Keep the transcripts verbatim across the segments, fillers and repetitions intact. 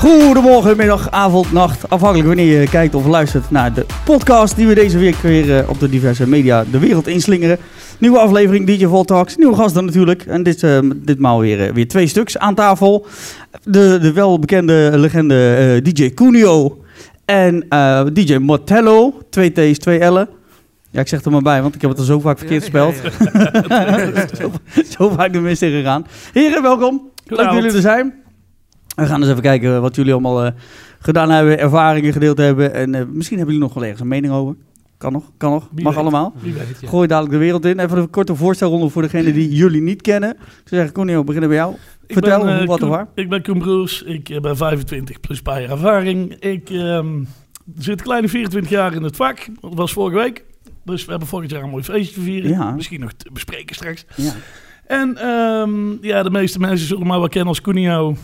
Goedemorgen, middag, avond, nacht, afhankelijk wanneer je kijkt of luistert naar de podcast die we deze week weer uh, op de diverse media de wereld inslingeren. Nieuwe aflevering D J Vault Talks, nieuwe gasten natuurlijk en dit, uh, ditmaal weer, uh, weer twee stuks aan tafel. De, de welbekende legende uh, D J Cunio en uh, D J Mortello, twee T's, twee L'en. Ja, ik zeg er maar bij, want ik heb het al zo vaak verkeerd gespeld. Ja, ja, ja. zo, zo vaak de mis in gegaan. Heren, welkom. Leuk dat jullie er zijn. We gaan eens even kijken wat jullie allemaal uh, gedaan hebben, ervaringen gedeeld hebben. En uh, misschien hebben jullie nog wel ergens een mening over. Kan nog, kan nog. Mag allemaal. Weet, ja. Gooi dadelijk de wereld in. Even een korte voorstelronde voor degenen die jullie niet kennen. Ik zou zeggen, Cunio, we beginnen bij jou. Ik Vertel ben, uh, wat er Koen, waar. Ik ben Koen Broers. Ik uh, ben vijfentwintig plus paar jaar ervaring. Ik um, zit kleine vierentwintig jaar in het vak. Dat was vorige week. Dus we hebben volgend jaar een mooi feestje te vieren. Ja. Misschien nog te bespreken straks. Ja. En um, ja, de meeste mensen zullen mij wel kennen als Cunio.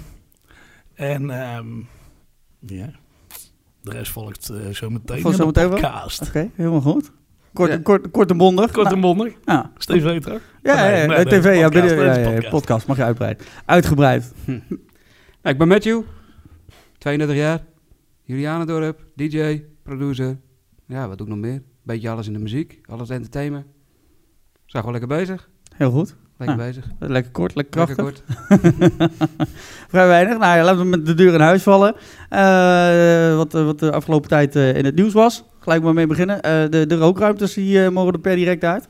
En um, ja, de rest volgt uh, zo meteen in de podcast. Oké, okay, helemaal goed. Kort, ja. kort, kort en bondig. Kort en bondig. Nou, is tv toch? Ja, nee, ja, ja, nee, nee, tv, nee, ja, podcast, binnen, ja, ja, podcast. podcast mag je uitbreid. Uitgebreid. Hm. Nou, ik ben Matthew, tweeëndertig jaar, Julianendorp, D J, producer. Ja, wat doe ik nog meer? Beetje alles in de muziek, alles entertainment. Zijn gewoon lekker bezig. Heel goed. Lekker nou, bezig. Lekker kort, lekker krachtig. Lekker kort. Vrij weinig. Nou ja, laten we met de deur in huis vallen. Uh, wat, wat de afgelopen tijd uh, in het nieuws was. Gelijk maar mee beginnen. Uh, de, de rookruimtes die, uh, mogen er per direct uit.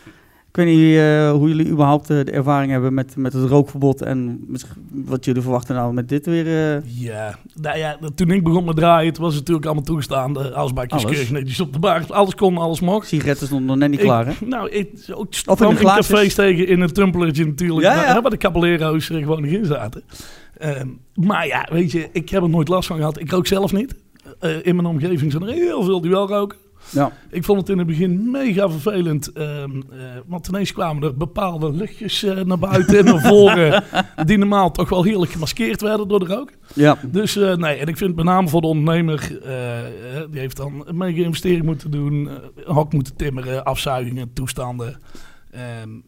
Ik weet niet uh, hoe jullie überhaupt uh, de ervaring hebben met, met het rookverbod. En wat jullie verwachten nou met dit weer. Uh... Ja, nou ja, toen ik begon met draaien, het was het natuurlijk allemaal toegestaan. De asbakjes keurig netjes op de bar. Alles kon, alles mocht. Sigaretten stonden nog net niet klaar, ik, hè? Nou, ik ook of in, in cafés tegen in een tumblertje natuurlijk. Ja, ja. Waar de Caballero's er gewoon nog in zaten. Uh, maar ja, weet je, ik heb er nooit last van gehad. Ik rook zelf niet. Uh, in mijn omgeving zijn er heel veel die wel roken. Ja. Ik vond het in het begin mega vervelend. Uh, uh, want ineens kwamen er bepaalde luchtjes uh, naar buiten en naar voren. Die normaal toch wel heerlijk gemaskeerd werden door de rook. Ja. Dus uh, nee, en ik vind met name voor de ondernemer. Uh, uh, die heeft dan een mega investering moeten doen. Uh, een hok moeten timmeren, afzuigingen, toestanden. Uh,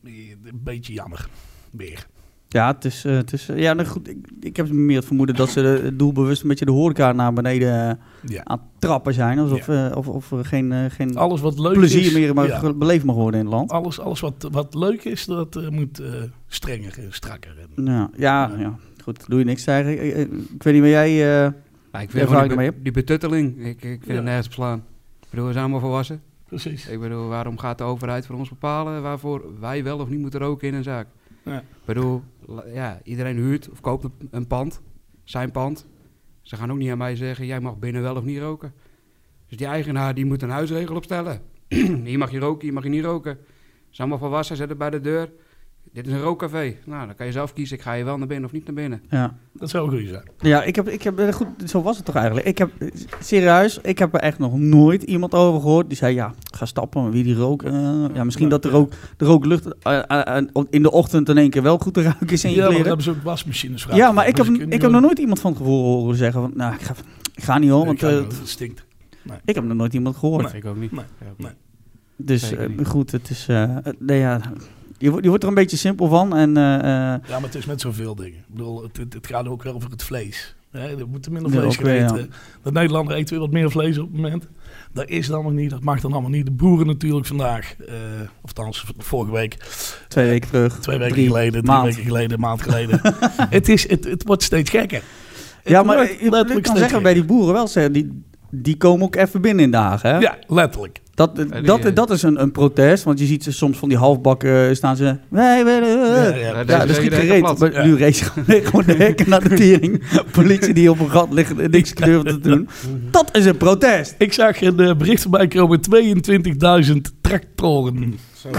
een beetje jammer. Weer. Ja, het is, uh, het is uh, ja, nou goed. Ik, ik heb meer het vermoeden dat ze de, doelbewust een beetje de horeca naar beneden uh, ja. aan het trappen zijn. Alsof ja. uh, of, of er geen, uh, geen alles wat leuk plezier is, meer maar ja. beleefd mag worden in het land. Alles, alles wat, wat leuk is, dat uh, moet uh, strenger en strakker. Ja, ja, ja. ja, goed. Doe je niks tegen. Ik, ik, ik weet niet waar jij uh, ja, ik vind die, be- die betutteling, ik, ik vind ja. het nergens op slaan. Ik bedoel, we zijn allemaal volwassen. Precies. Ik bedoel, waarom gaat de overheid voor ons bepalen waarvoor wij wel of niet moeten roken in een zaak? Ja. Ik bedoel, ja, iedereen huurt of koopt een pand, zijn pand. Ze gaan ook niet aan mij zeggen, jij mag binnen wel of niet roken. Dus die eigenaar die moet een huisregel opstellen. Hier mag je roken, hier mag je niet roken. Ze zijn allemaal volwassen, zetten bij de deur. Dit is een rookcafé. Nou, dan kan je zelf kiezen, ik ga je wel naar binnen of niet naar binnen. Ja. Dat zou goed zijn. Ja, ik heb, ik heb, goed, zo was het toch eigenlijk. Ik heb, serieus, ik heb er echt nog nooit iemand over gehoord die zei, ja, ga stappen, wie die rook. Uh, ja, misschien ja, dat de, rook, de rooklucht uh, uh, uh, in de ochtend in één keer wel goed te ruiken is in je ja, kleren. Ja, hebben ze ook wasmachines vragen. Ja, maar ik heb, ik heb nog nooit iemand van het gevoel horen zeggen van, nou, ik ga, ik ga niet hoor, want nee, uh, het stinkt. Nee. Ik heb nog nooit iemand gehoord. Nee, ik ook niet. Nee. Nee. Dus uh, goed, het is, uh, nee, ja... Je, je wordt er een beetje simpel van. En, uh, ja, maar het is met zoveel dingen. Ik bedoel, het, het, het gaat ook wel over het vlees. Hè? Er moet minder vlees ja, gegeten. Ja. De Nederlander eet weer wat meer vlees op het moment. Dat is dan nog niet. Dat mag dan allemaal niet. De boeren natuurlijk vandaag. Uh, of althans, vorige week. Twee uh, weken terug. Twee weken drie, geleden. Drie maand. weken geleden. Een maand geleden. het, is, het, het wordt steeds gekker. Ja, maar ik kan zeggen gekker. Bij die boeren wel zeggen. Die, die komen ook even binnen in de Haag. Hè? Ja, letterlijk. Dat, dat, dat is een, een protest, want je ziet ze soms van die halfbakken staan ze... Wij willen... Ja, ja, ja, ja dat schiet gereed. Maar ja. Nu race gewoon de hekken naar de tering. Politie die op een gat ligt en niks durft te doen. Dat is een protest. Ik zag een uh, bericht voorbij komen. tweeëntwintigduizend tractoren.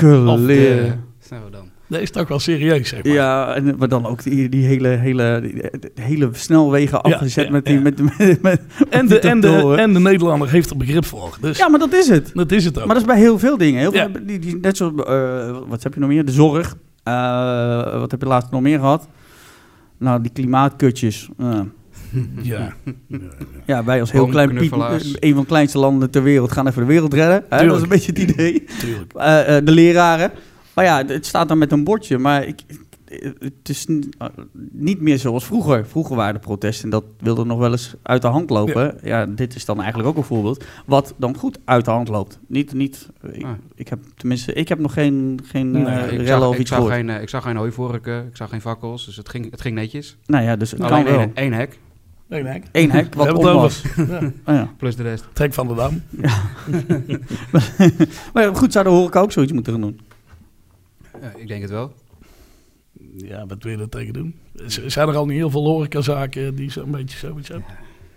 Kleren. Zo dan. Dat is toch wel serieus, zeg maar. Ja, en, maar dan ook die, die, hele, hele, die hele snelwegen afgezet ja, ja, met die... Ja. Met, met, met, en, de, en, de, en de Nederlander heeft er begrip voor. Dus ja, maar dat is het. Dat is het ook. Maar dat is bij heel veel dingen. Heel ja. veel, die, die, net zoals... Uh, wat heb je nog meer? De zorg. Uh, wat heb je laatst nog meer gehad? Nou, die klimaatkutjes. Uh. Ja. Ja, ja, wij als heel klein Piet, een van de kleinste landen ter wereld, gaan even de wereld redden. Hè? Dat is een beetje het idee. Tuurlijk. Uh, uh, de leraren. Maar ja, het staat dan met een bordje. Maar ik, het is niet meer zoals vroeger. Vroeger waren de protesten en dat wilde nog wel eens uit de hand lopen. Ja. ja, dit is dan eigenlijk ook een voorbeeld wat dan goed uit de hand loopt. Niet, niet ik, ah. ik heb tenminste, ik heb nog geen, geen nee, uh, rellen zag, of ik iets zag gehoord. Geen, uh, ik zag geen hooivorken, ik zag geen fakkels, dus het ging, het ging netjes. Nou ja, dus het Alleen kan wel. Één, één hek. Eén hek. Eén hek, wat om was. Ja. Oh ja. Plus de rest. Trek van de Dam. Ja. Maar goed, zou de horeca ook zoiets moeten gaan doen? Ja, ik denk het wel. Ja, wat wil je er tegen doen? Z- zijn er al niet heel veel horecazaken die zo'n beetje zoiets hebben?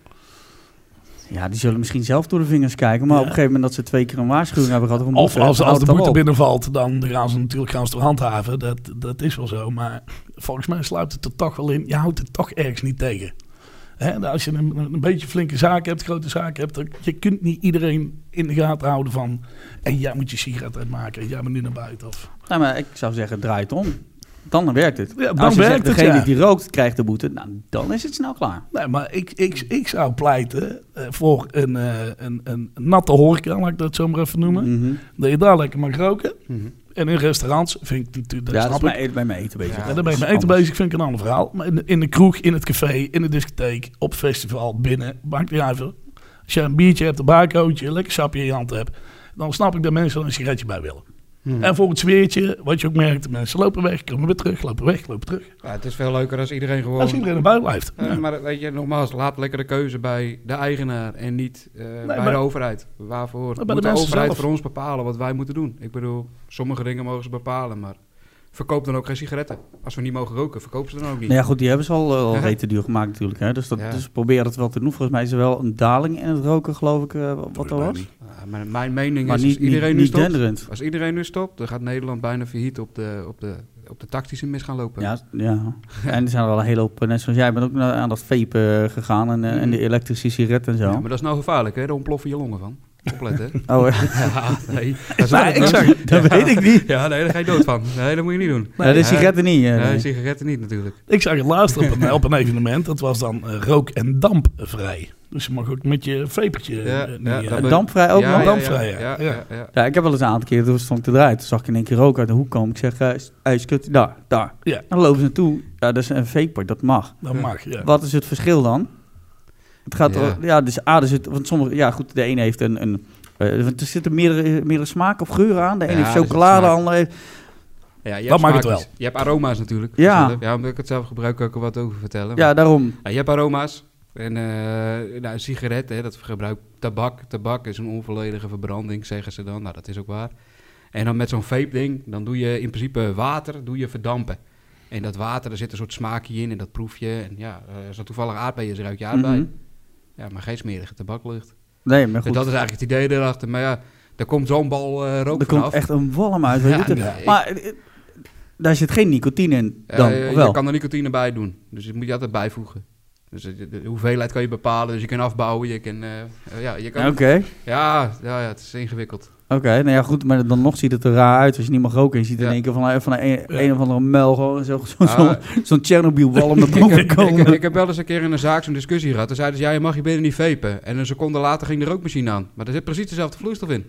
Ja, die zullen misschien zelf door de vingers kijken. Maar ja. op een gegeven moment dat ze twee keer een waarschuwing hebben gehad. Of als, als de boete binnenvalt, dan gaan ze natuurlijk gaan ze toch handhaven. Dat, dat is wel zo. Maar volgens mij sluit het er toch wel in. Je houdt het toch ergens niet tegen. Hè? Als je een, een beetje flinke zaak hebt, grote zaak hebt. Dan, je kunt niet iedereen in de gaten houden van... En jij moet je sigaret uitmaken. En jij moet nu naar buiten. Of... Nou, maar ik zou zeggen, draai het om. Dan werkt het. Ja, dan als je werkt zegt, het, degene ja. die rookt, krijgt de boete. Nou, dan is het snel klaar. Nee, maar ik, ik, ik zou pleiten uh, voor een, uh, een, een natte horeca, laat ik dat zo maar even noemen. Mm-hmm. Dat je daar lekker mag roken. Mm-hmm. En in restaurants vind ik natuurlijk... Ja, dat is bij, bij mijn eten bezig. Ja, ja, daar ben ik met eten bezig, vind ik een ander verhaal. Maar in de, in de kroeg, in het café, in de discotheek, op het festival, binnen, maakt niet uit. Als je een biertje hebt, een barcootje, een lekker sapje in je hand hebt, dan snap ik dat mensen er een sigaretje bij willen. Hmm. En voor het sfeertje, wat je ook merkt, mensen lopen weg, komen weer terug, lopen weg, lopen terug. Ja, het is veel leuker als iedereen gewoon... Als iedereen erbij blijft. Uh, ja. Maar weet je, nogmaals, laat lekker de keuze bij de eigenaar en niet uh, nee, bij maar, de overheid. Waarvoor moet de, de overheid zelf. voor ons bepalen wat wij moeten doen? Ik bedoel, sommige dingen mogen ze bepalen, maar... Verkoop dan ook geen sigaretten. Als we niet mogen roken, verkopen ze dan ook niet. Nou ja, goed, die hebben ze al, al ja. rete duur gemaakt natuurlijk. Hè? Dus, dat, ja. dus probeer het wel te doen. Volgens mij is er wel een daling in het roken, geloof ik, uh, wat er was. Ja, maar mijn mening maar is, niet, als iedereen niet, nu niet stopt... denderend. Als iedereen nu stopt, dan gaat Nederland bijna failliet op de, op de, op de tactische mis gaan lopen. Ja, ja. en er zijn er wel een hele hoop, net zoals jij bent ook aan dat vapen gegaan en, uh, en de elektrische sigaret en zo. Ja, maar dat is nou gevaarlijk, hè? Daar ontploffen je longen van. Opletten. Oh, ja, nee. Dat, nou, ik zag, dat ja. weet ik niet. Ja, nee, daar ga je dood van. Nee, dat moet je niet doen. Nee, ja, de sigaretten niet. Ja, nee, nee, de sigaretten niet natuurlijk. Ik zag het laatst op een, op een evenement. Dat was dan uh, rook- en dampvrij. Dus je mag ook met je vapertje... Ja, uh, ja, uh, dampvrij ook ja, nog? Ja, dampvrij, ja. Ja, Ja, ja. ja, ja. ja, ik heb wel eens een aantal keer, toen stond ik te draaien. Toen zag ik in één keer rook uit de hoek komen. Ik zeg, uh, ijskut, daar, daar. Ja. En dan lopen ze naartoe. Ja, dat is een vapor, dat mag. Dat ja. mag, ja. Wat is het verschil dan? Het gaat... Ja, er, ja dus A, er zit... Want sommige... Ja, goed, de ene heeft een... een Uh, er zitten meerdere, meerdere smaken of geuren aan. De ene ja, heeft chocolade, de andere heeft... Ja, je dat mag het wel. Je hebt aroma's natuurlijk. Ja. Zelf. Ja, omdat ik het zelf gebruik, kan ik er wat over vertellen. Maar, ja, daarom. Ja, je hebt aroma's. En uh, nou, een sigaret, hè, dat gebruikt tabak. Tabak is een onvolledige verbranding, zeggen ze dan. Nou, dat is ook waar. En dan met zo'n vape-ding, dan doe je in principe water, doe je verdampen. En dat water, daar zit een soort smaakje in en dat proef je. En ja, uh, als er toevallig aardbeien is, ruik je aardbei. Mm-hmm. Ja, maar geen smerige tabaklucht. Nee, maar goed. Dus dat is eigenlijk het idee erachter. Maar ja, er komt zo'n bal uh, rook Er vanaf. komt echt een walm uit. Ja, nee, maar ik... daar zit geen nicotine in dan, uh, of wel? Je kan er nicotine bij doen. Dus dat moet je altijd bijvoegen. Dus de, de hoeveelheid kan je bepalen. Dus je kan afbouwen. Je kan... Uh, uh, ja, je kan... Oké. Okay. Ja, ja, ja, het is ingewikkeld. Oké, okay, nou ja, goed, maar dan nog ziet het er raar uit als je niet mag roken. Je ziet ja. in één keer van, van een, een, ja. een of andere muil gewoon zo, zo, ah, zo, zo'n Chernobyl-walm naar boven komen. Ik, ik, ik heb wel eens een keer in een zaak zo'n discussie gehad. Toen zeiden ze, ja, je mag je binnen niet vapen. En een seconde later ging de rookmachine aan. Maar er zit precies dezelfde vloeistof in.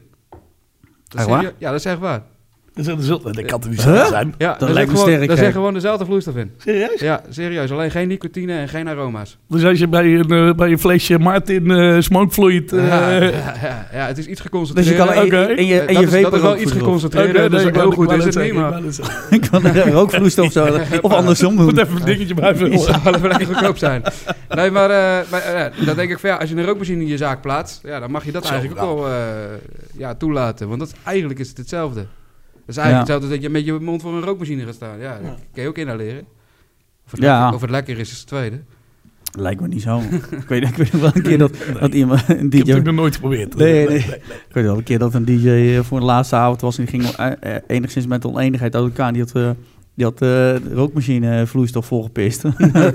Dat echt waar? Je, ja, dat is echt waar. Dat, is, dat kan toch niet zo huh? zijn? Ja, dat lijkt me gewoon, sterk. Daar zit gewoon dezelfde vloeistof in. Serieus? Ja, serieus. Alleen geen nicotine en geen aroma's. Dus als je bij een, uh, bij een flesje Martin uh, smokefluid... Uh, ja, ja, ja, ja, het is iets geconcentreerd. Dus je kan okay. en je, en dat, je is, dat is wel iets geconcentreerd. Okay, dus nee, heel goed is het zeggen, niet, maar... Ik kan er rookvloeistof zo, of andersom doen. Moet even een dingetje bij vullen. Het zou wel even lekker goedkoop zijn. Nee, maar, uh, maar uh, dan denk ik van ja, als je een rookmachine in je zaak plaatst, ja, dan mag je dat zo eigenlijk ook wel uh, ja, toelaten. Want dat, eigenlijk is het hetzelfde. Dat is eigenlijk ja. hetzelfde dat je met je mond voor een rookmachine gaat staan. Ja, dat ja. kan je ook inhaleren. Of het, ja. lekker, of het lekker is, is het tweede. Lijkt me niet zo. ik, weet, ik weet wel een keer dat, nee. dat iemand... Een D J... Ik heb het nog nooit geprobeerd. Nee, nee, nee. nee, nee. Ik weet wel een keer dat een D J voor de laatste avond was en die ging uh, uh, enigszins met oneenigheid uit elkaar. Die had... Uh, Die had uh, de rookmachine vloeistof volgepist.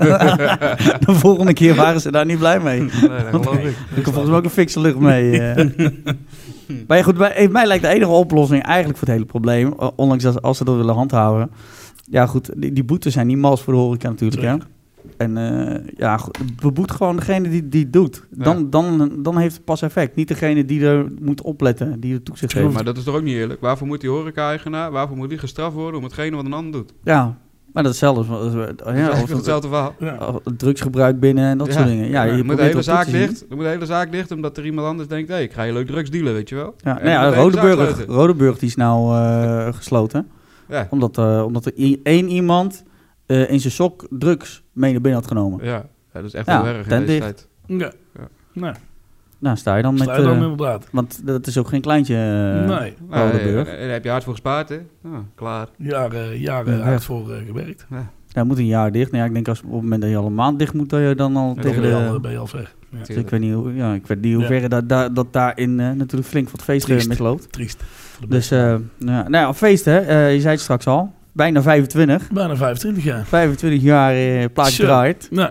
De volgende keer waren ze daar niet blij mee. Nee, dat geloof ik. Er komt volgens mij ook een fikse lucht mee. Uh. Maar ja, goed, bij, mij lijkt de enige oplossing eigenlijk voor het hele probleem, ondanks dat als ze dat willen handhaven. Ja goed, die, die boetes zijn niet mals voor de horeca natuurlijk. Hè? En uh, ja, goed, beboet gewoon degene die, die het doet. Dan, ja. dan, dan heeft het pas effect. Niet degene die er moet opletten, die er toezicht heeft. Maar dat is toch ook niet eerlijk? Waarvoor moet die horeca-eigenaar, waarvoor moet die gestraft worden om hetgene wat een ander doet? Ja, Maar dat is hetzelfde. Ja, ja, of hetzelfde verhaal. Ja. Drugsgebruik binnen en dat ja. soort dingen. Ja, ja, je moet de hele zaak dicht. Dan moet de hele zaak dicht, omdat er iemand anders denkt... hé, hey, ik ga je leuk drugs dealen, weet je wel. Ja, nou ja, Rodeburg, Rodeburg die is nou uh, gesloten. Ja. Omdat, uh, omdat er i- één iemand uh, in zijn sok drugs mee naar binnen had genomen. Ja, ja dat is echt ja, heel erg in deze dicht. tijd. Ja, ja. Nee. Nou, sta je dan sta met... Je dan uh, inderdaad. Want dat is ook geen kleintje, uh, nee. Rodeburg. Nee, daar heb je hard voor gespaard, hè? Oh, klaar. Jaren, jaren ja, hard voor uh, gewerkt. Ja. Ja, moet een jaar dicht. Nou ja, ik denk als op het moment dat je al een maand dicht moet, dat je dan al ja, tegen de... Al, ben je al ver. Ja. Dus ik weet niet hoe, ja, ik weet niet hoe ja. ver dat, dat, dat daarin uh, natuurlijk flink wat feest uh, misloopt. Triest. Dus, uh, nou ja, feest hè. Uh, je zei het straks al. Bijna vijfentwintig. Bijna vijfentwintig jaar. vijfentwintig jaar uh, plaatje draait. Ja.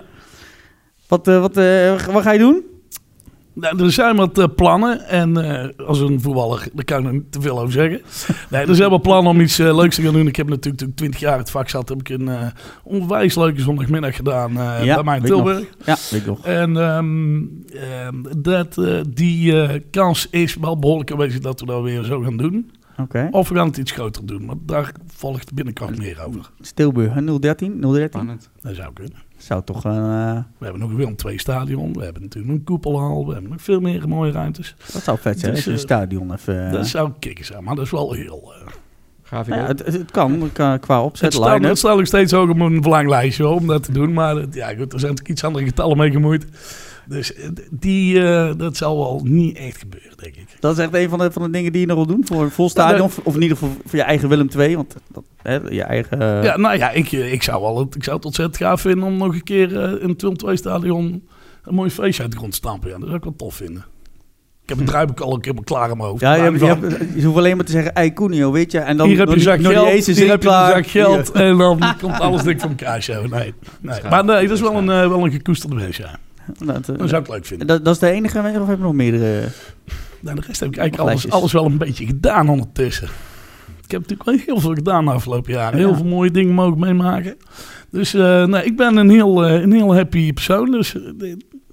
Wat, uh, wat, uh, wat ga je doen? Nou, er zijn wat uh, plannen en uh, als een voetballer, daar kan ik niet te veel over zeggen. Nee, er zijn wel plannen om iets uh, leuks te gaan doen. Ik heb natuurlijk toen ik twintig jaar het vak zat, heb ik een uh, onwijs leuke zondagmiddag gedaan uh, ja, bij mij in Tilburg. Nog. Ja, weet ik nog. En um, uh, dat, uh, die uh, kans is wel behoorlijk aanwezig dat we dat weer zo gaan doen. Okay. Of we gaan het iets groter doen, maar daar volgt binnenkort meer over. Tilburg, nul dertien? nul dertien? Spannend. Dat zou kunnen. Zou toch... Uh... We hebben nog wel een twee stadion, we hebben natuurlijk een koepelhal, we hebben nog veel meer mooie ruimtes. Dat zou vet zijn, dus, als je een stadion even... Uh... Dat zou kicken zijn, maar dat is wel heel... Uh... Gaaf nou ja, het, het kan, qua opzet, het staat, het staat nog steeds ook op een verlanglijstje om dat te doen, maar het, ja, goed, er zijn natuurlijk iets andere getallen mee gemoeid. Dus die, uh, dat zal wel niet echt gebeuren, denk ik. Dat is echt een van de, van de dingen die je nog wil doen voor een vol stadion? Nou, of in ieder geval voor je eigen Willem twee? Want dat, hè, je eigen... Uh... Ja, nou ja, ik, ik, zou wel, ik zou het ontzettend gaaf vinden om nog een keer uh, in het Willem twee stadion een mooi feestje uit de grond te stampen. Ja, dat zou ik wel tof vinden. Ik heb het druipje al een keer klaar in mijn hoofd. Ja, je, hebt, je, hebt, je hoeft alleen maar te zeggen, ei Cunio, weet je. En dan hier heb je zak geld, hier hier heb je klaar. zak geld en dan komt alles dik van elkaar zo. Nee, nee. Maar nee, dat is wel een, uh, wel een gekoesterde wens, ja. Dat, uh, dat zou ik leuk vinden. Dat, dat is de enige, of heb je nog meerdere? Nou, de rest heb ik eigenlijk alles, alles wel een beetje gedaan ondertussen. Ik heb natuurlijk wel heel veel gedaan de afgelopen jaren. Heel ja. veel mooie dingen mogen meemaken. Dus uh, nee, ik ben een heel, uh, een heel happy persoon. Dus, uh,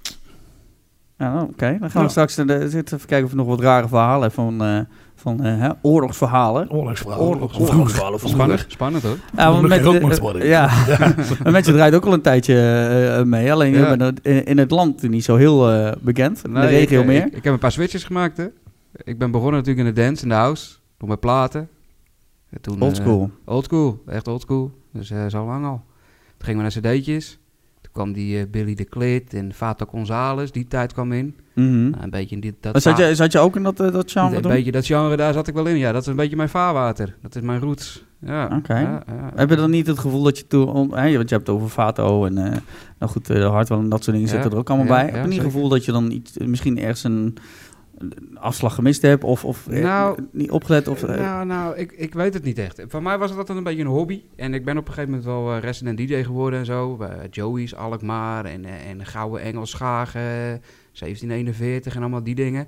ja, oké. Okay. Dan gaan we ja. straks uh, even kijken of we nog wat rare verhalen van... Uh, Van uh, hè, oorlogsverhalen. Oorlogsverhalen. Oorlogs, oorlogsverhalen van spannend, spannend hoor. Ja, met, uh, ja. ja. Mensen draait ook al een tijdje uh, mee. Alleen ja. ben in, in het land niet zo heel uh, bekend. In nee, de regio ik, meer. Ik, ik heb een paar switches gemaakt. Hè. Ik ben begonnen natuurlijk in de dance, in de house. Door mijn platen. Toen, old school. Uh, old school, echt old school. Dus uh, zo lang al. Toen gingen we naar cd'tjes. Toen kwam die uh, Billy de Klit en Fata Gonzalez. Die tijd kwam in. Mm-hmm. Nou, een beetje in die, dat zat, je, zat je ook in dat, uh, dat genre? Een doen? beetje dat genre, daar zat ik wel in. Ja, dat is een beetje mijn vaarwater. Dat is mijn roots. Ja. Oké. Okay. Ja, ja, heb je dan niet het gevoel dat je toen... Om, hè, want je hebt het over Fato en... Uh, nou goed, uh, Hartwell en dat soort dingen ja, zitten er ook allemaal ja, bij. Ja, heb je niet het gevoel dat je dan iets, misschien ergens een... afslag gemist heb of, of nou, eh, niet opgelet? Of, uh, nou, nou ik, ik weet het niet echt. Voor mij was het altijd een beetje een hobby. En ik ben op een gegeven moment wel uh, resident D J geworden en zo. Uh, Joey's, Alkmaar en, uh, en Gouden Engel Schagen, zeventien eenenveertig en allemaal die dingen.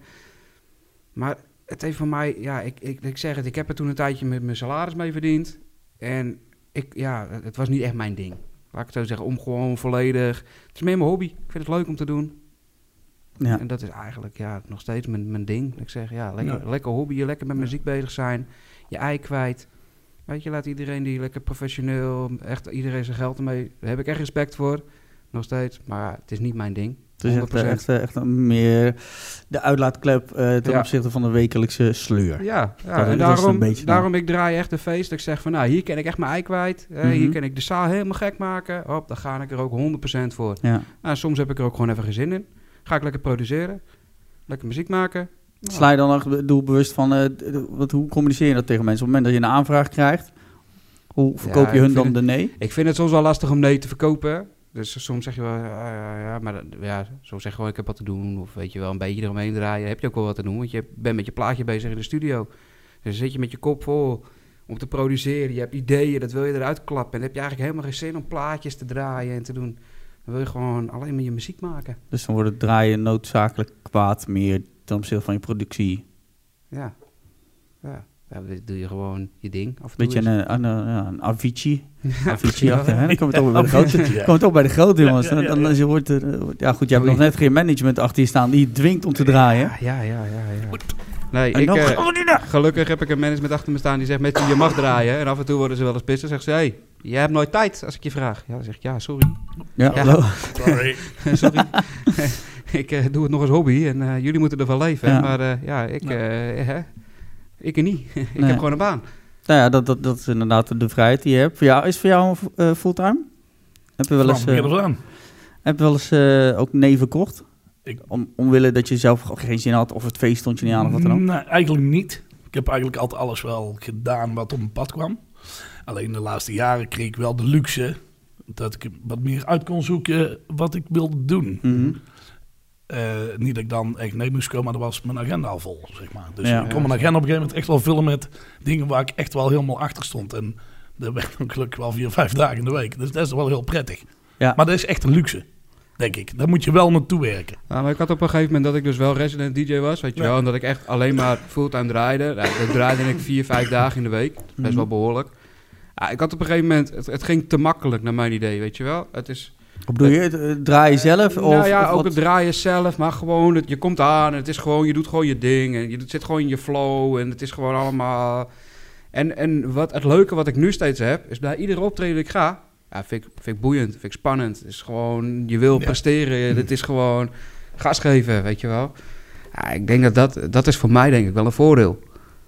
Maar het heeft voor mij, ja, ik, ik, ik zeg het, ik heb er toen een tijdje met mijn salaris mee verdiend. En ik, ja, het was niet echt mijn ding. Laat ik het zo zeggen, om gewoon volledig. Het is meer mijn hobby. Ik vind het leuk om te doen. Ja. En dat is eigenlijk ja, nog steeds mijn, mijn ding. Ik zeg, ja, lekker, ja. lekker hobby, lekker met muziek bezig zijn. Je ei kwijt. Weet je, laat iedereen die lekker professioneel, echt iedereen zijn geld ermee. Daar heb ik echt respect voor, nog steeds. Maar het is niet mijn ding. Het is echt, echt, echt meer de uitlaatklep uh, ten ja. opzichte van de wekelijkse sleur. Ja, ja. en daarom, daarom ik draai echt een feest. Ik zeg van, nou, hier kan ik echt mijn ei kwijt. Uh, mm-hmm. Hier kan ik de zaal helemaal gek maken. Hop, daar ga ik er ook honderd procent voor. Ja. Nou, soms heb ik er ook gewoon even geen zin in. Ga ik lekker produceren. Lekker muziek maken. Nou. Sla je dan ook doelbewust van... Uh, wat, hoe communiceer je dat tegen mensen? Op het moment dat je een aanvraag krijgt... Hoe verkoop ja, je hun dan het, de nee? Ik vind het soms wel lastig om nee te verkopen. Dus soms zeg je wel... Ja, ja, maar ja, soms zeg je gewoon ik heb wat te doen. Of weet je wel, een beetje eromheen draaien. Heb je ook wel wat te doen. Want je bent met je plaatje bezig in de studio. Dus dan zit je met je kop vol om te produceren. Je hebt ideeën, dat wil je eruit klappen. En dan heb je eigenlijk helemaal geen zin om plaatjes te draaien en te doen... Dan wil je gewoon alleen maar je muziek maken. Dus dan wordt het draaien noodzakelijk kwaad meer ten opzichte van je productie. Ja. Ja. Ja, dan doe je gewoon je ding. Beetje een, een, een, een Avicii. Avicii achter, hè? Dan komt het ook bij de grote, ja. komt ook bij de grote jongens. Ja, ja, ja, ja. Dan, dan wordt er, ja goed, je hebt nog net geen management achter je staan die dwingt om te draaien. Ja, ja, ja. ja, ja. Nee, ik, uh, gelukkig heb ik een management achter me staan die zegt met je mag draaien. En af en toe worden ze wel eens pissig. Zegt ze, hé, hey, jij hebt nooit tijd als ik je vraag. Ja, dan zeg ik, ja, sorry. Ja, Ja. Sorry. sorry. ik uh, doe het nog als hobby en uh, jullie moeten ervan leven. Ja. Maar uh, ja, ik, uh, hè, ik er niet. ik Nee. heb gewoon een baan. Nou ja, dat, dat, dat is inderdaad de vrijheid die je hebt. Voor jou, is het voor jou uh, fulltime? Heb je wel eens, Vanaf het uh, begin af aan. heb je wel eens uh, ook nee verkocht? Ik- Om, omwille dat je zelf geen zin had of het feest stond je niet aan of wat dan ook? Nee, eigenlijk niet. Ik heb eigenlijk altijd alles wel gedaan wat op mijn pad kwam. Alleen de laatste jaren kreeg ik wel de luxe dat ik wat meer uit kon zoeken wat ik wilde doen. Mm-hmm. Uh, niet dat ik dan echt nee moest komen, maar dan was mijn agenda al vol, zeg maar. Dus Ja. ik kon mijn agenda op een gegeven moment echt wel vullen met dingen waar ik echt wel helemaal achter stond. En dat werd dan gelukkig wel vier, vijf dagen in de week. Dus dat is wel heel prettig. Ja. Maar dat is echt een luxe, denk ik. Daar moet je wel naartoe werken. Nou, maar ik had op een gegeven moment dat ik dus wel resident D J was, weet je Ja. wel. En dat ik echt alleen maar fulltime draaide. Nou, dat draaide ik vier, vijf dagen in de week. Best Mhm. wel behoorlijk. Ja, ik had op een gegeven moment, het, het ging te makkelijk naar mijn idee, weet je wel. Het is... Of bedoel je het uh, draaien zelf? Nou of, ja, of ook wat? het draaien zelf, maar gewoon, het, je komt aan en het is gewoon, je doet gewoon je ding en je zit gewoon in je flow en het is gewoon allemaal... En, en wat, het leuke wat ik nu steeds heb, is bij iedere optreden dat ik ga, ja, vind ik, vind ik boeiend, vind ik spannend. Het is gewoon, je wil Ja. presteren, het is gewoon gas geven, weet je wel. Ja, ik denk dat, dat dat is voor mij denk ik wel een voordeel.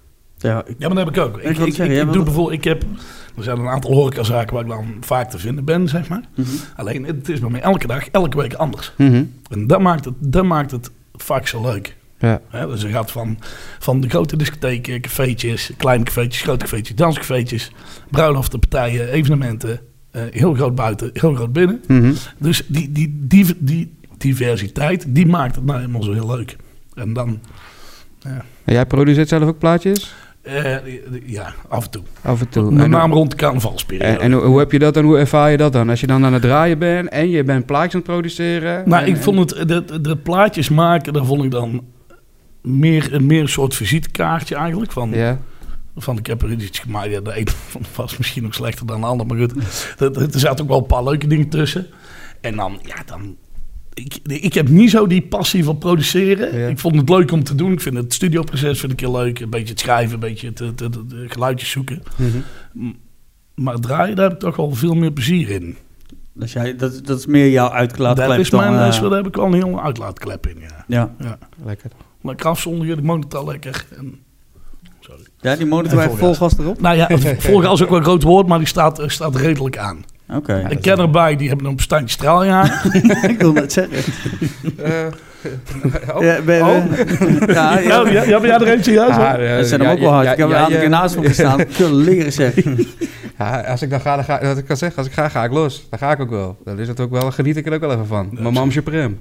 Ja, ik, Ja, maar dat heb ik ook. Ik, wil ik, ik, zeggen, ik jij doe wil- bijvoorbeeld, ik heb, er zijn een aantal horecazaken waar ik dan vaak te vinden ben, zeg maar. Mhm. Alleen, het is bij mij elke dag, elke week anders. Mhm. En dat maakt het, dat maakt het vaak zo leuk. Ja. Hè, dus je gaat van, van de grote discotheken, cafeetjes, kleine cafeetjes, grote cafeetjes, danscafeetjes, bruiloften, partijen, evenementen. eh, heel groot buiten, heel groot binnen. Mhm. Dus die, die, die, die diversiteit, die maakt het nou helemaal zo heel leuk. En dan, En jij produceert zelf ook plaatjes? eh, ja, af en toe. Af en toe. Met En- name rond de carnavalsperiode. En, en hoe, hoe heb je dat dan? Hoe ervaar je dat dan? Als je dan aan het draaien bent en je bent plaatjes aan het produceren. Nou, en- ik en- vond het, de, de plaatjes maken, daar vond ik dan meer, meer een soort visitekaartje eigenlijk. Van, Ja. van ik heb er iets gemaakt, ja, de ene was misschien nog slechter dan de ander, maar goed. Er, er zaten ook wel een paar leuke dingen tussen. En dan, ja, dan... Ik, ik heb niet zo die passie van produceren. Ja. Ik vond het leuk om te doen. Ik vind het studioproces vind ik heel leuk. Een beetje het schrijven, een beetje het, het, het- het geluidjes zoeken. Mhm. M- Maar het draaien, daar heb ik toch wel veel meer plezier in. Dus jij, dat, dat is meer jouw uitlaatklep Daar, is dan... mijn, uh, daar is- daar heb ik wel een heel uitlaatklep in, ja. ja. ja. Lekker. Lekker afzonderen, de monitor lekker. En, sorry. ja, die monitor En heeft vol volgas. gas erop? Nou ja, volgens is ook wel een groot woord, maar die staat, eh, staat redelijk aan. Oké. Ja. Ik ken erbij, die hebben een standje straaljaar. Ik wil net zeggen. Eh, oh. Ja, ben, Oh. ja, ja, Ja, ja, ja, ben jij er eentje juist? Ah, hoor? eh, dat zijn ja, hem ook wel ja, hard. ja, Ik heb ja, een aantal ja. keer naast me gestaan. Kunnen leren zeg. Ja, als ik dan ga, dan ga wat ik kan zeggen, als ik ga, ga ik los. Dan ga ik ook wel. Dan is het ook wel, geniet ik er ook wel even van. Mijn mam supreme.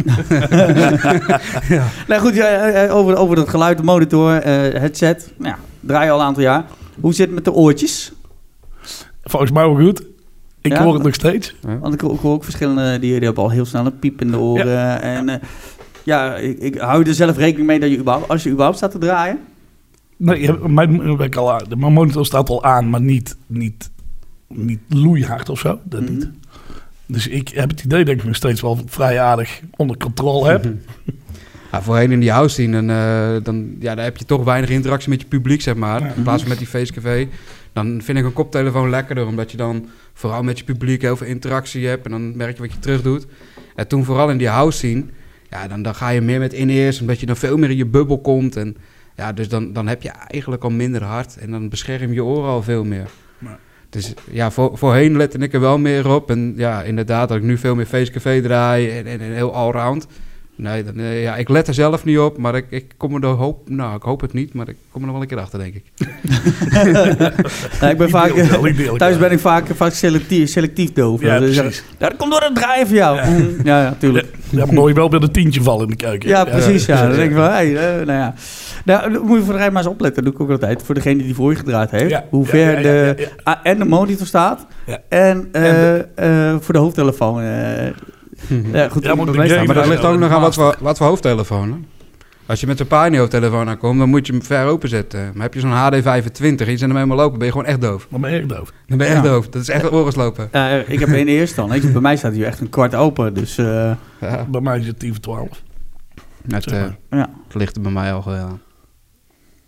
Nou goed, ja, eh, over, over dat geluid, de monitor, eh, headset. Nou, ja, draai je al een aantal jaar. Hoe zit het met de oortjes? Volgens mij wel goed. Ik Ja? hoor het nog steeds. Want ik, hoor- ik hoor ook verschillende, die, die hebben al heel snel een piep in de oren. En eh, ja, ik, ik hou er zelf rekening mee dat je überhaupt, als je überhaupt staat te draaien. Nee, je- mijn, ben ik al aan. mijn monitor staat al aan, maar niet, niet, niet loeihard of zo. Dat Mhm. niet. Dus ik heb het idee dat ik me steeds wel vrij aardig onder controle heb. Ja, voorheen in die house scene, dan, eh, dan, ja, daar heb je toch weinig interactie met je publiek, zeg maar. Ja. In plaats van met die feestcafé. Dan vind ik een koptelefoon lekkerder, omdat je dan vooral met je publiek heel veel interactie hebt. En dan merk je wat je terug doet. En toen vooral in die house scene, ja, dan, dan ga je meer met in-ears, omdat je dan veel meer in je bubbel komt. En ja, dus dan, dan heb je eigenlijk al minder hard en dan bescherm je oren al veel meer. Ja. Dus ja, voor, voorheen lette ik er wel meer op. En ja, inderdaad, dat ik nu veel meer feestcafé draai en, en, en heel allround. Nee, dan, eh, ja, ik let er zelf niet op, maar ik, ik kom er hoop, nou, ik hoop het niet, maar ik kom er nog wel een keer achter, denk ik. Nou, ik ben vaak, Ik deel- ik deel- thuis ben ik vaak, vaak selectief, selectief doof. Ja, Dus, precies. ja, dat komt door het draaien voor jou. Ja. Mm, Ja, ja, tuurlijk. Ja, dan hoor je wel weer een tientje vallen in de keuken. Ja, precies. Ja. Dan denk ik ja. van, hey, eh, nou ja. Nou, dan moet je voor de rij maar eens opletten. Dat doe ik ook altijd. Voor degene die voor je gedraaid heeft. Ja, Hoe ja, ver ja, ja, de... ja, ja. ah, en de monitor staat. Ja. En, eh, eh, voor de hoofdtelefoon. eh, ja, goed. Ja, maar bij de mij game- staan. Maar dat ligt ook nog aan wat Master. voor, wat voor hoofdtelefoon, hè? Als je met een Pioneer-hoofdtelefoon aankomt, dan moet je hem ver openzetten. Maar heb je zo'n H D vijfentwintig en je zet hem helemaal open, ben je gewoon echt doof. Dan ben je echt doof. Dan ben je echt Ja. doof. Dat is echt oren slopen. Ja, ik heb één eerst dan. Ik, bij mij staat hij echt een kwart open. Dus uh, Ja, Bij mij is het tien voor twaalf. het, Zeg uh, maar. ja. het ligt er bij mij al wel aan.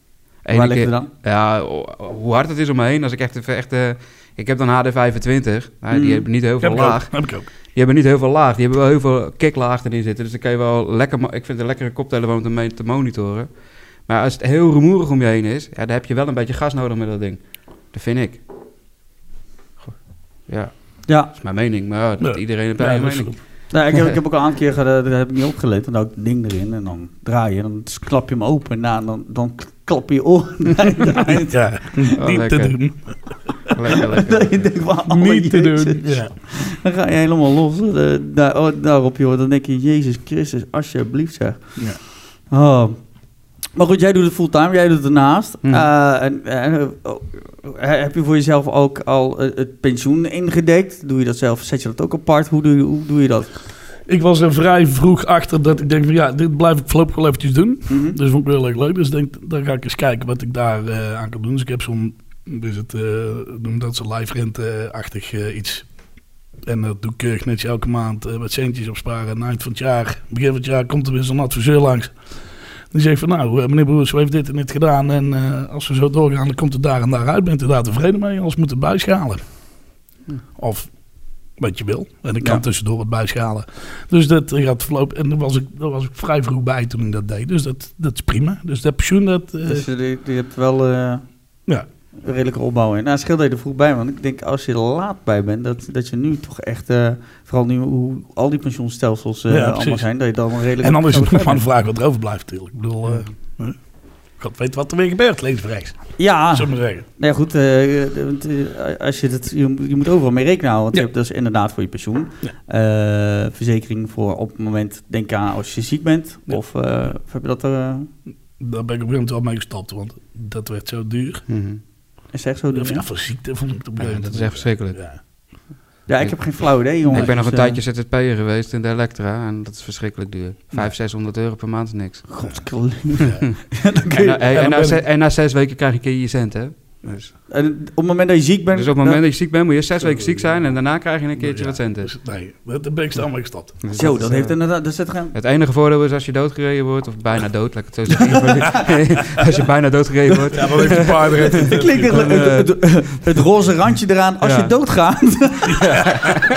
Waar ligt het dan? Ja, hoe hard het is om me heen. Als ik echt even echt... Uh, ik heb dan H D vijfentwintig. Nou, die mm. hebben niet heel veel heb laag. Ik heb ik ook. Die hebben niet heel veel laag. Die hebben wel heel veel kicklaag erin zitten. Dus dan kan je wel lekker... Ik vind het een lekkere koptelefoon om te, te monitoren. Maar als het heel rumoerig om je heen is... Ja, dan heb je wel een beetje gas nodig met dat ding. Dat vind ik. Goh. Ja. Ja. Dat is mijn mening. Maar ja, dat ja. iedereen heeft eigen ja, mening. Nou, ik, heb, ik heb ook al een aantal keer gedaan, daar heb ik niet opgelet. Dan hou ik het ding erin en dan draai je. Dan klap je hem open en dan, dan, dan klap je je oren. Ja, oh, niet lekker. te doen. Lekker, lekker. Dat je denkt van, oh, niet te Jezus. doen. Ja. Dan ga je helemaal los. Uh, daar, oh, daarop, joh. Dan denk je, Jezus Christus, alsjeblieft zeg. Ja. Oh. Maar goed, jij doet het fulltime, jij doet het ernaast. Hmm. Uh, en, en, uh, heb je voor jezelf ook al uh, het pensioen ingedekt? Doe je dat zelf? Zet je dat ook apart? Hoe doe je, hoe doe je dat? Ik was er vrij vroeg achter dat ik denk van ja, dit blijf ik voorlopig wel eventjes doen. Mm-hmm. Dus vond ik heel erg leuk. Dus ik denk, dan ga ik eens kijken wat ik daar uh, aan kan doen. Dus ik heb zo'n, dus het, uh, noem dat zo'n live rente-achtig uh, iets. En dat doe ik keurig netjes elke maand uh, wat centjes opsparen. En eind van het jaar, begin van het jaar, komt er weer zo'n adviseur langs. Die zegt van nou, meneer Broers, we heeft dit en dit gedaan. En uh, als we zo doorgaan, dan komt het daar en daar uit. Bent u daar tevreden mee? Anders moet het bijschalen. Hm. Of wat je wil. En ik kan ja. tussendoor wat bijschalen. Dus dat gaat verlopen. En daar was, ik, daar was ik vrij vroeg bij toen ik dat deed. Dus dat, dat is prima. Dus dat pensioen, dat... Uh, dus je, je hebt wel uh, ja. een redelijke opbouw in. Nou, scheelt dat je er vroeg bij. Want ik denk, als je er laat bij bent, dat, dat je nu toch echt... Uh, vooral nu hoe al die pensioenstelsels uh, ja, allemaal zijn, dat je dan redelijk... En dan is het nog maar de vraag wat er overblijft natuurlijk. Ik bedoel... Uh, uh, God weet wat er weer gebeurt, links of rechts. Ja, zullen we maar zeggen. Nou ja, goed, uh, uh, als je, het, je, je moet overal mee rekenen houden. Want ja. je hebt dus inderdaad voor je pensioen. Ja. Uh, verzekering voor op het moment, denk aan als je ziek bent. Ja. Of, uh, of heb je dat... Uh... Daar ben ik op een gegeven moment wel mee gestopt, want dat werd zo duur. Mm-hmm. Is het echt zo duur? Ja, voor ziekte vond ik het op een ja, dat is echt verschrikkelijk. Ja. Ja, ik heb geen flauw idee, jongens. Ik ben nog een dus, tijdje Z Z P'er geweest in de Elektra en dat is verschrikkelijk duur. Vijfhonderd, zeshonderd euro per maand is niks. Godskling. Ja. Ja, en, na, en, en, na zes, en na zes weken krijg je een keer je cent, hè? Dus. En op het moment dat je ziek bent... Dus op het moment dat je ziek bent, moet je zes weken ziek zijn en daarna krijg je een keertje ja, wat centen. Dus, nee, daar ben ik allemaal gestopt. Dus Zo, dat, dat heeft inderdaad... Dat geen... Het enige voordeel is als je doodgereden wordt, of bijna dood, laat ik het zo zeggen. Als je bijna doodgereden wordt. Ja, dan heeft je paarden. Het klinkt het, het, het, het roze randje eraan als ja. je doodgaat. Ja.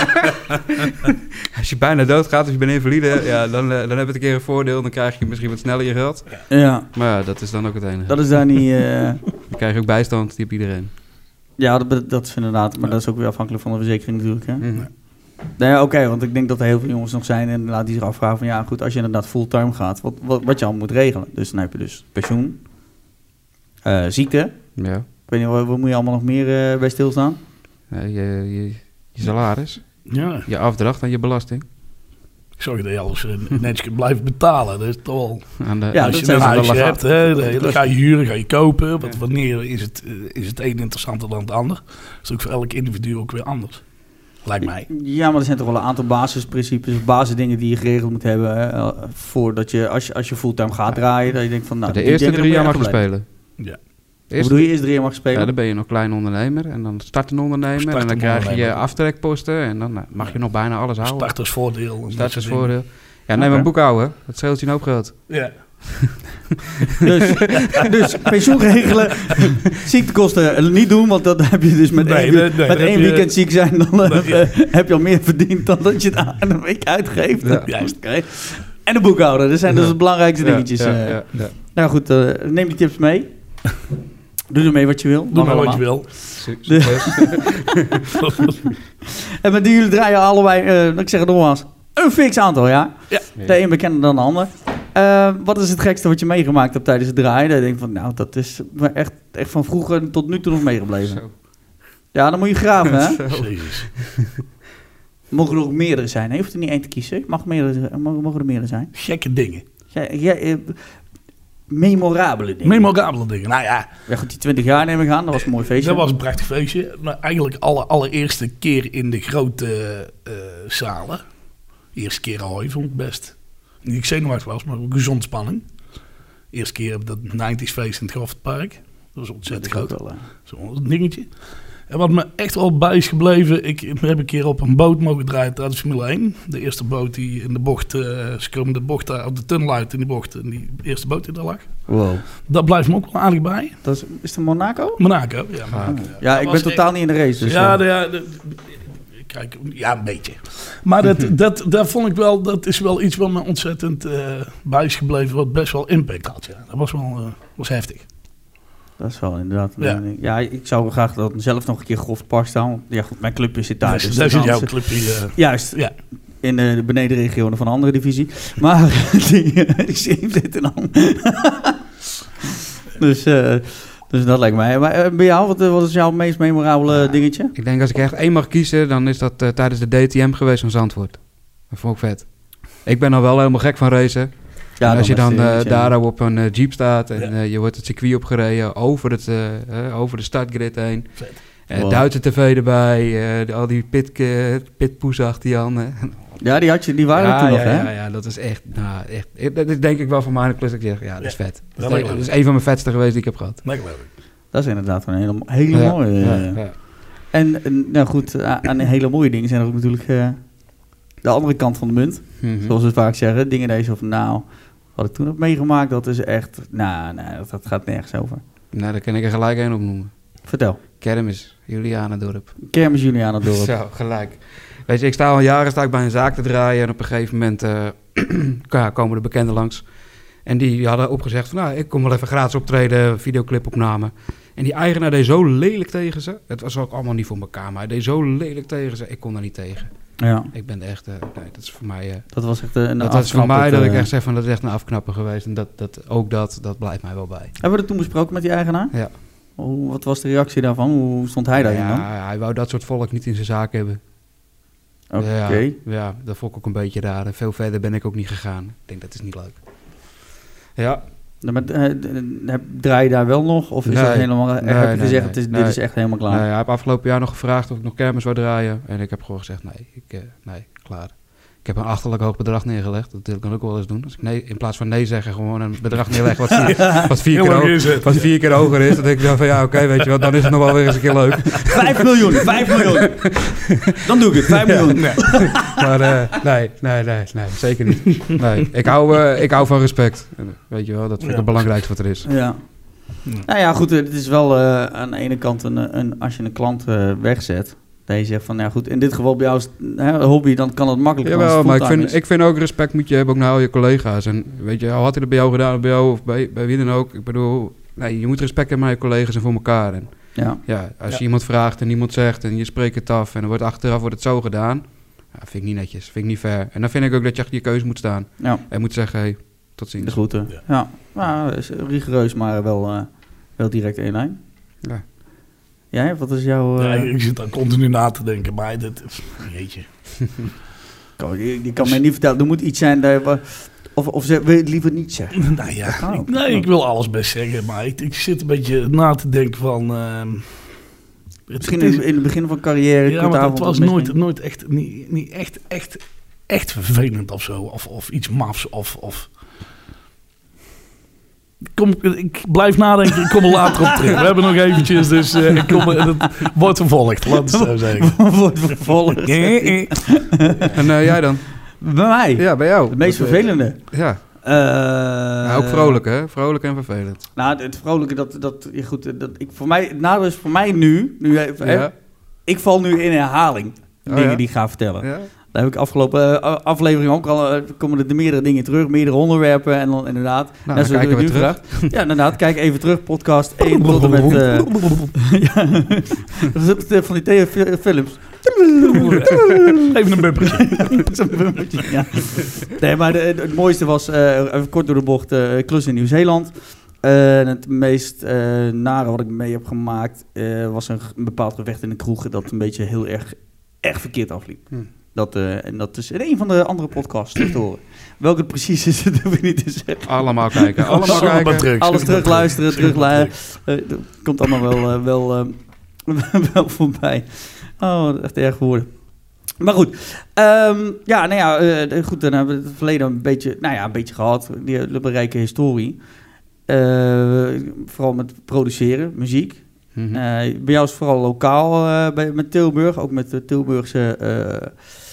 Als je bijna doodgaat, of je bent invalide, ja, dan, dan heb je het een keer een voordeel. Dan krijg je misschien wat sneller je geld. Ja. Maar ja, dat is dan ook het enige. Dat is daar niet... Uh... Dan krijg je ook bijstand, die heb iedereen. Ja, dat, dat is inderdaad. Maar ja. dat is ook weer afhankelijk van de verzekering natuurlijk. Hè? Mm-hmm. Nee, oké, okay, want ik denk dat er heel veel jongens nog zijn en laat die zich afvragen van ja, goed, als je inderdaad fulltime gaat, wat, wat, wat je al moet regelen. Dus dan heb je dus pensioen, uh, ziekte. Ja. Ik weet niet, waar, waar moet je allemaal nog meer uh, bij stilstaan? Ja, je, je, je salaris, ja. je afdracht en je belasting. Ik zorg dat je alles netjes blijft betalen. Dat is toch wel... Aan de, ja, als je een huisje hebt, hè, dan ga je huren, ga je kopen. Want wanneer is het, is het een interessanter dan het ander? Dat is ook voor elk individu ook weer anders. Lijkt mij. Ja, maar er zijn toch wel een aantal basisprincipes, basisdingen die je geregeld moet hebben. Hè, voordat je, als je, als je fulltime gaat draaien, dat je denkt van... Nou, de eerste drie jaar mag je spelen. Ja. Hoe bedoel je, eerst drie jaar mag spelen? Ja, dan ben je nog klein ondernemer en dan start een ondernemer start en dan krijg je je aftrekposten en dan nou, mag je nog bijna alles houden. Startersvoordeel. Startersvoordeel. Ja, neem okay. een boek houden, dat scheelt je een hoop geld. Ja. dus, dus pensioen regelen, ziektekosten niet doen, want dan heb je dus met nee, één, nee, nee, met één weekend je, ziek zijn, dan nee, uh, ja. heb je al meer verdiend dan dat je het aan een week uitgeeft. Ja. Juist. Okay. En de boekhouder, dat zijn dus de belangrijkste ja, dingetjes. Ja, ja, ja. Nou goed, uh, neem die tips mee. Doe ermee wat je wil. Doe maar wat je wil. En met die jullie draaien allebei, uh, ik zeg het nogmaals, een fix aantal, ja? Ja. De een bekender dan de ander. Uh, wat is het gekste wat je meegemaakt hebt tijdens het draaien? Dat je denkt van, nou, dat is echt, echt van vroeger tot nu toe nog meegebleven. Zo. Ja, dan moet je graven, hè? Jezus. Mogen er ook meerdere zijn? Heeft er niet één te kiezen? Mag meerdere, mogen er meerdere zijn? Gekke dingen. Ja, ja, uh, memorabele dingen. Memorabele dingen, nou ja. Ja, goed, die twintig jaar neem ik aan, dat was een mooi feestje. Dat was een prachtig feestje. Maar eigenlijk alle allereerste keer in de grote uh, zalen. Eerste keer Ahoy vond ik best. Niet ik zenuwachtig was, maar gezond spanning. Eerste keer op dat negentig feest in het Graffertpark. Dat was ontzettend dat groot. Wel, zo'n dingetje. En wat me echt wel bij is gebleven, ik heb een keer op een boot mogen draaien tijdens Formule één. De eerste boot die in de bocht, uh, ze komen de bocht daar op de tunnel uit in die bocht. En die eerste boot die daar lag. Wow. Dat blijft me ook wel aardig bij. Dat is, is het Monaco? Monaco, ja. Monaco. Ah. Ja, ik ben totaal echt... niet in de race. Dus ja, ja. De, ja de, kijk, ja, een beetje. Maar dat, dat, dat vond ik wel, dat is wel iets wat me ontzettend uh, bij is gebleven, wat best wel impact had. Ja. Dat was wel uh, was heftig. Dat is wel inderdaad. Ja. ja, ik zou graag dat zelf nog een keer grof park staan. Ja, goed, mijn clubje zit daar. Dus, dus daar zit jouw clubje. Uh, juist. Ja. In uh, de benedenregionen van een andere divisie. Maar die, die zit dan. dus, uh, dus dat lijkt mij. Maar uh, bij jou, wat, wat is jouw meest memorabele ja, dingetje? Ik denk als ik echt één mag kiezen, dan is dat uh, tijdens de D T M geweest van Zandvoort. Dat vond ik vet. Ik ben al wel helemaal gek van racen. Ja, en als je dan uh, daar op een uh, jeep staat en ja. uh, je wordt het circuit opgereden over, het, uh, uh, over de startgrid heen. Uh, wow. Duitse tv erbij, uh, al die pit, uh, pitpoes achter je handen. Ja, die, had je, die waren ja, er toen ja, nog, hè? Ja, ja, dat is echt, nou, echt, dat is denk ik wel van mijn plus. Ik zeg, ja, dat is vet. Dat, dat, is, dat is een van mijn vetste geweest die ik heb gehad. Dat is inderdaad een hele, hele ja, mooie. Ja, ja. En, nou goed, aan hele mooie dingen zijn er ook natuurlijk uh, de andere kant van de munt. Mm-hmm. Zoals we vaak zeggen, dingen deze van nou... Wat ik toen heb meegemaakt, dat is echt... Nou, nou dat, dat gaat nergens over. Nou, daar kan ik er gelijk één op noemen. Vertel. Kermis, Julianendorp. Kermis, Julianendorp. Zo, gelijk. Weet je, ik sta al jaren sta ik bij een zaak te draaien... en op een gegeven moment uh, ja, komen de bekenden langs. En die hadden opgezegd van... nou, ik kom wel even gratis optreden, videoclipopname. En die eigenaar deed zo lelijk tegen ze. Het was ook allemaal niet voor elkaar, maar hij deed zo lelijk tegen ze. Ik kon daar niet tegen. Ja. Ik ben echt, uh, nee, dat is voor mij... Uh, dat was echt een Dat is voor mij dat uh, ik echt zeg van, dat is echt een afknapper geweest. En dat, dat, ook dat, dat blijft mij wel bij. Hebben we dat toen besproken met die eigenaar? Ja. Hoe, wat was de reactie daarvan? Hoe stond hij daarin ja, dan? Ja, hij wou dat soort volk niet in zijn zaak hebben. Oké. Okay. Ja, ja, dat vond ik ook een beetje raar. En veel verder ben ik ook niet gegaan. Ik denk, dat is niet leuk. Ja. Maar, uh, draai je daar wel nog? Of is nee, dat helemaal... Nee, heb je nee, gezegd, nee, het is, nee, dit is echt helemaal klaar? Nee, hij heeft afgelopen jaar nog gevraagd of ik nog kermis wou draaien. En ik heb gewoon gezegd, nee, ik, uh, nee, klaar. Ik heb een achterlijk hoog bedrag neergelegd. Dat wil ik dan ook wel eens doen. Als ik nee, in plaats van nee zeggen, gewoon een bedrag neerleggen wat vier, ja. wat vier, keer, hoog, wat vier keer hoger is. Dan denk ik dan van ja, oké, okay, weet je wat, dan is het nog wel weer eens een keer leuk. Vijf miljoen, vijf miljoen. Dan doe ik het, vijf miljoen. Nee. Maar uh, nee, nee, nee, nee, zeker niet. Nee, ik hou, uh, ik hou van respect. Weet je wel, dat vind ik ja. het belangrijkste wat er is. Ja. Ja. Nou ja, goed, het is wel uh, aan de ene kant een, een als je een klant uh, wegzet... Dat je zegt van, nou goed, in dit geval bij jou is een hobby, dan kan het makkelijker. Jawel, maar ik vind, ik vind ook respect moet je hebben ook naar al je collega's. En weet je, al had hij dat bij jou gedaan, of bij jou of bij, bij wie dan ook. Ik bedoel, nee, je moet respect hebben naar je collega's en voor elkaar. En ja. Ja, als ja. je iemand vraagt en iemand zegt en je spreekt het af en dan wordt achteraf wordt het zo gedaan. Ja, vind ik niet netjes, vind ik niet fair. En dan vind ik ook dat je achter je keuze moet staan. Ja. En moet zeggen, hey, tot ziens. De groeten. Ja, ja. Nou, is rigoureus, maar wel, uh, wel direct één lijn. Ja. Jij, wat is jouw... Uh... Ja, ik zit daar continu na te denken, maar dit... Jeetje. Je, je kan mij niet vertellen, er moet iets zijn... Dat, of, of wil je het liever niet zeggen? Nou ja, ik, nee, ik wil alles best zeggen, maar ik, ik zit een beetje na te denken van... Uh, misschien het is, in het begin van carrière... Ja, maar het was nooit, nooit echt, niet, niet echt, echt, echt vervelend of zo. Of, of iets mafs of... of Kom, ik blijf nadenken, ik kom er later op terug. We hebben nog eventjes, dus uh, ik kom er, het wordt vervolgd, laat het zo zeggen. Wordt vervolgd. En uh, jij dan? Bij mij? Ja, bij jou. Het meest dat, vervelende? Ja. Uh, ja. Ook vrolijk, hè? Vrolijk en vervelend. Nou, het vrolijke, dat, dat, ja goed, dat, ik, voor mij, het nadeel is voor mij nu, nu even, ja. ik val nu in herhaling, oh, dingen ja? die ik ga vertellen. Ja. Daar heb ik afgelopen uh, aflevering ook al, uh, komen er de meerdere dingen terug, meerdere onderwerpen en dan inderdaad. Nou, dan kijken we nu terug. Vraag. Ja, inderdaad, kijk even terug, podcast één tot en met... Uh, ja, dat is van die films. Even een bumpertje. een bumpertje, ja. Nee, maar de, het mooiste was, uh, even kort door de bocht, uh, klus in Nieuw-Zeeland. Uh, het meest uh, nare wat ik mee heb gemaakt uh, was een, een bepaald gevecht in de kroeg dat een beetje heel erg, erg verkeerd afliep. Hmm. Dat, uh, en dat is in een van de andere podcasts terug te horen. Welke het precies is, dat hoef ik niet te zeggen. Allemaal kijken. Allemaal kijken. Terug, Alles terug luisteren, terug luisteren. Uh, dat komt allemaal wel, uh, wel, uh, wel voorbij. Oh, echt erg geworden. Maar goed. Um, ja, nou ja, uh, goed, dan hebben we het verleden een beetje, nou ja, een beetje gehad. Die rijke historie. Uh, vooral met produceren, muziek. Mm-hmm. Uh, bij jou is het vooral lokaal uh, bij, met Tilburg, ook met de Tilburgse uh,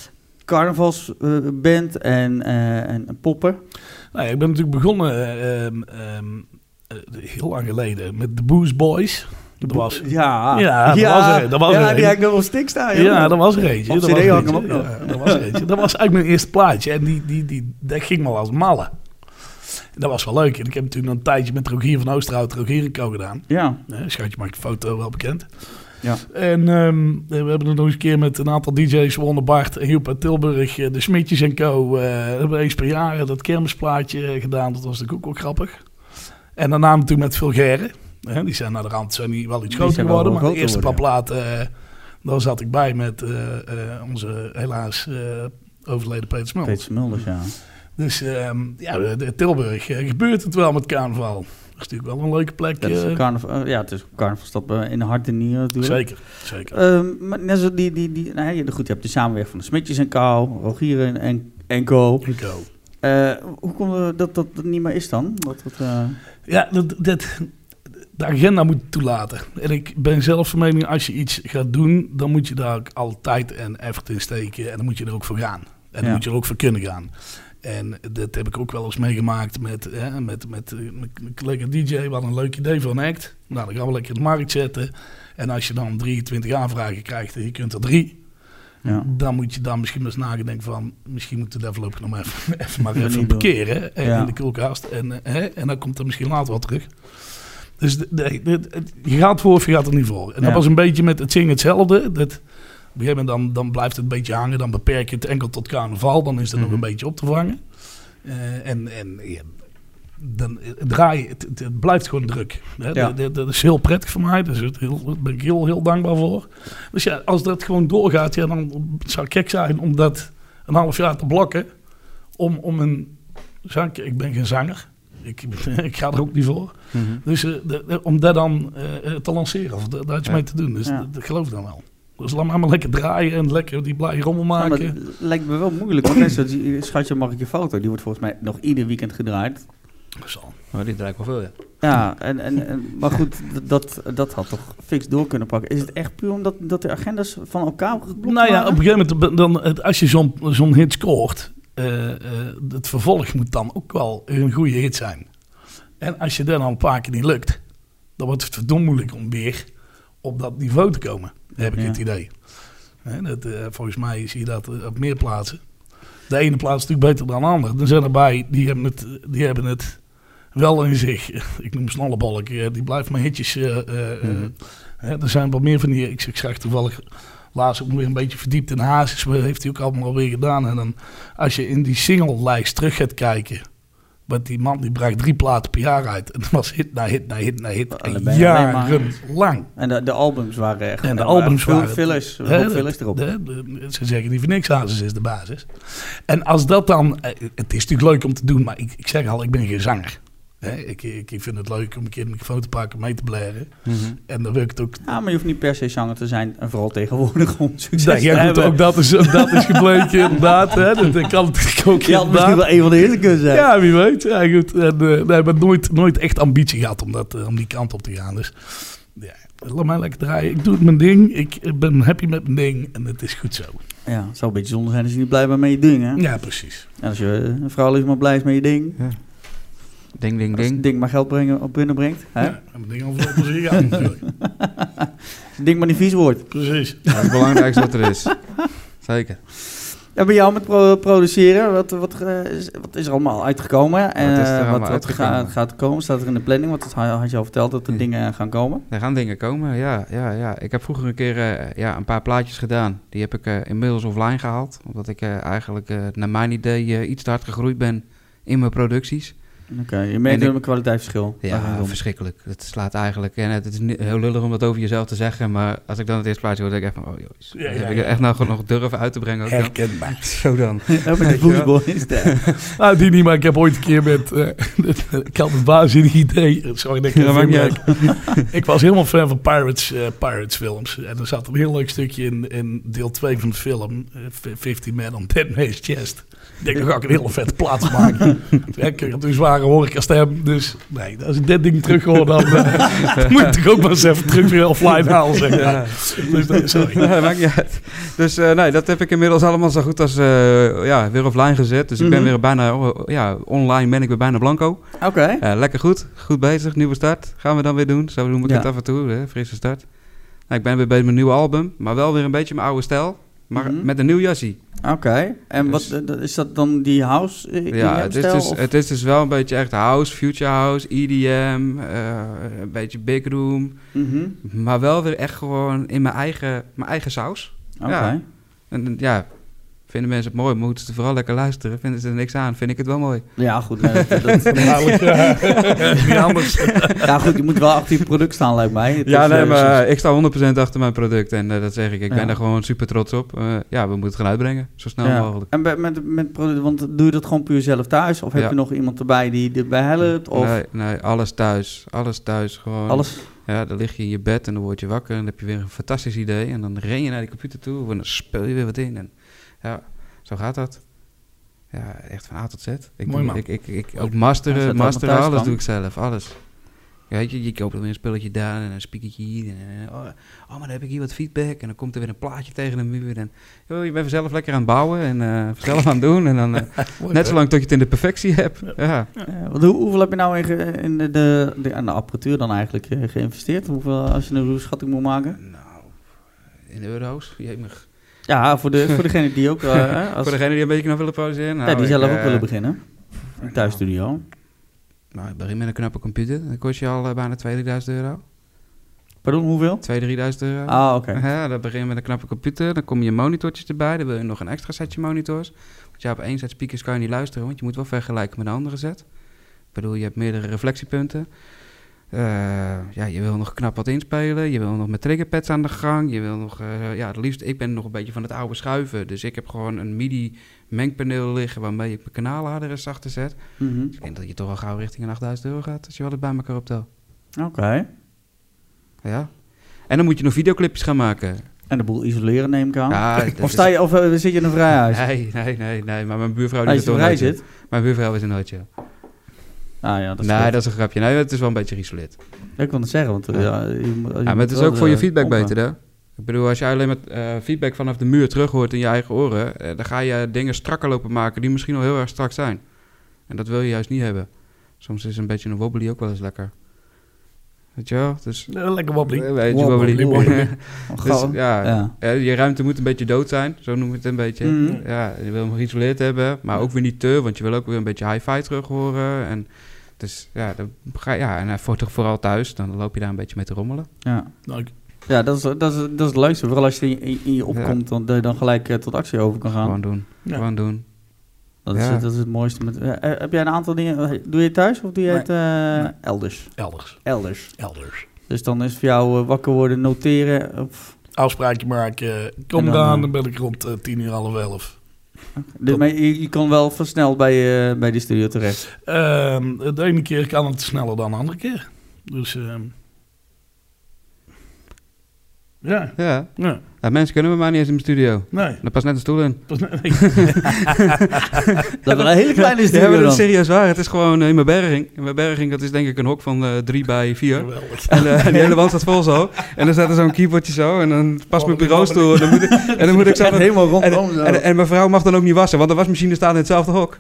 carnavalsband uh, en, uh, en, en poppen. Nou, ik ben natuurlijk begonnen uh, um, um, uh, heel lang geleden met de Booze Boys. Dat was, ja, ja, dat ja, was er, dat was ja er die had ik nog op stik staan. Ja, ja dat was er eentje. Op dat C D was had ik hem ook nog. Ja, dat was er eentje. Dat was eigenlijk mijn eerste plaatje en die, die, die, dat ging wel als malle. Dat was wel leuk. En ik heb natuurlijk nog een tijdje met Rogier van Oosterhout Rogier en Co gedaan. Ja. ja Schatje maakt de foto wel bekend. Ja. En um, we hebben er nog eens een keer met een aantal D J's, Wonder Bart en Joep uit Tilburg, de Smitjes en Co. Uh, hebben eens per jaar dat kermisplaatje gedaan. Dat was natuurlijk ook wel grappig. En daarna natuurlijk met Vulgaire. Uh, die zijn naar de rand zijn die wel iets die groter geworden. Maar de eerste paar platen, uh, daar zat ik bij met uh, uh, onze helaas uh, overleden Peter Smulders. Peter Smulders, ja. Dus um, ja, de Tilburg uh, gebeurt het wel met carnaval. Dat is natuurlijk wel een leuke plek. Dat is carnaval, uh, ja, het is carnavalstad in de hart en nieren natuurlijk. Zeker, zeker. Um, maar net zo die, die, die, nou, goed, je hebt de samenwerking van de Smitjes en Co, Rogier en, en, en Co. En Co. Uh, hoe komt het dat, dat dat niet meer is dan? Dat, dat, uh... Ja, dat, dat, de agenda moet toelaten. En ik ben zelf van mening, als je iets gaat doen, dan moet je daar ook alle tijd en effort in steken. En dan moet je er ook voor gaan. En dan ja. moet je er ook voor kunnen gaan. En dat heb ik ook wel eens meegemaakt met, hè, met, met, met mijn collega D J. We hadden een leuk idee voor een act. Nou, dan gaan we lekker in de markt zetten. En als je dan drieëntwintig aanvragen krijgt en je kunt er drie... Ja. Dan moet je dan misschien eens nadenken van... misschien moet het envelop nog maar even, even, maar even parkeren en, ja. in de koelkast. En, hè, en dan komt er misschien later wat terug. Dus de, de, de, de, je gaat voor of je gaat er niet voor. En ja. dat was een beetje met het zingen hetzelfde. Dat, op een gegeven moment dan, dan blijft het een beetje hangen. Dan beperk je het enkel tot carnaval. Dan is het mm-hmm. nog een beetje op te vangen. Uh, en en ja, dan draai het, het, het blijft gewoon druk. Hè? Ja. Dat, dat, dat is heel prettig voor mij. Dus daar ben ik heel, heel dankbaar voor. Dus ja, als dat gewoon doorgaat, ja, dan zou het gek zijn om dat een half jaar te blokken. Om, om een zang, ik ben geen zanger. Ik, ik ga er ook niet voor. Mm-hmm. Dus uh, de, de, om dat dan uh, te lanceren of daar iets ja. mee te doen. Dus ja. dat, dat geloof ik dan wel. Dus laat maar allemaal lekker draaien en lekker die blije rommel maken. Ja, het lijkt me wel moeilijk. Want die, schatje, mag ik je foto? Die wordt volgens mij nog ieder weekend gedraaid. Zo. Maar die draait wel veel, ja. Ja, en, en, en, maar goed, dat, dat had toch fix door kunnen pakken. Is het echt puur omdat dat de agendas van elkaar geblokt Nou ja, waren? op een gegeven moment, dan, als je zo'n, zo'n hit scoort... Uh, uh, het vervolg moet dan ook wel een goede hit zijn. En als je dan al een paar keer niet lukt... dan wordt het verdomd moeilijk om weer op dat niveau te komen. Heb ik ja. het idee. He, dat, uh, volgens mij zie je dat uh, op meer plaatsen. De ene plaats is natuurlijk beter dan de andere. Dan zijn erbij, die hebben het, die hebben het wel in zich. Ik noem snollebalk. Uh, die blijven maar hitjes. Uh, uh, mm-hmm. uh, er zijn wat meer van die... Ik, ik zag toevallig laatst ook weer een beetje verdiept in Hazes. Maar heeft hij ook allemaal alweer gedaan. En dan als je in die single-lijst terug gaat kijken... Want die man die bracht drie platen per jaar uit. En dat was hit na hit na hit na hit. En jarenlang. En de, de albums waren echt... En de albums veel waren... fillers, veel fillers erop. De, de, de, ze zeggen niet voor niks, Hazes is de basis. En als dat dan... Het is natuurlijk leuk om te doen, maar ik, ik zeg al, ik ben geen zanger. He, ik, ik, ik vind het leuk om een keer een microfoon te pakken, mee te blaren. Mm-hmm. En dan wil ik het ook... Ja, maar je hoeft niet per se zanger te zijn. En vooral tegenwoordig om succes nee, te ja, hebben. Ook dat is, dat is gebleken, inderdaad. Hè. Dat, dat kan het ook je had misschien wel een van de eerste kunnen zijn. Ja, wie weet. Ja, goed. En, uh, nee, maar nooit, nooit echt ambitie gehad om, dat, uh, om die kant op te gaan. Dus ja, laat mij lekker draaien. Ik doe het mijn ding. Ik ben happy met mijn ding. En het is goed zo. Ja, het zou een beetje zonde zijn als je niet blij bent met je ding, hè? Ja, precies. En als je een vrouw is maar blij is met je ding... Ja. Ding, ding, ding. Als het ding maar geld brengen, op binnenbrengt. Hè? Ja, en het ding al veel plezier gaan natuurlijk. Als het ding maar niet vies wordt. Precies. Dat is het belangrijkste wat er is. Zeker. Ja, bij jou met pro- produceren, wat, wat, uh, is, wat is er allemaal uitgekomen? En, wat is er allemaal wat, uitgekomen? Wat gaat komen? Staat er in de planning? Wat had je al verteld dat er ja. dingen gaan komen? Er gaan dingen komen, ja. ja, ja. Ik heb vroeger een keer uh, ja, een paar plaatjes gedaan. Die heb ik uh, inmiddels offline gehaald. Omdat ik uh, eigenlijk uh, naar mijn idee uh, iets te hard gegroeid ben in mijn producties. Oké, okay, je merkt een kwaliteitsverschil. Ja, verschrikkelijk. Het slaat eigenlijk... En het is heel lullig om dat over jezelf te zeggen, maar als ik dan het eerste plaatje hoor, denk ik echt van, oh jongens, ja, ja, heb ik ja. echt nou gewoon nog durven uit te brengen. Herkenbaar. Zo dan. Ja, met de voetbalboys. Ah, die niet, maar ik heb ooit een keer met... Uh, ik had een waanzinnig idee. Sorry, dat ik ja, niet Ik was helemaal fan van Pirates, uh, Pirates films. En er zat een heel leuk stukje in, in deel twee van de film, uh, fifty Men on Dead Man's Chest. Ik denk, dan ga ik een hele vette plaats maken. Ik had toen zware rare horecastem. Dus nee, als ik dit ding terug hoor, dan, uh, dan moet ik toch ook maar eens even terug weer offline halen. Zeg maar. Ja. Dus, nee, sorry. Nee, maakt niet uit. Dus uh, nee, dat heb ik inmiddels allemaal zo goed als uh, ja, weer offline gezet. Dus mm-hmm. ik ben weer bijna, uh, ja, online ben ik weer bijna blanco. Oké. Okay. Uh, lekker goed, goed bezig, nieuwe start. Gaan we dan weer doen. Zo noem ik ja. het af en toe, hè? Frisse start. Nou, ik ben weer bij mijn nieuwe album, maar wel weer een beetje mijn oude stijl. Maar mm-hmm. met een nieuw jassie. Oké, okay. En dus, wat is dat dan die house? Uh, ja, het is, dus, het is dus wel een beetje echt house, future house, E D M, uh, een beetje big room. Mm-hmm. Maar wel weer echt gewoon in mijn eigen, mijn eigen saus. Oké. Okay. Ja. En ja, vinden mensen het mooi, moeten ze vooral lekker luisteren. Vinden ze er niks aan, vind ik het wel mooi. Ja, goed. Nee, dat, dat, dat, ja. Niet anders. Ja, goed, je moet wel achter je product staan, lijkt mij. Het ja, is, nee, uh, maar ik sta honderd procent achter mijn product. En uh, dat zeg ik. Ik ja. ben er gewoon super trots op. Uh, ja, we moeten het gaan uitbrengen. Zo snel ja. mogelijk. En met, met, met product, want doe je dat gewoon puur zelf thuis? Of heb ja. je nog iemand erbij die erbij helpt? Of? Nee, nee, alles thuis. Alles thuis. Gewoon. Alles? Ja, dan lig je in je bed en dan word je wakker. En dan heb je weer een fantastisch idee. En dan ren je naar die computer toe. En dan speel je weer wat in. En ja... Zo gaat dat. Ja, echt van A tot Z. Ik Mooi, doe, man. Ik, ik, ik, ook masteren, ja, masteren alles kan. Doe ik zelf. Alles. Ja, weet je, je koopt weer een spelletje daar en een speakertje hier. En, oh, oh, maar dan heb ik hier wat feedback. En dan komt er weer een plaatje tegen de muur. En joh, je bent zelf lekker aan het bouwen en uh, zelf aan het doen. En dan uh, Mooi, net zolang tot je het in de perfectie hebt. Ja. Ja. Ja, wat, hoe, hoeveel heb je nou in, ge, in de, de, de, aan de apparatuur dan eigenlijk uh, geïnvesteerd? Hoeveel, als je een schatting moet maken? Nou, in euro's. Jemig. Ja, voor, de, voor degene die ook... Uh, als... voor degene die een beetje nog willen pauzeren. Nou, ja, die zelf ik, ook uh, willen beginnen. Een thuisstudio. Nou, ik begin met een knappe computer. Dan kost je al uh, bijna tweeduizend drieduizend euro. Pardon, hoeveel? tweeduizend drieduizend euro. Ah, oké. Okay. Ja, dan begin je met een knappe computer. Dan kom je monitortjes erbij. Dan wil je nog een extra setje monitors. Want ja, op één set speakers kan je niet luisteren. Want je moet wel vergelijken met een andere set. Ik bedoel, je hebt meerdere reflectiepunten. Uh, ja, je wil nog knap wat inspelen. Je wil nog met triggerpads aan de gang. Je wil nog, uh, ja, het liefst, ik ben nog een beetje van het oude schuiven. Dus ik heb gewoon een MIDI mengpaneel liggen waarmee ik mijn kanalen harder en zachter zet. Mm-hmm. Dus ik denk dat je toch al gauw richting een achtduizend euro gaat als je alles bij elkaar optelt. Oké. Okay. Ja. En dan moet je nog videoclipjes gaan maken. En de boel isoleren neem ik aan. Ja, of, sta je, of uh, zit je in een vrijhuis? Nee, nee, nee, nee. Maar mijn buurvrouw die is er vrij zit. Mijn buurvrouw is er nooit, ja. Ah, ja, dat is nee, goed. dat is een grapje. Nee, het is wel een beetje geïsoleerd. Ik wil het zeggen, want... Ja, ja, je, je ja maar het is ook voor je feedback pompen. Beter, hè? Ik bedoel, als je alleen met uh, feedback vanaf de muur terug hoort in je eigen oren... Uh, dan ga je dingen strakker lopen maken die misschien al heel erg strak zijn. En dat wil je juist niet hebben. Soms is een beetje een wobbly ook wel eens lekker. Weet je wel? Dus, ja, lekker wobbly. Een beetje wobbly. wobbly. wobbly. dus, ja, ja. Ja, je ruimte moet een beetje dood zijn, zo noem ik het een beetje. Mm-hmm. Ja, je wil hem geïsoleerd hebben, maar ook weer niet te... want je wil ook weer een beetje hi-fi terug horen... En, dus ja, dan ga, ja en voor, vooral thuis, dan loop je daar een beetje mee te rommelen. Ja, ja dat, is, dat, is, dat is het leukste. Vooral als je in, in je opkomt, ja. dan, dan gelijk uh, tot actie over kan gaan. Gewoon doen, ja. gewoon doen. Dat is, ja. dat is het mooiste. Met, uh, heb jij een aantal dingen, doe je het thuis of doe je nee. het uh, nee. elders? Elders. Elders. Elders. Dus dan is voor jou uh, wakker worden, noteren? Of... Afspraakje maken, kom dan, dan, dan ben ik rond uh, tien uur, half elf. Okay. Dus, maar je, je kan wel versneld bij, uh, bij de studio terecht? Uh, de ene keer kan het sneller dan de andere keer. Dus uh, ja. Ja. ja. Ja, mensen kunnen we maar niet eens in mijn studio. Nee. Daar past net een stoel in. Nee. Dat is een hele kleine studio. Ja, maar dat is serieus waar. Het is gewoon uh, in mijn berging. In mijn berging, dat is denk ik een hok van uh, drie bij vier. En, uh, en die hele wand staat vol zo. En dan staat er zo'n keyboardje zo. En dan past oh, mijn bureaustoel. En dan moet ik, en dan moet ik zo... En helemaal rondom en, en, en mijn vrouw mag dan ook niet wassen. Want de wasmachine staat in hetzelfde hok.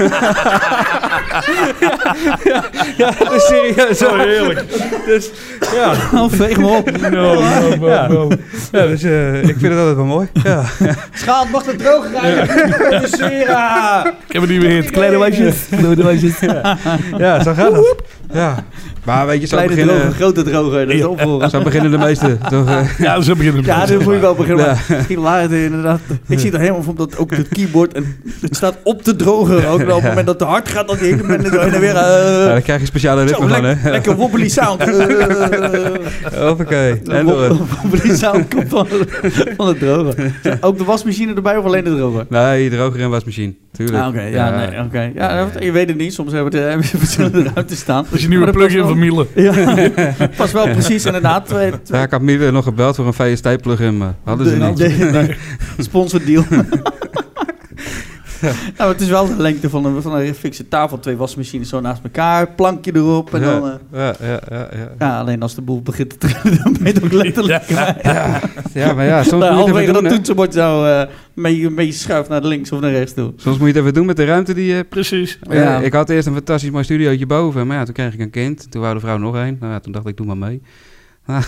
ja, ja, dat is serieus. Oh, heerlijk. Dus, ja. Oh, veeg me op. No, no, no, ja. no. Ja, dus uh, ik vind het altijd wel mooi. Ja. Schaal, mag het droog rijden? Ja. Ik heb het niet meer. Kleine wijsjes. Kleine wijsjes. Ja. Ja, zo gaat het. Ja. Maar weet je, zo Kleine beginnen... droge, grote droge, dat is opvolgen. Zo beginnen de meesten, toch? Ja, zo beginnen de ja, meesten. Ja, dan moet je wel beginnen. Ja. Misschien later inderdaad. Ik zie er helemaal van dat ook het keyboard en het staat op te drogen. Ook op het moment dat het hard gaat, dat die hele moment zo heen en weer... Uh, ja, dan krijg je speciale ritme van, hè? Lekker wobbly sound. Hoppakee. En door. Wobbly sound komt van, van het drogen. Ook de wasmachine erbij of alleen de droger? Nee, droger en wasmachine. Tuurlijk. Ah, oké. Okay, ja, ja, nee, oké. Okay. Ja, ja, je weet het niet. Soms hebben we de verschillende ruimtes staan. Dat is je nieuwe plug-in van Miele. Ja, pas wel precies inderdaad. Twee, twee. Ja, ik had Miele nog gebeld voor een V S T-plugin, maar hadden ze de, niet. De, de, de sponsor deal. Nou, het is wel de lengte van een, van een fixe tafel. Twee wasmachines zo naast elkaar. Plankje erop. En ja, dan, uh, ja, ja, ja, ja. ja, alleen als de boel begint te trillen, dan ben je het ook letterlijk. Ja, ja, ja, maar ja, soms nou, moet je het even doen, dat hè. toetsenbord zo uh, mee, mee schuift naar links of naar rechts toe. Soms moet je het even doen met de ruimte die je... Precies. Ja, ja. Ik had eerst een fantastisch mooi studiootje boven. Maar ja, toen kreeg ik een kind. Toen wou de vrouw nog een. Nou ja, toen dacht ik, doe maar mee. Ah.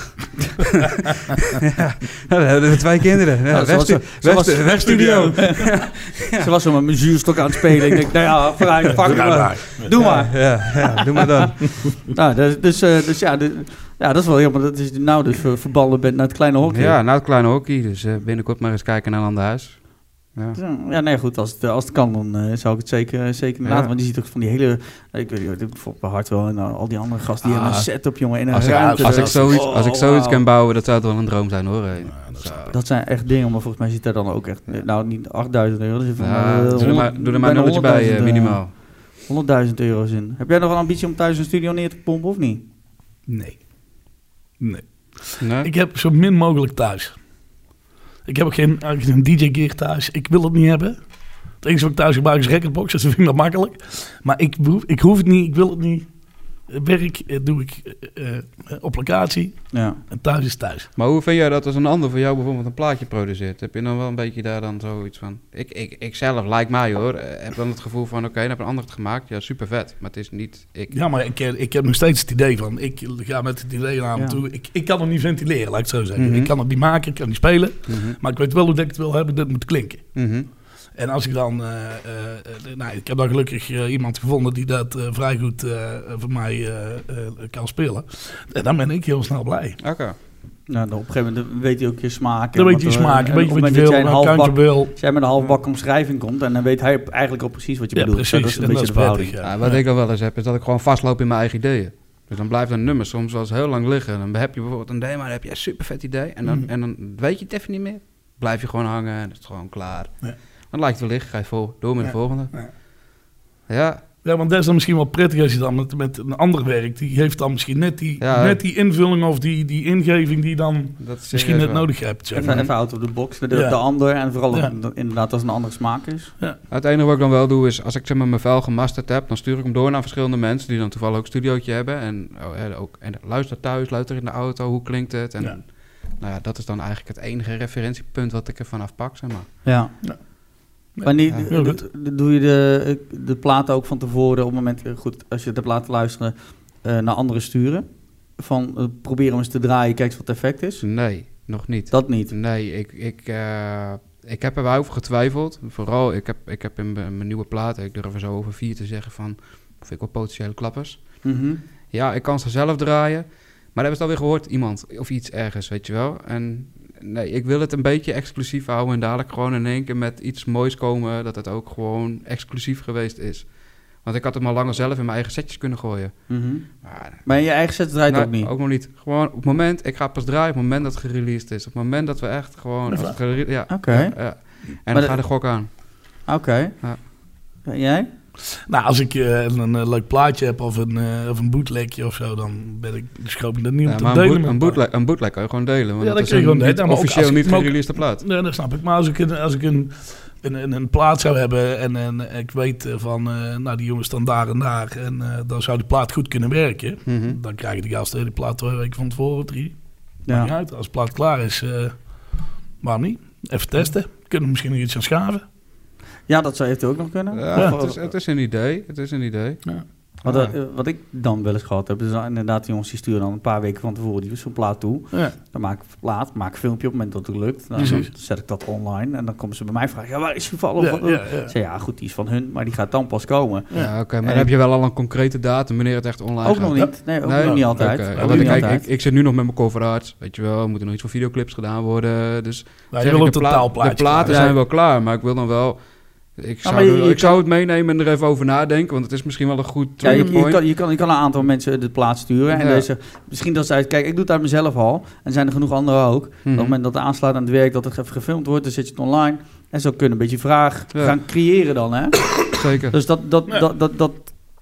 ja, dan hebben we twee kinderen. Ja, nou, wegstudio. Ze was zo met mijn zuurstok aan het spelen. Ik denk, nou ja, vooruit, pak maar. Doe maar. Ja, ja, doe maar dan. nou, dus, dus, uh, dus ja, de, ja, dat is wel jammer. Dat is nou dus uh, verballen bent naar het kleine hockey. Ja, naar het kleine hockey. Dus uh, binnenkort maar eens kijken naar een ander huis. Ja. ja, nee, goed. Als het, als het kan, dan uh, zou ik het zeker, zeker laten. Ja. Want je ziet ook van die hele... Ik weet niet, bijvoorbeeld Hartwell en uh, al die andere gasten... die ah, hebben een setup, jongen, in een als ruimte. Ik, als, ik zoiets, oh, als ik zoiets wow. kan bouwen, dat zou het wel een droom zijn, hoor. Ja, dat, dat zijn echt dingen, maar volgens mij zit daar dan ook echt... Nou, niet achtduizend euro. Dus van, ja, uh, doe er maar, doe er maar een nulletje bij, uh, minimaal. honderdduizend euro's in. Heb jij nog een ambitie om thuis een studio neer te pompen, of niet? Nee. Nee. nee? Ik heb zo min mogelijk thuis. Ik heb ook geen, geen D J-gear thuis. Ik wil het niet hebben. Het enige wat ik thuis gebruik is Recordbox. Dus dat vind ik dat makkelijk. Maar ik, ik hoef het niet. Ik wil het niet. Werk doe ik uh, uh, op locatie. Ja. En thuis is thuis. Maar hoe vind jij dat als een ander voor jou bijvoorbeeld een plaatje produceert? Heb je dan wel een beetje daar dan zoiets van... Ik, ik, ik zelf, lijkt mij hoor, heb dan het gevoel van... Oké, okay, dan heb een ander het gemaakt. Ja, super vet. Maar het is niet ik. Ja, maar ik, ik heb nog steeds het idee van... Ik ga met het idee naar ja. toe. Ik, ik kan het niet ventileren, laat ik het zo zeggen. Mm-hmm. Ik kan het niet maken, ik kan het niet spelen. Mm-hmm. Maar ik weet wel hoe ik het wil hebben. Dat moet klinken. Mm-hmm. En als ik dan... Uh, uh, nou, ik heb dan gelukkig uh, iemand gevonden die dat uh, vrij goed uh, voor mij uh, uh, kan spelen. En dan ben ik heel snel blij. Oké. Okay. Nou, dan op een gegeven moment weet hij ook je smaak. Dan weet je je smaak, weet je wat je wil, wat je wil. Als jij met een halfbak omschrijving komt, en dan weet hij eigenlijk al precies wat je ja, bedoelt. Precies, dat is een beetje de verhouding. Ja. Ja, wat ja. ik al wel eens heb, is dat ik gewoon vastloop in mijn eigen ideeën. Dus dan blijft een nummer soms wel eens heel lang liggen. Dan heb je bijvoorbeeld een demo, dan heb je een super vet idee. En dan, mm. en dan weet je het even niet meer. Blijf je gewoon hangen en het is gewoon klaar. Ja. Dan lijkt het wel liggen, ga je vol, door met ja. de volgende. Ja. ja. Ja, want dat is dan misschien wel prettig als je dan met, met een ander werkt. Die heeft dan misschien net die, ja, net die invulling of die, die ingeving die dan misschien net wel. nodig hebt. Zeg. Even, even out of the box, de, ja. de ander. En vooral ja. inderdaad als een andere smaak is. Ja. Het enige wat ik dan wel doe is, als ik zeg maar, mijn vuil gemasterd heb... dan stuur ik hem door naar verschillende mensen die dan toevallig ook een studiootje hebben. En, oh, en, ook, en luister thuis, luister in de auto, hoe klinkt het? En ja. Nou ja, dat is dan eigenlijk het enige referentiepunt wat ik ervan afpak, zeg maar. Ja. ja. Maar niet, ja. d- d- doe je de, de platen ook van tevoren op het moment, goed, als je het hebt laten luisteren, uh, naar anderen sturen? Van uh, probeer hem eens te draaien, kijk eens wat het effect is? Nee, nog niet. Dat niet? Nee, ik, ik, uh, ik heb er wel over getwijfeld. Vooral, ik heb, ik heb in mijn nieuwe platen, ik durf er zo over vier te zeggen van, vind ik wel potentiële klappers. Mm-hmm. Ja, ik kan ze zelf draaien, maar dat heb ik alweer gehoord, iemand of iets ergens, weet je wel. En nee, ik wil het een beetje exclusief houden en dadelijk gewoon in één keer met iets moois komen, dat het ook gewoon exclusief geweest is. Want ik had het maar langer zelf in mijn eigen setjes kunnen gooien. Mm-hmm. Maar, maar in je eigen set draait nou, ook niet? Ook nog niet. Gewoon op het moment, ik ga pas draaien op het moment dat het gereleased is. Op het moment dat we echt gewoon... Als het gere- ja, Oké. Okay. Ja, ja. En dan gaat de gok aan. Oké. Okay. Ja. En jij? Nou, als ik uh, een, een leuk plaatje heb of een, uh, of een bootlegje of zo, dan ben ik de schroom dat niet om ja, te maar delen. Een, boot, een, bootleg, een bootleg kan je gewoon delen. Want ja, dat, dat is een, niet delen, officieel niet gereleased plaat. Nee, dat snap ik. Maar als ik een, als ik een, een, een, een plaat zou hebben en, en ik weet van, uh, nou die jongens staan daar en daar en uh, dan zou die plaat goed kunnen werken, mm-hmm. dan krijgen die gasten de plaat twee weken van tevoren, drie. Ja. Maakt niet uit. Als de plaat klaar is, uh, waarom niet? Even testen. Kunnen we misschien nog iets aan schaven? Ja, dat zou het ook nog kunnen. Ja, ja. Het, is, het is een idee. Het is een idee. Ja. Wat, ja. uh, wat ik dan wel eens gehad heb, is dan inderdaad die jongens die sturen dan een paar weken van tevoren die zo'n plaat toe. Ja. Dan maak ik plaat, maak een filmpje op het moment dat het lukt. Nou, dan zet ik dat online en dan komen ze bij mij vragen, ja, waar is die gevallen? Ja, ja, ja. Ik zeg, ja, goed, die is van hun, maar die gaat dan pas komen. Ja, ja oké, okay, maar dan heb je wel al een concrete datum wanneer het echt online ook gaat? Ook nog niet. Nee, ook nee, nog niet altijd. Okay. Ja, niet kijk, altijd. Ik, ik zit nu nog met mijn cover arts, weet je wel, er moeten nog iets voor videoclips gedaan worden. Dus ja, je wil een totaalplaatje. De platen zijn wel klaar, maar ik wil dan wel... Ik zou, nou, je, je ik kan... zou het meenemen en er even over nadenken, want het is misschien wel een goed ja, je, je, kan, je, kan, je kan een aantal mensen de plaat sturen. En ja. deze, misschien dat ze uit, kijk, ik doe het uit mezelf al. En zijn er genoeg anderen ook. Mm-hmm. Op het moment dat het aansluit aan het werk, dat het even gefilmd wordt, dan zet je het online. En zo kunnen een beetje vraag ja. gaan creëren dan, hè? Zeker. Dus dat, dat, ja. dat, dat, dat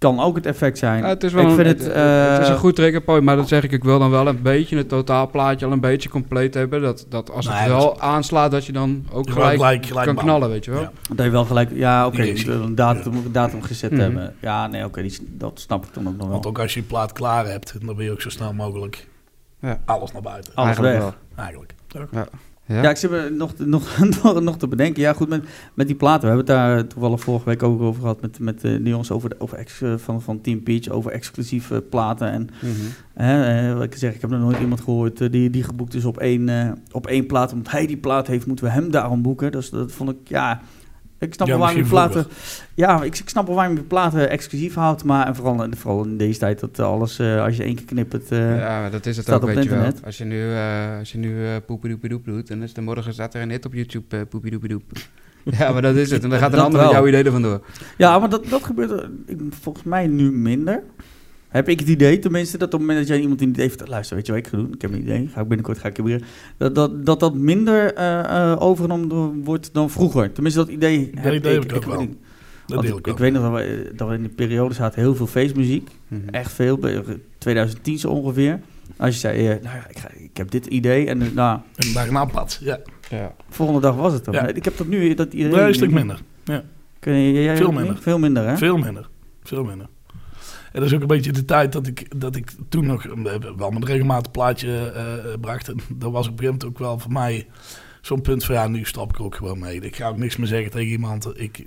kan ook het effect zijn. Ja, het is wel ik een, vind het, het, het, uh, het is een goed triggerpoint, maar dat zeg ik, ik wil dan wel een beetje het totaalplaatje al een beetje compleet hebben. Dat, dat als het nee, wel dat is, aanslaat, dat je dan ook je gelijk, gelijk, gelijk kan man. knallen, weet je wel. Ja. Dat je wel gelijk... Ja, oké, Die okay, een datum, ja. datum gezet Mm-hmm. hebben. Ja, nee, oké, okay, dat snap ik dan ook nog wel. Want ook als je je plaat klaar hebt, dan wil je ook zo snel mogelijk Ja. alles naar buiten. Alles Eigenlijk weg. wel. Eigenlijk. Ja. Ja. ja, ik zit me nog, nog, nog, nog te bedenken. Ja, goed, met, met die platen. We hebben het daar toevallig vorige week ook over gehad met, met uh, Niels over, de, over ex, uh, van, van Team Peach, over exclusieve platen. En Mm-hmm. hè, uh, wat ik zeg, ik heb nog nooit iemand gehoord uh, die, die geboekt is op één, uh, op één plaat. Omdat hij die plaat heeft, moeten we hem daarom boeken. Dus dat vond ik, ja... Ik snap wel ja, waarom je platen... Ja, ik, ik snap wel waarom je platen exclusief houdt. Maar en vooral, vooral in deze tijd dat alles, uh, als je één keer knippert... Uh, ja, dat is het staat ook, op weet het je wel. internet. Als je nu, uh, als je nu uh, poepiedoepiedoep doet, dan is de morgen staat er een hit op YouTube, uh, poepiedoepiedoep. Ja, maar dat is het. En dan gaat een Dat ander met wel. jouw idee er vandoor. Ja, maar dat, dat gebeurt er, ik, volgens mij nu minder. Heb ik het idee, tenminste, dat op het moment dat jij iemand die niet heeft... Luister, weet je wat ik ga doen? Ik heb een idee. Ga ik binnenkort ga ik proberen. Dat dat, dat, dat minder uh, uh, overgenomen wordt dan vroeger. Tenminste, dat idee Dat heb idee ik. heb ik ook ik, wel. ik, Dat deel ik, ik ook. weet nog dat we, dat we in die periode zaten heel veel feestmuziek. Mm-hmm. Echt veel, bij twintig tien zo ongeveer. Als je zei, uh, nou ja, ik, ga, ik heb dit idee en uh, nou... En daar een aanpad, ja. Ja. Volgende dag was het dan. Ja. Ik heb dat nu, dat idee... Nee, een stuk minder. Ja. Kun je, jij, Veel niet? minder. Veel minder, hè? Veel minder. Veel minder. En dat is ook een beetje de tijd dat ik, dat ik toen nog uh, wel met regelmatig plaatje uh, bracht. En dat was op een gegeven moment ook wel voor mij zo'n punt van ja, nu stop ik er ook gewoon mee. Ik ga ook niks meer zeggen tegen iemand. Ik,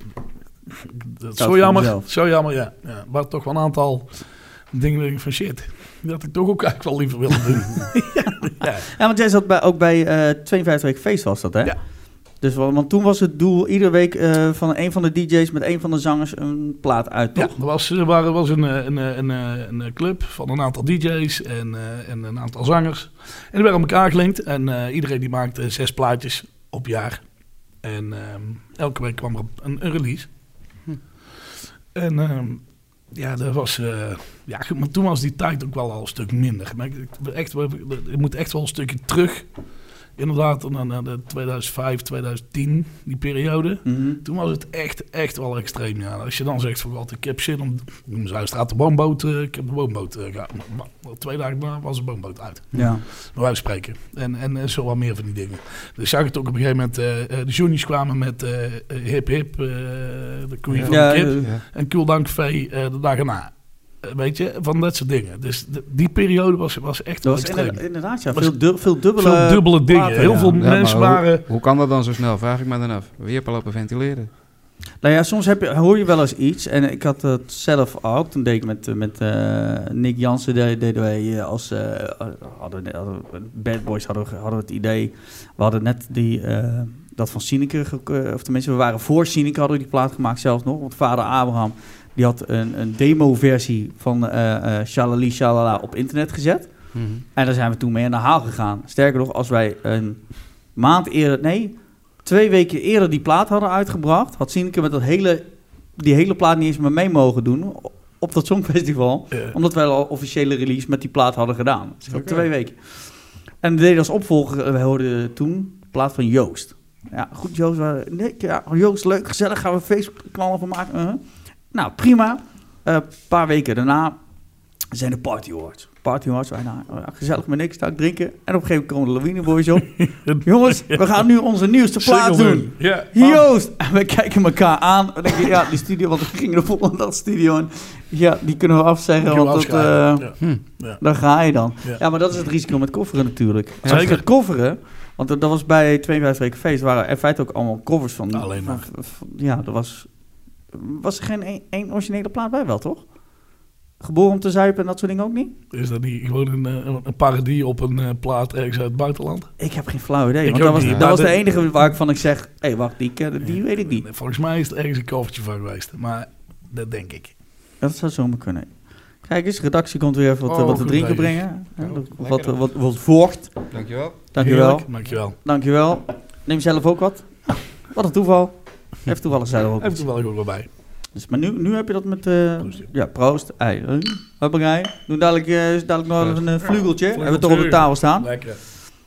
dat is zo jammer. mezelf. Zo jammer, ja. ja. Maar toch wel een aantal dingen denk ik van shit. Dat ik toch ook eigenlijk wel liever wilde doen. ja. Ja. Ja, want jij zat bij, ook bij uh, tweeënvijftig weken feest was dat, hè? Ja. Dus, want toen was het doel iedere week uh, van een van de D J's met een van de zangers een plaat uit, toch? Ja, er was, er waren, was een, een, een, een, een club van een aantal D J's en, uh, en een aantal zangers. En die werden aan elkaar gelinkt en uh, iedereen die maakte zes plaatjes op jaar. En um, elke week kwam er een, een release. Hm. En um, ja, dat was, uh, ja, maar toen was die tijd ook wel al een stuk minder. Maar ik, echt, ik moet echt wel een stukje terug. Inderdaad, naar de tweeduizend vijf, tweeduizend tien, die periode. Mm-hmm. Toen was het echt, echt wel extreem. Ja. Als je dan zegt van wat, ik heb zin om... Noem ze straat de woonboot. Uh, ik heb de woonboot uh, gehad. Twee dagen daarna was de woonboot uit. Ja. Bij wijze van spreken. En, en, en zo wat meer van die dingen. Dus zag het ook op een gegeven moment... Uh, de Johnny's kwamen met uh, Hip Hip. Uh, de koeien Ja. van Ja, de kip. ja. Ja. En Cool Dank Vee uh, de dag erna. Weet je, van dat soort dingen. Dus de, die periode was, was echt Dat wel was extreem. inderdaad, inderdaad ja. Was Veel, du- veel dubbele, Veel dubbele dingen. platen, Heel ja. veel Ja, mensen maar waren... Hoe, hoe kan dat dan zo snel? Vraag ik me dan af. Wie heb al lopen ventileren? Nou ja, soms heb je, hoor je wel eens iets. En ik had het zelf ook. Toen deed ik met, met uh, Nick Jansen, de, deden wij uh, als... Uh, hadden, hadden, Bad Boys hadden, hadden we het idee... We hadden net die... Uh, dat van Sineke, of tenminste, we waren voor Sineke, hadden we die plaat gemaakt zelfs nog. Want vader Abraham, die had een, een demo-versie van uh, uh, Shalali Shalala op internet gezet. Mm-hmm. En daar zijn we toen mee aan de haal gegaan. Sterker nog, als wij een maand eerder, nee, twee weken eerder die plaat hadden uitgebracht, had Sineke met dat hele, die hele plaat niet eens meer mee mogen doen op dat Songfestival. Ja. Omdat wij al officiële release met die plaat hadden gedaan. Dus Okay. twee weken. En we deden als opvolger, we hoorden toen de plaat van Joost. Ja, goed Joost. We, nee, ja, Joost, leuk, gezellig, gaan we een feestknallen van maken. Uh-huh. Nou, prima. Een uh, paar weken daarna zijn de Party Awards. Party Awards, wij nou, ja, gezellig met niks, staan drinken. En op een gegeven moment komen de Lawine Boys op. Jongens, we gaan nu onze nieuwste plaat doen. Ja, Joost! En we kijken elkaar aan. We denken, ja, die studio, want we gingen de volgende dag studio in. Ja, die kunnen we afzeggen, want dat, uh, ja. Hm. Ja. daar ga je dan. Ja. Ja, maar dat is het risico met kofferen natuurlijk. Als je Zeker. gaat kofferen, want dat was bij tweeënvijftig weken feest, waren in feite ook allemaal covers van... Alleen maar. van- van- ja, er was, was er geen één- één originele plaat bij wel, toch? Geboren om te zuipen en dat soort dingen ook niet? Is dat niet gewoon een, een, een parodie op een uh, plaat ergens uit het buitenland? Ik heb geen flauw idee. Ik Want ook dat was, niet, dat maar was de de- enige waarvan ik zeg... Hé, hey, wacht, die, ken- die weet ik niet. Volgens mij is het ergens een covertje van geweest. Maar dat denk ik. Dat zou zomaar kunnen. Kijk eens, redactie komt weer even wat, Oh, wat te goed drinken bezig. brengen. Ja, Oh, wat, lekker. wat, wat, wat vocht. Dankjewel. Dankjewel. Heerlijk, dankjewel. Dankjewel. Neem zelf ook wat. Wat een toeval. Heeft toevallig zelf ook Heb iets. er wel ook wel bij. Dus, maar nu, nu heb je dat met... Uh, Proost, ja. ja, proost. Hey, uh, hopperij. Doe dadelijk, uh, dadelijk nog even een vlugeltje. Hebben we toch op de vlugeltje. tafel staan. Lekker.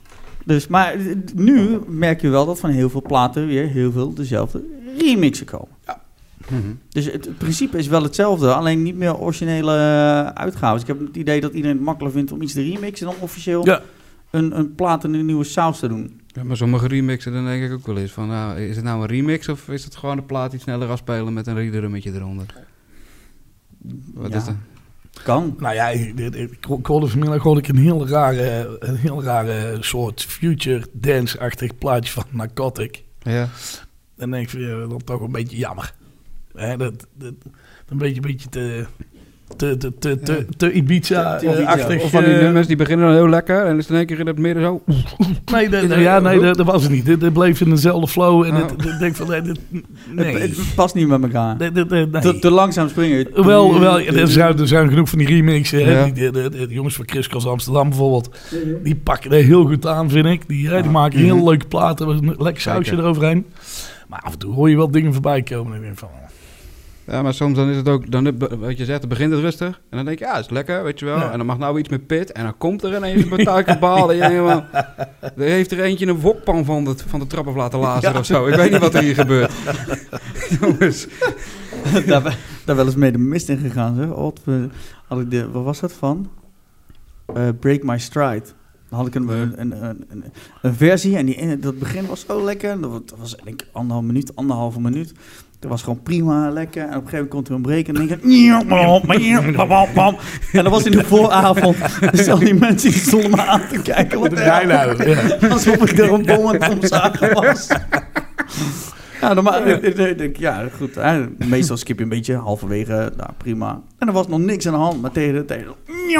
Dus, maar uh, nu merk je wel dat van heel veel platen weer heel veel dezelfde remixen komen. Ja. Mm-hmm. Dus het, het principe is wel hetzelfde, alleen niet meer originele uh, uitgaves. Ik heb het idee dat iedereen het makkelijk vindt om iets te remixen dan officieel ja. een, een plaat en een nieuwe saus te doen. Ja, maar sommige remixen, dan denk ik ook wel eens van, nou, is het nou een remix of is het gewoon een plaat die sneller afspelen met een reedrummetje eronder? Wat ja. is dat? Kan. Nou ja, ik, ik, ik hoorde vanmiddag hoorde ik een heel rare, een heel rare soort future dance-achtig plaatje van Narcotic. Ja. Dan denk ik van, ja, dan toch een beetje jammer. Hè, dat, dat, een beetje, een beetje te... Te, te, te, te, te Ibiza-achtig. Of van die nummers, die beginnen dan heel lekker en is het in één keer in het midden zo... Nee, de, de, ja, nee dat, dat was het niet. Het bleef in dezelfde flow en het, ik denk van... Nee, dit, nee. Het, het past niet met elkaar. De, de, de, nee. te, te langzaam springen. Wel, wel er, zijn, er zijn genoeg van die remixen. Ja. Die, de, de, de, de jongens van Chris Cross Amsterdam bijvoorbeeld. Die pakken er heel goed aan, vind ik. Die, ja. die maken heel leuke platen. Een lekker sausje eroverheen. Maar af en toe hoor je wel dingen voorbij komen. En ik denk van... Ja, maar soms dan is het ook, dan, wat je zegt, dan begint het rustig. En dan denk je, ja, is lekker, weet je wel. Ja. En dan mag nou iets met pit. En dan komt er ineens een batuikenbaal. En je denkt, man, er heeft er eentje een wokpan van de, van de trap af laten lazen ja. of zo. Ik weet niet wat er hier gebeurt. Jongens. daar, daar wel eens mee de mist in gegaan, zeg. Wat, had ik de, wat was dat van? Uh, Break My Stride. Dan had ik een, een, een, een, een versie en die, dat begin was zo lekker. Dat was denk ik anderhalf minuut, anderhalve minuut. Dat was gewoon prima, lekker. En op een gegeven moment komt er een break en dan denk ik... En dat was in de vooravond. Dus al die mensen die stonden me aan te kijken. Wat de hel? Ja. Alsof ik er een bom aan het omzagen was. Ja, normaal, ik denk, ja, goed. Hè. Meestal skip je een beetje, halverwege, nou, prima. En er was nog niks aan de hand, maar tegen de tijd...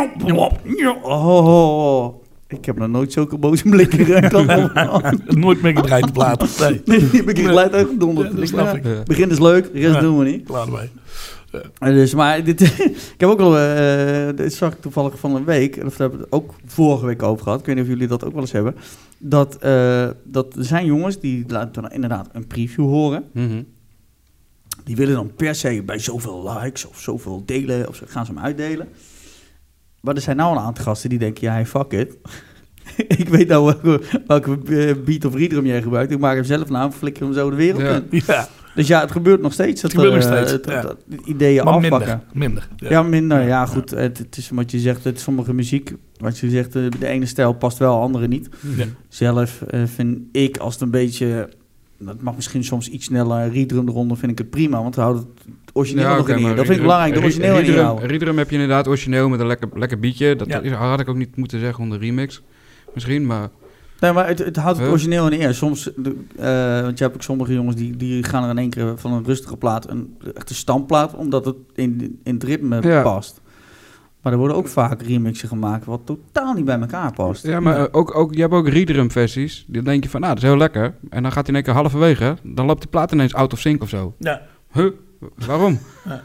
Oh, ik heb nog nooit zulke boze blikken gekregen. Nooit meer gedraaid te platen. Nee, nee die heb ik gelijk uitgedonderd. Ja, dat snap ik. Ja. Begin is leuk, de rest ja, doen we niet. Klaar mee. Ja. Dus, maar dit, ik heb ook wel, uh, dit zag ik toevallig van een week, en daar hebben we het ook vorige week over gehad. Ik weet niet of jullie dat ook wel eens hebben. Dat, uh, dat er zijn jongens die laten dan inderdaad een preview horen. Mm-hmm. Die willen dan per se bij zoveel likes of zoveel delen, of zo, gaan ze hem uitdelen. Maar er zijn nou een aantal gasten die denken, ja, hey, fuck it. Ik weet nou welke, welke beat of readrum jij gebruikt. Ik maak hem zelf na en flikker hem zo de wereld ja. in. Ja. Dus ja, het gebeurt nog steeds. Dat het gebeurt er, nog steeds, het, ja. dat, dat ideeën maar afpakken. minder. minder ja. ja, minder. Ja, goed. Ja. Het, het is wat je zegt, het is sommige muziek, wat je zegt, de, de ene stijl past wel, de andere niet. Ja. Zelf uh, vind ik, als het een beetje... Dat mag misschien soms iets sneller, readrum eronder, vind ik het prima, want we houden het origineel ja, nog okay, in hier. Dat vind ik belangrijk, de origineel in hier houden. Readrum heb je inderdaad origineel met een lekker, lekker beatje. Dat ja. is, had ik ook niet moeten zeggen onder remix, misschien, maar... Nee, maar het, het houdt het origineel in eer. Soms, uh, want je hebt ook sommige jongens die, die gaan er in één keer van een rustige plaat een echte standplaat, omdat het in, in het ritme ja. past. Maar er worden ook vaak remixen gemaakt wat totaal niet bij elkaar past. Ja, maar ja. Ook, ook, je hebt ook readrum versies. Dan denk je van, nou, dat is heel lekker. En dan gaat hij in één keer halverwege. Dan loopt die plaat ineens out of sync of zo. Ja. Huh? Waarom? Ja.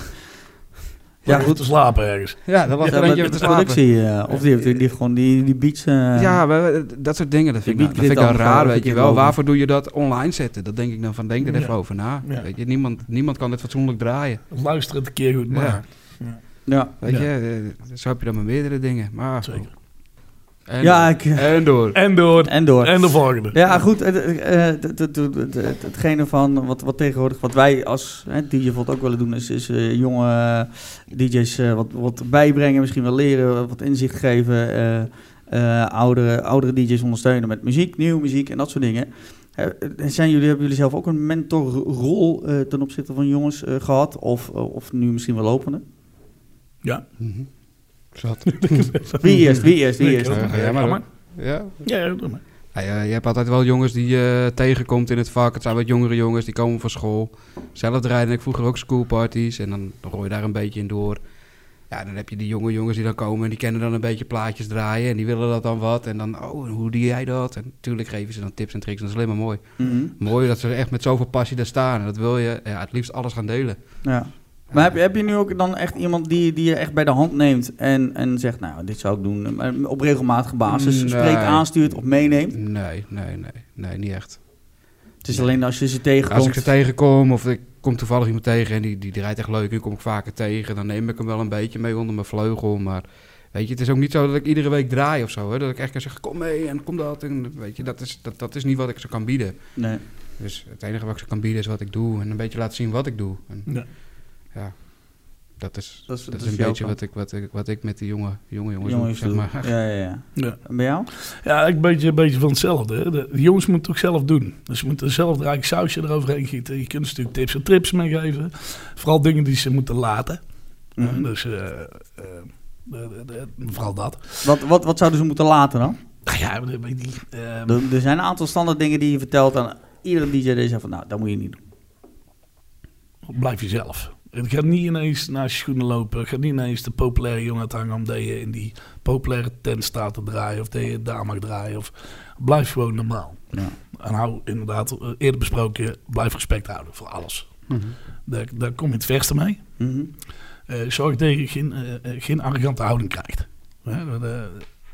Ja, goed te slapen ergens. Ja, dat was ja, er eentje te slapen. Productie, uh, of die heeft die, die gewoon die, die beats... Uh, ja, we, dat soort dingen, dat vind ik, nou, dat vind ik wel raar, weet je wel. Over. Waarvoor doe je dat online zetten? Dat denk ik dan van, denk er ja. even over na. Ja. Weet je, niemand, niemand kan dit fatsoenlijk draaien. Luister het een keer goed, maar... Ja. Ja. Ja. Weet ja. je, zo heb je dan met meerdere dingen. Maar, zeker. En, ja, door. Ik, en door. En door. En door. En de volgende. Ja, goed. Het, het, het, het, hetgene van wat, wat tegenwoordig, wat wij als hè, D J bijvoorbeeld ook willen doen, is, is uh, jonge D J's uh, wat, wat bijbrengen, misschien wel leren, wat inzicht geven, uh, uh, oudere, oudere D J's ondersteunen met muziek, nieuwe muziek en dat soort dingen. Uh, zijn jullie, hebben jullie zelf ook een mentorrol uh, ten opzichte van jongens uh, gehad? Of, uh, of nu misschien wel lopende? Ja. Mm-hmm. Zat. Wie eerst, wie eerst, wie nee, eerst? Uh, ja, maar, maar. Ja? Ja, ja, doe maar. Ja, ja, je hebt altijd wel jongens die je uh, tegenkomt in het vak. Het zijn wat jongere jongens, die komen van school. Zelf draaide ik vroeger ook schoolparties en dan gooi je daar een beetje in door. Ja, dan heb je die jonge jongens die dan komen en die kennen dan een beetje plaatjes draaien. En die willen dat dan wat. En dan, oh, hoe doe jij dat? En natuurlijk geven ze dan tips en tricks en dat is alleen maar mooi. Mm-hmm. Mooi dat ze er echt met zoveel passie daar staan. En dat wil je ja, het liefst alles gaan delen. Ja. Maar heb je, heb je nu ook dan echt iemand die, die je echt bij de hand neemt en, en zegt, nou, dit zou ik doen, maar op regelmatige basis, nee. spreekt, aanstuurt of meeneemt? Nee, nee, nee, nee, niet echt. Het is nee. alleen als je ze tegenkomt. Als ik ze tegenkom of ik kom toevallig iemand tegen en die, die, die rijdt echt leuk en kom ik vaker tegen, dan neem ik hem wel een beetje mee onder mijn vleugel, maar weet je, het is ook niet zo dat ik iedere week draai of zo, hè? Dat ik echt kan zeggen, kom mee en kom dat en weet je, dat is, dat, dat is niet wat ik zo kan bieden. Nee. Dus het enige wat ik ze kan bieden is wat ik doe. En een beetje laten zien wat ik doe. En, Ja. ja. Dat is, Dat is- dat dat is is een jouw beetje kant. wat ik, wat, ik, wat ik met die jonge, jonge jongens Jongens doe, zeg doen. maar. Ja, ja, ja. Ja. En bij jou? Ja, een beetje, een beetje van hetzelfde. Hè. De, de jongens moeten het ook zelf doen. Dus ze moeten zelf er eigenlijk sausje eroverheen gieten. Je kunt ze natuurlijk tips en trips meegeven. Vooral dingen die ze moeten laten. Mhm. Ja, dus uh, uh, de, de, de, vooral dat. Wat, wat, wat zouden ze moeten laten dan? Nou ja, dat weet ik niet. Uh, Er, er zijn een aantal standaard dingen die je vertelt aan iedere D J die zegt van, nou, dat moet je niet doen. Blijf jezelf. Het gaat niet ineens naar je schoenen lopen. Het gaat niet ineens de populaire jongen uithangen omdat je in die populaire tent staat te draaien. Of dat je daar mag draaien. Of blijf gewoon normaal. Ja. En hou inderdaad, eerder besproken, blijf respect houden voor alles. Mm-hmm. Daar, daar kom je het verste mee. Mm-hmm. Uh, zorg dat je geen, uh, geen arrogante houding krijgt. Uh, uh,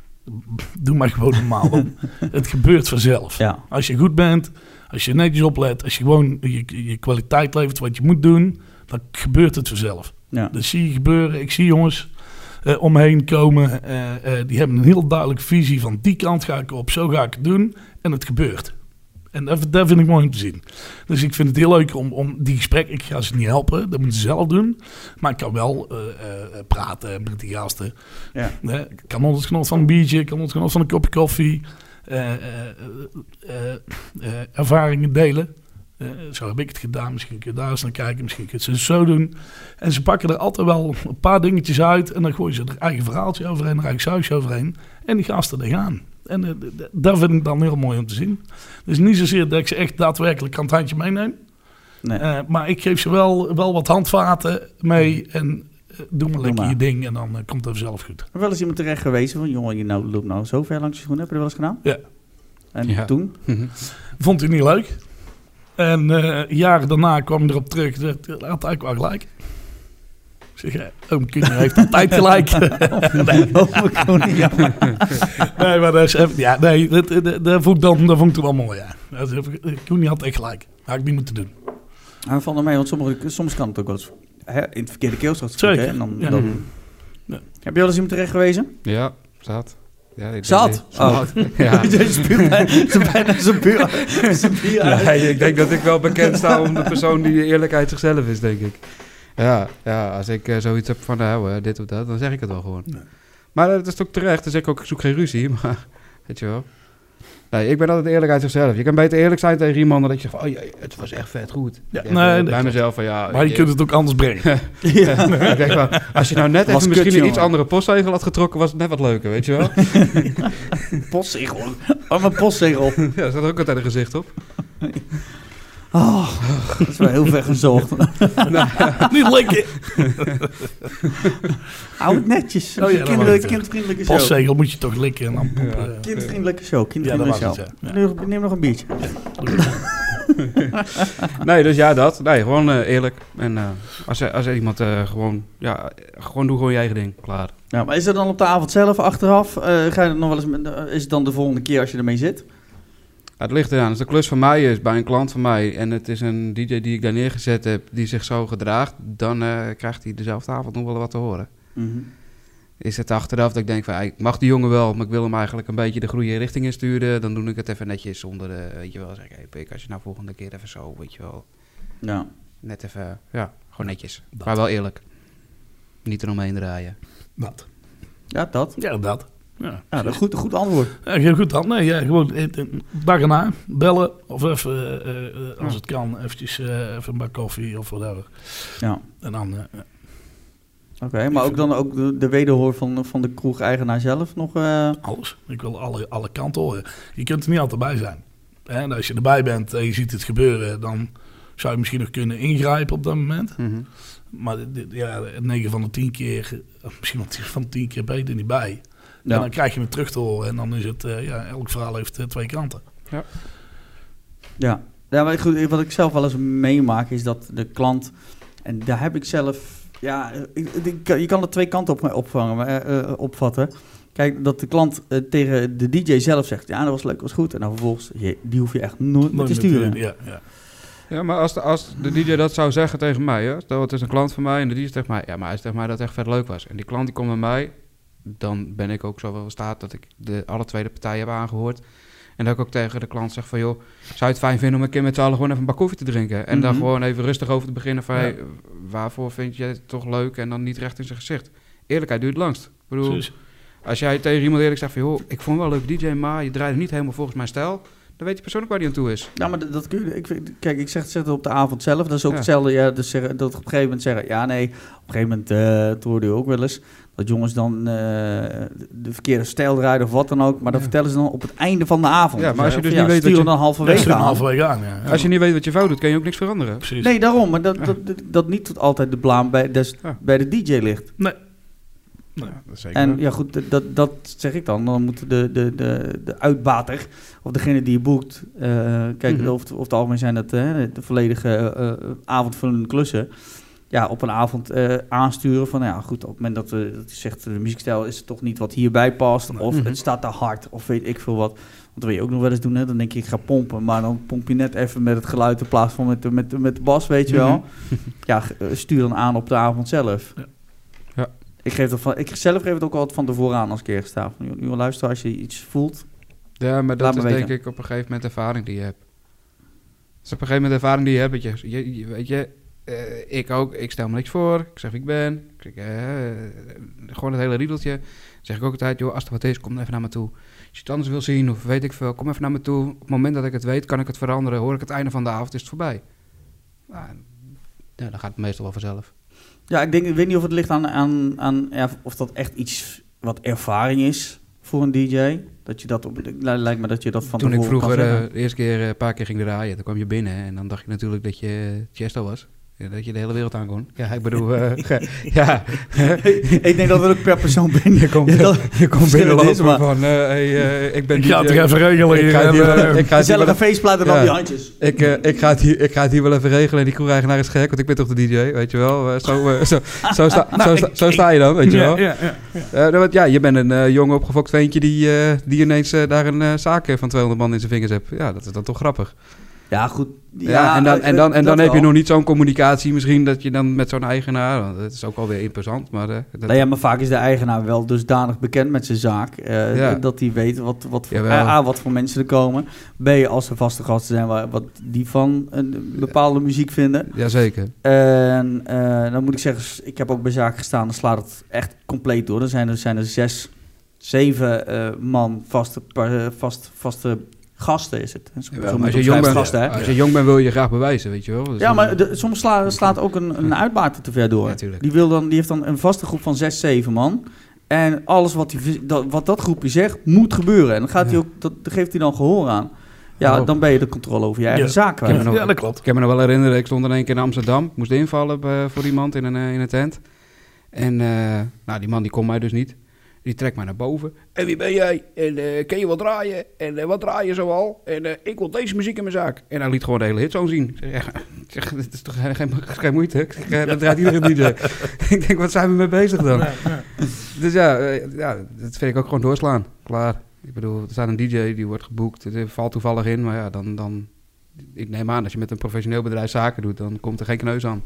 doe maar gewoon normaal. Want het gebeurt vanzelf. Ja. Als je goed bent, als je netjes oplet, als je gewoon je, je kwaliteit levert wat je moet doen, dan gebeurt het vanzelf. Ja. Dat zie je gebeuren. Ik zie jongens uh, omheen komen. Uh, uh, die hebben een heel duidelijke visie van die kant ga ik op, zo ga ik het doen. En het gebeurt. En dat, dat vind ik mooi om te zien. Dus ik vind het heel leuk om, om die gesprekken... Ik ga ze niet helpen, dat moeten ze zelf doen. Maar ik kan wel uh, uh, praten met die gasten. Ja. Uh, ik kan onder het genot van een biertje, ik kan onder het genot van een kopje koffie. Uh, uh, uh, uh, ervaringen delen. Uh, zo heb ik het gedaan. Misschien kun je daar eens naar kijken. Misschien kun je het zo doen. En ze pakken er altijd wel een paar dingetjes uit. En dan gooien ze er eigen verhaaltje overheen. Er eigen sausje overheen. En die gasten er gaan. En uh, d- d- dat vind ik dan heel mooi om te zien. Dus niet zozeer dat ik ze echt daadwerkelijk aan het handje meeneem. Nee. Uh, maar ik geef ze wel, wel wat handvaten mee. En uh, doe maar Doe lekker maar. je ding. En dan uh, komt het vanzelf goed. Er wel eens iemand terecht gewezen van, jongen, je nou, loopt nou zo ver langs je schoenen. Heb je dat wel eens gedaan? Ja. En Ja. toen? Vond hij niet leuk. En uh, jaren daarna kwam hij erop terug. Dat had eigenlijk wel gelijk. Ik zeg, ja, oom Kunje heeft altijd gelijk. nee. Oh, mijn koning, ja. nee, maar dat is even, ja, nee, dat, dat, dat, vond ik dan, dat vond ik toen wel mooi, ja. Kunje had echt gelijk. Dat had ik niet moeten doen. Hij valt er mee, want sommige, soms kan het ook wel eens hè, in het verkeerde keelstraat Zeker, hè, en dan, ja. dan... Ja. Heb je wel eens iemand terecht gewezen? Ja, zat. Ja, ik Zat? denk- Oh. Ja. Je spuugt bijna- ze bijna zijn bier zijn bier uit. Nee, ik denk dat ik wel bekend sta om de persoon die eerlijkheid zichzelf is, denk ik. Ja, ja als ik uh, zoiets heb van, nou, uh, dit of dat, dan zeg ik het wel gewoon. Nee. Maar dat is ook terecht, dan zeg ik ook, ik zoek geen ruzie, maar weet je wel. Nee, ik ben altijd eerlijk uit zichzelf. Je kan beter eerlijk zijn tegen iemand dan dat je zegt van, oh ja, het was echt vet goed. Ja, Ik nee, denk, dat bij klopt. mezelf van, ja... Maar je kunt het ook anders brengen. Ja. ik denk van, als je nou net Was even misschien kut, een iets jongen. andere postzegel had getrokken, was het net wat leuker, weet je wel. Postzegel. Oh, mijn postzegel. Ja, daar staat ook altijd een gezicht op. Oh, dat is wel heel ver gezocht. niet lekker. Hou het netjes. Oh ja, dat Kinderlijk, mag. kindvriendelijke show. Postzegel moet je toch likken en dan poep, Ja. uh, Kindvriendelijke show. Ja, Kindvriendelijke dat show. was het, ja. Ja. Neem, neem nog een biertje. Nee, dus ja, dat. Nee, gewoon uh, eerlijk. En uh, als, er, als er iemand uh, gewoon... Ja, gewoon doe gewoon je eigen ding. Klaar. Ja, maar is het dan op de avond zelf, achteraf? Uh, ga je het nog wel eens met, uh, is het dan de volgende keer als je ermee zit? Ja, het ligt eraan. Als de klus van mij is bij een klant van mij... en het is een D J die ik daar neergezet heb... die zich zo gedraagt... dan uh, krijgt hij dezelfde avond nog wel wat te horen. Mm-hmm. Is het achteraf dat ik denk van... Hey, ik mag die jongen wel... maar ik wil hem eigenlijk een beetje de goede richting insturen... dan doe ik het even netjes zonder... Uh, weet je wel, zeg ik... Hey, Pik, als je nou volgende keer even zo... weet je wel... Ja. Net even... Ja, gewoon netjes. Dat. Maar wel eerlijk. Niet eromheen draaien. dat. Ja, dat. Ja, dat. Ja, Ja, dat is goed, goed antwoord. ja, heel goed dan. Nee, ja, gewoon eh, eh, dag erna bellen of even, uh, uh, als het kan, eventjes uh, even een bak koffie of whatever. Ja. En dan... Uh, Oké, okay, maar ook dan ook de, de wederhoor van, van de kroeg-eigenaar zelf nog... Uh... alles. Ik wil alle, alle kanten horen. Je kunt er niet altijd bij zijn. Hè? En als je erbij bent en je ziet het gebeuren, dan zou je misschien nog kunnen ingrijpen op dat moment. Mm-hmm. Maar dit, ja, negen van de tien keer, misschien wel tien van de tien keer ben je er niet bij. Ja. En dan krijg je het terug te horen en dan is het, uh, ja, elk verhaal heeft uh, twee kanten. Ja. Ja, maar goed, wat ik zelf wel eens meemaak is dat de klant, en daar heb ik zelf, ja, ik, ik, je kan er twee kanten op opvangen, maar, uh, opvatten. Kijk, dat de klant uh, tegen de D J zelf zegt, ja, dat was leuk, dat was goed. En dan vervolgens, je, die hoef je echt nooit meer te sturen. Ja, ja. Ja, maar als de, als de D J dat zou zeggen tegen mij, hè, stel het is een klant van mij en de D J zegt tegen mij, ja, maar hij zegt tegen mij dat het echt vet leuk was. En die klant die komt naar mij, dan ben ik ook zo wel in staat dat ik de, alle twee de partijen heb aangehoord. En dat ik ook tegen de klant zeg van, joh, zou je het fijn vinden om een keer met z'n allen gewoon even een bak koffie te drinken? En mm-hmm. dan gewoon even rustig over te beginnen van, ja. hey, waarvoor vind je het toch leuk? En dan niet recht in zijn gezicht. Eerlijkheid duurt het langst. Ik bedoel, Precies. als jij tegen iemand eerlijk zegt van, joh, ik vond wel een leuk D J, maar je draait niet helemaal volgens mijn stijl, dan weet je persoonlijk waar die aan toe is. Ja, maar dat, dat kun je... Ik, kijk, ik zeg, zeg het op de avond zelf. Dat is ook ja. hetzelfde. Ja, dus zeggen, dat op een gegeven moment zeggen... Ja, nee, op een gegeven moment... Uh, het hoorde je ook wel eens... Dat jongens dan uh, de verkeerde stijl draaien of wat dan ook. Maar dat ja. vertellen ze dan op het einde van de avond. Ja, maar als je dus ja, niet weet wat je... dan halverwege aan. halverwege aan ja. Ja. Als je niet weet wat je fout doet, kan je ook niks veranderen. Precies. Nee, daarom. Maar dat, ja. dat, dat, dat niet altijd de blaam bij, des, ja. bij de D J ligt. Nee. Nee, ja, dat zeker en ja, goed, dat, dat zeg ik dan. Dan moet de, de, de, de uitbater of degene die je boekt... Uh, kijk, mm-hmm. over, over het algemeen zijn dat uh, de volledige uh, avondvullende klussen... Ja, op een avond uh, aansturen van... Ja, goed, op het moment dat, we, dat je zegt... de muziekstijl is het toch niet wat hierbij past... of mm-hmm. het staat te hard, of weet ik veel wat. Want dat wil je ook nog wel eens doen, hè. Dan denk je, ik ga pompen... maar dan pomp je net even met het geluid... in plaats van met de, met de, met de bas, weet je wel. Mm-hmm. Ja, stuur dan aan op de avond zelf. Ja. Ja. Ik, geef dat van, ik zelf geef het ook altijd van tevoren aan als ik ergens sta. Van, nu luister, als je iets voelt... Ja, maar dat is weten. denk ik op een gegeven moment ervaring die je hebt. Dat is op een gegeven moment ervaring die je hebt. Weet je, je, je, weet je uh, ik ook, ik stel me niks voor. Ik zeg wie ik ben. Ik zeg, uh, gewoon het hele riedeltje. Zeg ik ook altijd, joh, als er wat is, kom dan even naar me toe. Als je het anders wil zien of weet ik veel, kom even naar me toe. Op het moment dat ik het weet, kan ik het veranderen. Hoor ik het einde van de avond, is het voorbij. Nou, ja, dan gaat het meestal wel vanzelf. Ja, ik denk, ik weet niet of het ligt aan, aan, aan ja, of dat echt iets wat ervaring is voor een D J. Dat je dat op, lijkt me dat je dat van Toen tevoren ik vroeger uh, de eerste keer een uh, paar keer ging draaien, dan kwam je binnen en dan dacht je natuurlijk dat je Chesto was. Ja, dat je de hele wereld aan kon. Ja, ik bedoel, uh, ja. Ik denk dat het ook per persoon binnen. Je komt, ja, dat, je komt binnenlopen is, maar... van, uh, hey, uh, ik ben ik ga het uh, even regelen hier. Ik ga hier, uh, gezellige feestplaat en ja, op je handjes. Ik, uh, ik, ga het hier, ik ga het hier wel even regelen en die kroeg-eigenaar is gek, want ik ben toch de D J, weet je wel. Uh, zo, uh, zo, zo, sta, nou, zo, sta, zo sta je dan, weet je wel. Ja, ja, ja. Uh, ja, je bent een uh, jong opgefokt ventje die, uh, die ineens uh, daar een uh, zaak van tweehonderd man in zijn vingers hebt. Ja, dat is dan toch grappig. Ja, goed. Ja, ja, en dan, en dan, en dan heb je nog niet zo'n communicatie misschien dat je dan met zo'n eigenaar... Dat is ook alweer imposant, maar... Uh, dat nou ja, maar vaak is de eigenaar wel dusdanig bekend met zijn zaak... Uh, ja. dat hij weet wat, wat, voor, A, wat voor mensen er komen. B, als er vaste gasten zijn, waar, wat die van een bepaalde muziek vinden. Jazeker. En uh, dan moet ik zeggen, ik heb ook bij zaken gestaan... dan slaat het echt compleet door. Dan zijn er, zijn er zes, zeven uh, man vaste, uh, vast, vaste... gasten is het. Zo, ja, als je jong bent, gasten, ja, als je jong bent wil je graag bewijzen, weet je wel. Dus ja, maar de, soms sla, slaat ook een, een uitbater te ver door. Ja, die, wil dan, die heeft dan een vaste groep van zes, zeven man. En alles wat, die, dat, wat dat groepje zegt, moet gebeuren. En dan gaat ja. hij ook, dat geeft hij dan gehoor aan. Ja, oh. dan ben je de controle over je eigen ja. zaak kwijt. Ja, ja, dat klopt. Ik kan me nog wel herinneren, ik stond in één keer in Amsterdam. Moest invallen uh, voor iemand in een, uh, in een tent. En uh, nou, die man die kon mij dus niet. Die trekt mij naar boven. En wie ben jij? En uh, ken je wat draaien? En uh, wat draai je zo al? En uh, ik wil deze muziek in mijn zaak. En hij liet gewoon de hele hit zo zien. Ik zeg, ja, ik zeg, dit is toch geen, geen, geen moeite? Ik zeg, dat draait iedere D J. Ik denk, wat zijn we mee bezig dan? Ja, ja. Dus ja, uh, ja, dat vind ik ook gewoon doorslaan. Klaar. Ik bedoel, er staat een D J die wordt geboekt. Het valt toevallig in. Maar ja, dan, dan... Ik neem aan, als je met een professioneel bedrijf zaken doet, dan komt er geen kneus aan.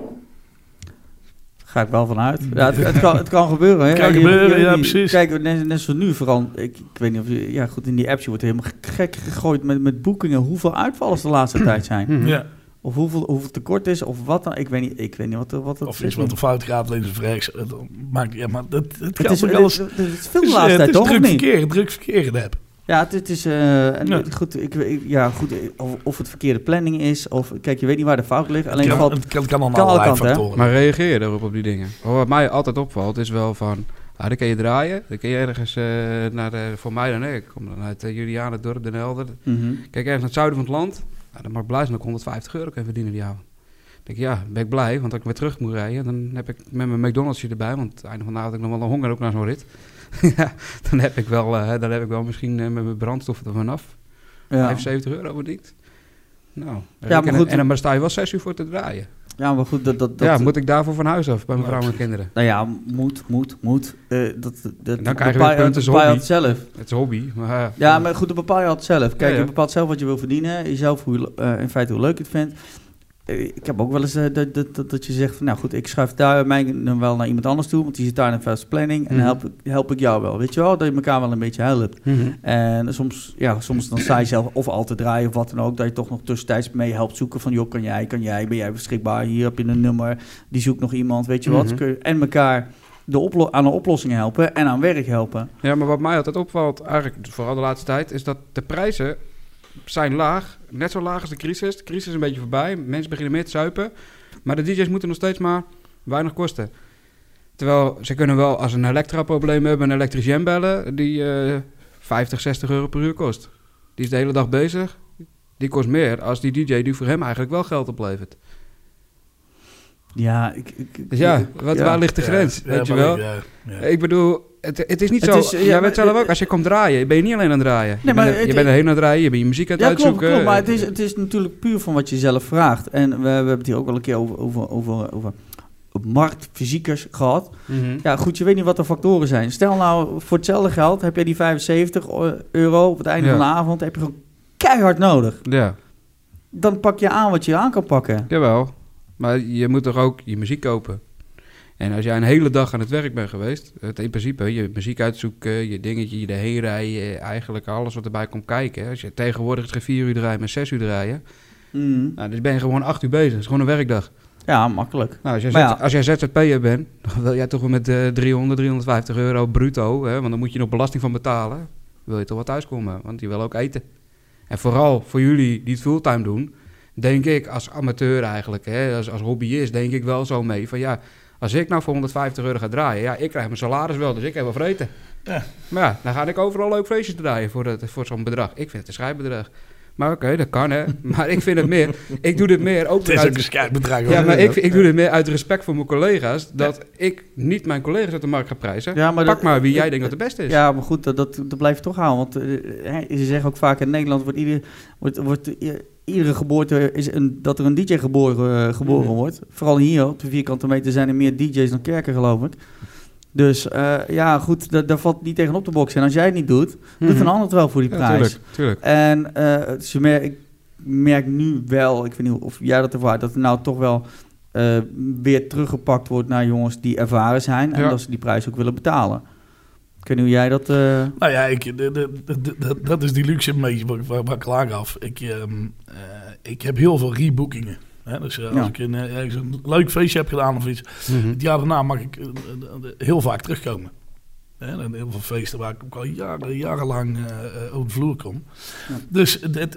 Ga ik wel vanuit. Ja, het, het, kan, het kan gebeuren. Het kan ja, gebeuren, je, je, ja, die, precies. Kijk, net, net zoals nu vooral... Ik, ik weet niet of je... Ja, goed, in die apps je wordt helemaal gek gegooid met, met boekingen. Hoeveel uitvallers de laatste tijd zijn. Ja. Of hoeveel, hoeveel tekort is, of wat dan. Ik weet niet, ik weet niet wat, wat het of is. Of wat er fout gaat, links of rechts. Maakt, ja, maar dat, het, het is wel eens... Het is veel de laatste tijd, toch? Het is druk verkeer, druk verkeer in de app. Ja, het, het is uh, en ja. goed. Ik, ik, ja, goed of, of het verkeerde planning is, of kijk, je weet niet waar de fout ligt. Alleen het kan, valt, het kan, het kan allemaal allerlei factoren. Maar reageer je daarop op die dingen? Wat mij altijd opvalt is wel van, ah, dan kun je draaien, dan kun je ergens uh, naar de, voor mij dan, nee, ik kom dan uit uh, Juliana, Dorp, Den Helder. Mm-hmm. Kijk ergens naar het zuiden van het land, nou, dan mag ik blij zijn dat ik honderdvijftig euro kan verdienen die avond. Dan denk ik, ja, ben ik blij, want als ik weer terug moet rijden, dan heb ik met mijn McDonald'sje erbij, want het einde van de avond heb ik nog wel een honger ook naar zo'n rit. Ja, dan heb ik wel, uh, dan heb ik wel misschien uh, met mijn brandstoffen er vanaf. Ja. vijfenzeventig euro verdiend. Nou, ja, maar goed, en, en dan sta je wel zes uur voor te draaien. Ja, maar goed, dat... dat, dat ja, moet ik daarvoor van huis af, bij mijn vrouw en kinderen? Nou ja, moet, moet, moet. Uh, dat, dat, dan krijg je weer punten, bepaal je het zelf. Het is hobby, maar... Uh, ja, maar goed, dat bepaal je altijd zelf. Kijk, ja, ja. je bepaalt zelf wat je wil verdienen. Jezelf hoe, uh, in feite hoe leuk je het vindt. Ik heb ook wel eens uh, dat, dat, dat, dat je zegt van, nou goed, ik schuif daar mij dan wel naar iemand anders toe, want die zit daar in fast planning en dan help, help ik jou wel. Weet je wel, dat je elkaar wel een beetje helpt. Mm-hmm. En soms, ja, soms dan sta je zelf of al te draaien of wat dan ook, dat je toch nog tussentijds mee helpt zoeken van, joh, kan jij, kan jij, ben jij beschikbaar? Hier heb je een nummer, die zoekt nog iemand, weet je wat? Mm-hmm. Kun je, en elkaar de oplo- aan de oplossingen helpen en aan werk helpen. Ja, maar wat mij altijd opvalt, eigenlijk vooral de laatste tijd, is dat de prijzen zijn laag. Net zo laag als de crisis. De crisis is een beetje voorbij. Mensen beginnen meer te zuipen. Maar de D J's moeten nog steeds maar weinig kosten. Terwijl ze kunnen wel, als ze een elektra-probleem hebben, een elektricien bellen die uh, vijftig, zestig euro per uur kost. Die is de hele dag bezig. Die kost meer als die D J die voor hem eigenlijk wel geld oplevert. Ja, ik, ik, dus ja, wat, ja, waar ligt de grens? Ja, weet ja, je wel? Ja, ja. Ik bedoel, het, het is niet het zo. Is, ja, jij weet zelf ook, als je komt draaien, ben je niet alleen aan het draaien. Nee, je bent, het, je bent er heen aan het draaien, je bent je muziek aan het ja, uitzoeken. Klopt, klopt, maar het is, het is natuurlijk puur van wat je zelf vraagt. En we, we hebben het hier ook wel een keer over, over, over, over marktfysiekers gehad. Mm-hmm. Ja, goed, je weet niet wat de factoren zijn. Stel nou, voor hetzelfde geld heb jij die vijfenzeventig euro op het einde ja. van de avond, heb je gewoon keihard nodig. Ja. Dan pak je aan wat je aan kan pakken. Jawel. Maar je moet toch ook je muziek kopen. En als jij een hele dag aan het werk bent geweest, het in principe je muziek uitzoeken, je dingetje, je erheen rijden, eigenlijk alles wat erbij komt kijken. Als je tegenwoordig geen vier uur draaien, maar zes uur draaien, mm. nou, dus ben je gewoon acht uur bezig. Het is gewoon een werkdag. Ja, makkelijk. Nou, als, jij ja. Z- als jij Z Z P'er bent, dan wil jij toch wel met uh, driehonderd, driehonderdvijftig euro bruto, hè, want dan moet je nog belasting van betalen. Wil je toch wat thuiskomen, want je wil ook eten. En vooral voor jullie die het fulltime doen, denk ik als amateur eigenlijk, hè, als, als hobbyist, denk ik wel zo mee van ja, als ik nou voor honderdvijftig euro ga draaien, ja, ik krijg mijn salaris wel, dus ik heb wel vreten. Ja. Maar ja, dan ga ik overal leuk feestjes draaien voor, het, voor zo'n bedrag. Ik vind het een schijnbedrag. Maar oké, okay, dat kan hè. Maar ik vind het meer, ik doe dit meer ook... Het is uit, ook een schijnbedrag. Ja, maar ik, ik doe dit meer uit respect voor mijn collega's, dat ja. ik niet mijn collega's uit de markt ga prijzen. Ja, maar Pak dat, maar wie uh, jij uh, denkt dat de beste is. Ja, maar goed, dat, dat, dat blijf je toch houden. Want uh, ze zeggen ook vaak in Nederland wordt ieder... Wordt, wordt, uh, Iedere geboorte is een, dat er een D J geboren, uh, geboren mm-hmm. wordt. Vooral hier op de vierkante meter zijn er meer D J's dan kerken, geloof ik. Dus uh, ja, goed, da- daar valt niet tegen op te boksen. En als jij het niet doet, mm-hmm. doet een ander het wel voor die ja, prijs. Tuurlijk, tuurlijk. En uh, ze mer- ik merk nu wel, ik weet niet of jij dat ervaart, dat er nou toch wel uh, weer teruggepakt wordt naar jongens die ervaren zijn. En ja. dat ze die prijs ook willen betalen. Ik weet niet hoe jij dat... Uh... Nou ja, ik, de, de, de, de, dat is die luxe een beetje waar, waar, waar ik klaar af. Ik, um, uh, ik heb heel veel rebookingen. Hè? Dus uh, als ja. ik een, uh, een leuk feestje heb gedaan of iets, mm-hmm. het jaar daarna mag ik uh, uh, heel vaak terugkomen. Hè? En heel veel feesten waar ik ook al jaren, jarenlang uh, uh, over de vloer kom. Ja. Dus, dit,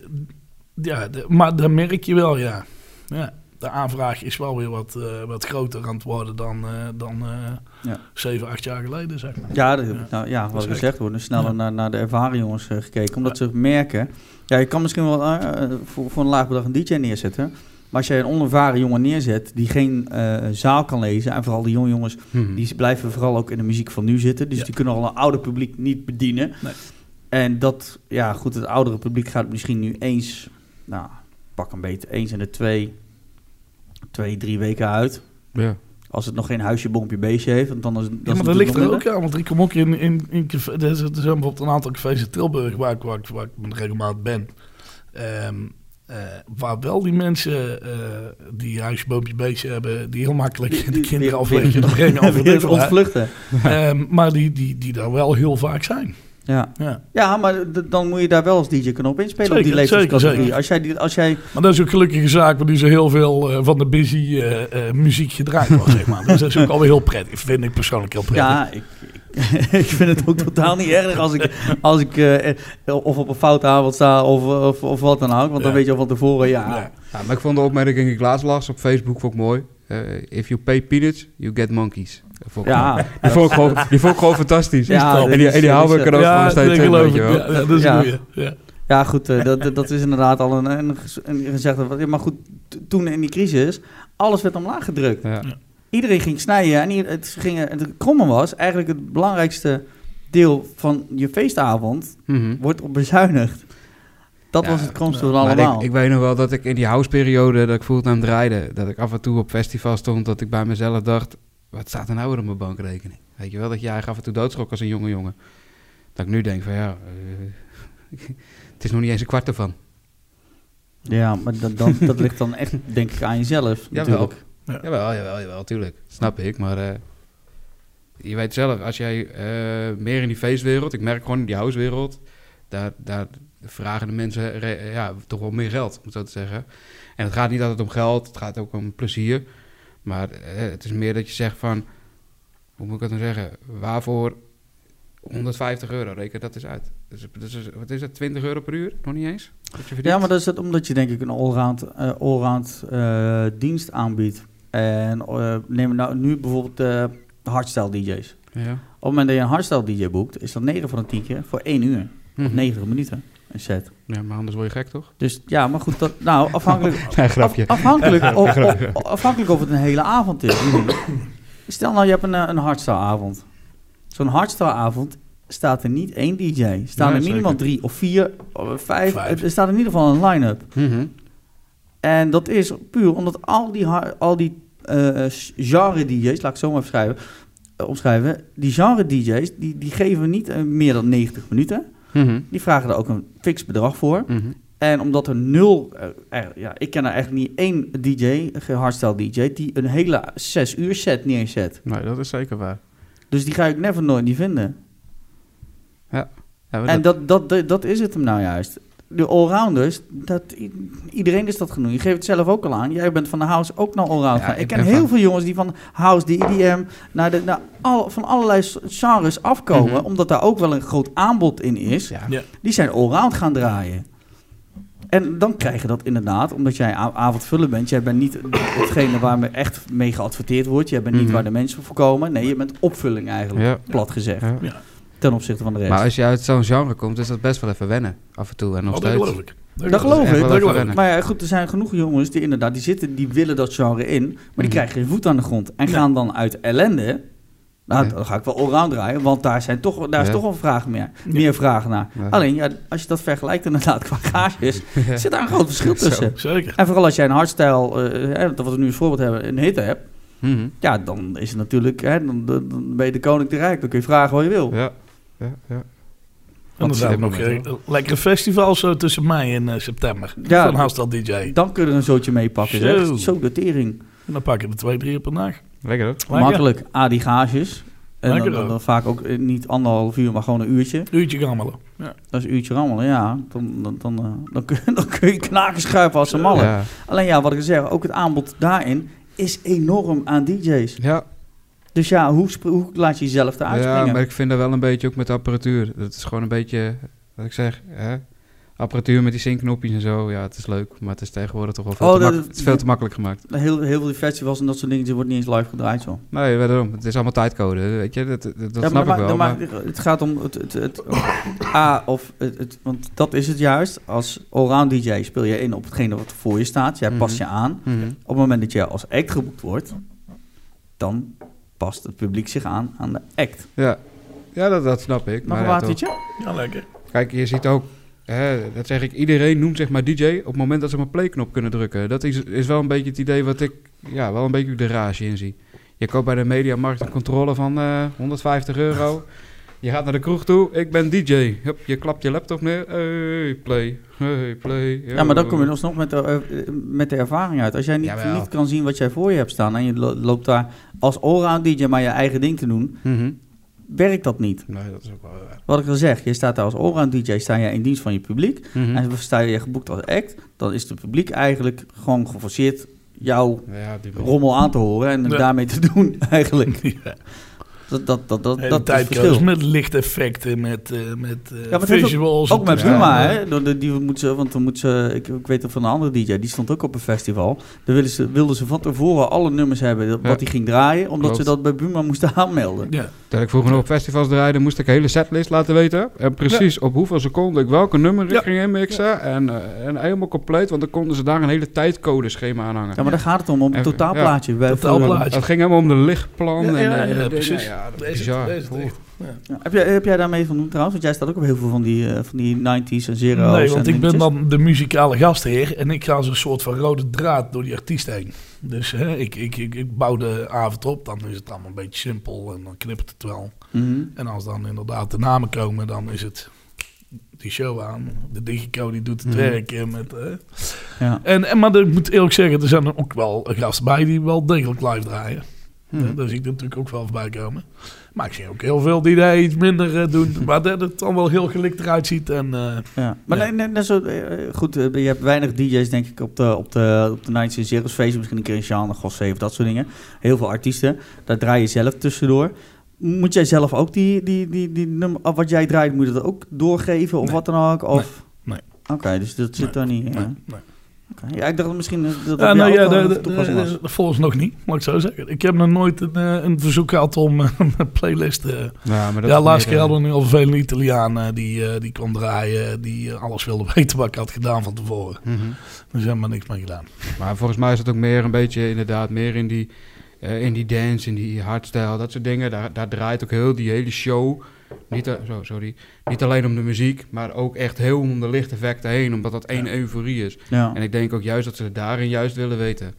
ja, de, maar dan merk je wel, ja... ja. De aanvraag is wel weer wat, uh, wat groter aan het worden dan, uh, dan uh, ja. zeven, acht jaar geleden, zeg maar. Ja, dat, ja. Nou, ja wat gezegd wordt, sneller ja. naar, naar de ervaren jongens uh, gekeken. Omdat ja. ze merken... Ja, je kan misschien wel uh, voor, voor een laag bedrag een D J neerzetten. Maar als jij een onervaren jongen neerzet die geen uh, zaal kan lezen... en vooral die jonge jongens, hmm. die blijven vooral ook in de muziek van nu zitten. Dus ja. die kunnen al een ouder publiek niet bedienen. Nee. En dat, ja goed, het oudere publiek gaat misschien nu eens... Nou, pak een beetje eens in de twee... twee, drie weken uit. Ja. Als het nog geen huisje, bompje, beestje heeft. Want dan is, dan ja, maar dat ligt er ook aan. Want ik kom ook in... in, in er zijn bijvoorbeeld een aantal cafés in Tilburg... waar ik, waar ik, waar ik regelmatig ben. Um, uh, waar wel die mensen... Uh, die huisje, bompje, beestje hebben... die heel makkelijk die, die, de kinderen afleggen. Dan brengen over ontvluchten. Um, maar die, die, die daar wel heel vaak zijn. Ja. Ja. ja, maar d- dan moet je daar wel als D J kunnen op inspelen. Zeker, op die leeftijdscategorie. Als jij die, als jij... Maar dat is ook gelukkig een zaak waar die zo heel veel uh, van de busy uh, uh, muziek gedraaid wordt, zeg maar. Dus dat is ook alweer heel prettig. Vind ik persoonlijk heel prettig. Ja, ik, ik, ik vind het ook totaal niet erg als ik, als ik uh, of op een foute avond sta of, of, of wat dan ook. Want ja. dan weet je al van tevoren, ja. ja. ja maar ik vond de opmerking in Glaaslas op Facebook ook mooi. Uh, if you pay peanuts, you get monkeys. Ja, die vond ik gewoon, die vond ik gewoon fantastisch. Ja, en die, die houden ik er ook ja, gewoon steeds in, weet je wel. Ja, dat is ja. Goeie, ja. ja, goed, uh, dat, dat is inderdaad al een, een, een gezegde. Maar goed, t- toen in die crisis, alles werd omlaag gedrukt. Ja. Ja. Iedereen ging snijden en het, ging, het kromme was eigenlijk het belangrijkste deel van je feestavond mm-hmm. wordt op bezuinigd. Dat ja, was het kromste van allemaal. Ik, ik weet nog wel dat ik in die houseperiode dat ik fulltime draaide, dat ik af en toe op festival stond, dat ik bij mezelf dacht, wat staat er nou weer op mijn bankrekening? Weet je wel, dat je eigenlijk af en toe doodschrok als een jonge jongen. Dat ik nu denk van ja, uh, het is nog niet eens een kwart ervan. Ja, maar dat, dat, dat ligt dan echt, denk ik, aan jezelf. Jawel, Ja. jawel, jawel, jawel, tuurlijk. Dat snap ik, maar uh, je weet zelf, als jij uh, meer in die feestwereld, ik merk gewoon in die housewereld, daar, daar vragen de mensen re- ja, toch wel meer geld, om het zo te zeggen. En het gaat niet altijd om geld, het gaat ook om plezier. Maar uh, het is meer dat je zegt van, hoe moet ik het nou zeggen, waarvoor honderdvijftig euro, reken dat eens uit. Dus, dus, wat is het, twintig euro per uur? Nog niet eens? Ja, maar dat is het omdat je denk ik een allround, uh, allround uh, dienst aanbiedt. En uh, neem nou nu bijvoorbeeld uh, hardstyle D J's. Ja. Op het moment dat je een hardstyle D J boekt, is dat negen van de tien keer voor één uur. Mm-hmm. Of negentig minuten een set. Ja, maar anders word je gek, toch? Dus ja, maar goed, dat, nou, afhankelijk, Nee, grapje. af, afhankelijk, of, of, afhankelijk of het een hele avond is. Stel nou, je hebt een, een hardstyle avond. Zo'n hardstyle avond staat er niet één D J. Staan Ja, er minimaal zeker. drie of vier of vijf. Vijf. Er staat in ieder geval een line-up. Mm-hmm. En dat is puur omdat al die, har- al die uh, genre-D J's, laat ik het zo maar schrijven, uh, omschrijven, die genre-D J's, die, die geven niet uh, meer dan negentig minuten. Mm-hmm. Die vragen er ook een fix bedrag voor. Mm-hmm. En omdat er nul, uh, er, ja, ik ken er eigenlijk niet één D J, geen hardstyle D J, die een hele zes uur set neerzet. Nee, dat is zeker waar. Dus die ga ik never nooit niet vinden. Ja, maar En dat- dat, dat, dat is het hem nou juist. De allrounders, dat, i- iedereen is dat genoeg. Je geeft het zelf ook al aan. Jij bent van de house ook naar allround. Ja, gaan. ik ik ken ben heel van- veel jongens die van house, de E D M, naar de, naar al, van allerlei genres afkomen. Mhm. Omdat daar ook wel een groot aanbod in is. ja. Ja. Die zijn allround gaan draaien. En dan krijg je dat inderdaad, omdat jij a- avondvullen bent. Jij bent niet hetgene waar me echt mee geadverteerd wordt. Jij bent niet Mhm. waar de mensen voor komen. Nee, je bent opvulling eigenlijk, Ja. plat gezegd. Ja. Ja. Ten opzichte van de rest. Maar als je uit zo'n genre komt, is dat best wel even wennen. Af en toe en nog Oh, dat steeds. geloof ik. Dat geloof echt ik. wel Dat even geloof ik. wennen. Maar ja, goed, er zijn genoeg jongens die inderdaad, die zitten, die willen dat genre in, maar die Mhm. krijgen geen voet aan de grond en Ja. gaan dan uit ellende. Nou, Ja. dan ga ik wel allround draaien, want daar, zijn toch, daar is Ja. toch wel vraag meer, meer vragen naar. Ja. Alleen, ja, als je dat vergelijkt inderdaad qua gages, Ja. zit daar een groot verschil Zo. tussen. Zeker. En vooral als jij een hardstyle, uh, hè, wat we nu als voorbeeld hebben, een hit hebt, Mhm. ja, dan is het natuurlijk, hè, dan, dan dan ben je de koning te rijk. Dan kun je vragen wat je wil. Ja. Ja, ja. En er Wat zijn is nog dit moment, eh, lekkere festivals zo tussen mei en uh, september. Ja. Van Household D J. Dan kun je een zootje meepakken, Zo. zeg. Zo de tering. En dan pak je er twee, drie per dag. Lekker hoor. Lekker. Makkelijk, A, die gages. En dan, Lekker, dan, hoor. dan vaak ook eh, niet anderhalf uur, maar gewoon een uurtje. Uurtje gammelen. Ja. Dat is een uurtje rammelen, ja. Dan, dan, dan, eh, dan, kun, je, dan kun je knaken schuiven als ze mallen. Ja. Alleen ja, wat ik zeg, ook het aanbod daarin is enorm aan D J's. Ja. Dus ja, hoe, spr- hoe laat je jezelf eruit ja, springen? maar ik vind dat wel een beetje ook met de apparatuur. Dat is gewoon een beetje, wat ik zeg, hè? Apparatuur met die zinknopjes en zo. Ja, het is leuk, maar het is tegenwoordig toch wel veel, Oh, te, dat- mak- het is veel te makkelijk gemaakt. Heel, heel veel festivals en dat soort dingen, die wordt niet eens live gedraaid zo. Nee, wederom, het is allemaal tijdcode, weet je, dat, dat, dat Ja, maar snap ik dan wel. ma- Maar, dan ma- het gaat om het, het, het, A, of het, het, want dat is het juist. Als allround D J speel je in op hetgene wat voor je staat. Jij Mhm. past je aan. Mhm. Op het moment dat je als act geboekt wordt, dan past het publiek zich aan aan de act. Ja, ja dat, dat snap ik. Nog maar een ja, watertje? toch. Ja, lekker. Kijk, je ziet ook, hè, dat zeg ik, iedereen noemt zeg maar D J op het moment dat ze maar playknop kunnen drukken. Dat is, is wel een beetje het idee wat ik, ja, wel een beetje de rage in zie. Je koopt bij de Mediamarkt een controle van eh, honderdvijftig euro. Je gaat naar de kroeg toe, ik ben D J. Hup, je klapt je laptop neer, hey, play, hey, play. Ja, maar dan kom je alsnog met de, eh, met de ervaring uit. Als jij niet, Jawel. niet kan zien wat jij voor je hebt staan en je lo- loopt daar als allround D J maar je eigen ding te doen, Mhm. werkt dat niet. Nee, dat is ook wel waar. Wat ik al zeg, je staat daar als allround D J, sta je in dienst van je publiek. Mhm. En sta je geboekt als act, dan is het publiek eigenlijk gewoon geforceerd jouw Ja, die rommel aan te horen en Ja. daarmee te doen eigenlijk. Ja. Dat, dat, dat, dat, Hele dat is het tijdcodes verschil. met lichteffecten, met, uh, met uh, Ja, maar het heeft visuals. Ook met Het is Buma, allemaal- hè? Door de- Die moet ze, want dan moet ze, ik, ik weet het van een andere D J, die stond ook op een festival. Daar wilden ze, wilden ze van tevoren alle nummers hebben wat Ja. hij ging draaien, omdat Klopt. ze dat bij Buma moesten aanmelden. Ja. Toen ik vroeger nog op festivals draaide, moest ik een hele setlist laten weten. En precies op hoeveel seconden ik welke nummer ik Ja. ging inmixen. En, uh, en helemaal compleet, want dan konden ze daar een hele tijdcodeschema aan hangen. Ja, maar daar gaat het om, om het Even- totaalplaatje. Bij Totaalplaatje. Het ging helemaal om de lichtplan. Ja, en, ja, eh, ja, de- precies. ja, dat is Deze- bizar. deze- Oeh. deze. Ja. Ja. Heb, jij, heb jij daarmee van doen trouwens? Want jij staat ook op heel veel van die, uh, van die nineties en zero's. Nee, want en ik ben dingetjes. dan de muzikale gastheer en ik ga als een soort van rode draad door die artiest heen. Dus hè, ik, ik, ik, ik bouw de avond op, dan is het allemaal een beetje simpel en dan knippert het wel. Mhm. En als dan inderdaad de namen komen, dan is het die show aan. De Digico die doet het Mhm. werk. eh, Met, eh. Ja. en, en, maar ik moet eerlijk zeggen, er zijn er ook wel gasten bij die wel degelijk live draaien. Mhm. Eh, Daar zie ik natuurlijk ook wel voorbij komen. Maar ik zie ook heel veel die daar iets minder eh, doen. Maar dat het dan wel heel gelikt eruit ziet. En, uh, Ja. Maar ja. nee, nee, net zo, uh, goed, uh, je hebt weinig D J's denk ik op de, op de, op de Nights in Zero's feest. Misschien een keer in Sjaan, Gossé of dat soort dingen. Heel veel artiesten. Daar draai je zelf tussendoor. Moet jij zelf ook die, die, die, die nummer, wat jij draait, moet je dat ook doorgeven of Nee. wat dan ook? Of? Nee. Oké, okay, dus dat zit Nee. daar niet in. nee, Ja. nee. Okay. Ja, ik dacht misschien dat dat Ja, bij nou, jou ja, ook wel de, een de, toepassing was. de, de, volgens nog niet, moet ik zo zeggen. Ik heb nog nooit een, uh, een verzoek gehad om uh, een playlist. Uh, Ja, maar dat ja, is laatste keer meer, hadden we nu al veel Italiaan uh, die, uh, die kwam draaien, die uh, alles wilde weten wat ik had gedaan van tevoren. Mhm. Dus hebben we niks mee gedaan. Maar volgens mij is het ook meer een beetje inderdaad meer in die, uh, in die dance, in die hardstyle, dat soort dingen. Daar, daar draait ook heel die hele show. Niet, uh, zo, sorry, niet alleen om de muziek, maar ook echt heel om de lichteffecten heen, omdat dat één Ja. euforie is. Ja. En ik denk ook juist dat ze het daarin juist willen weten.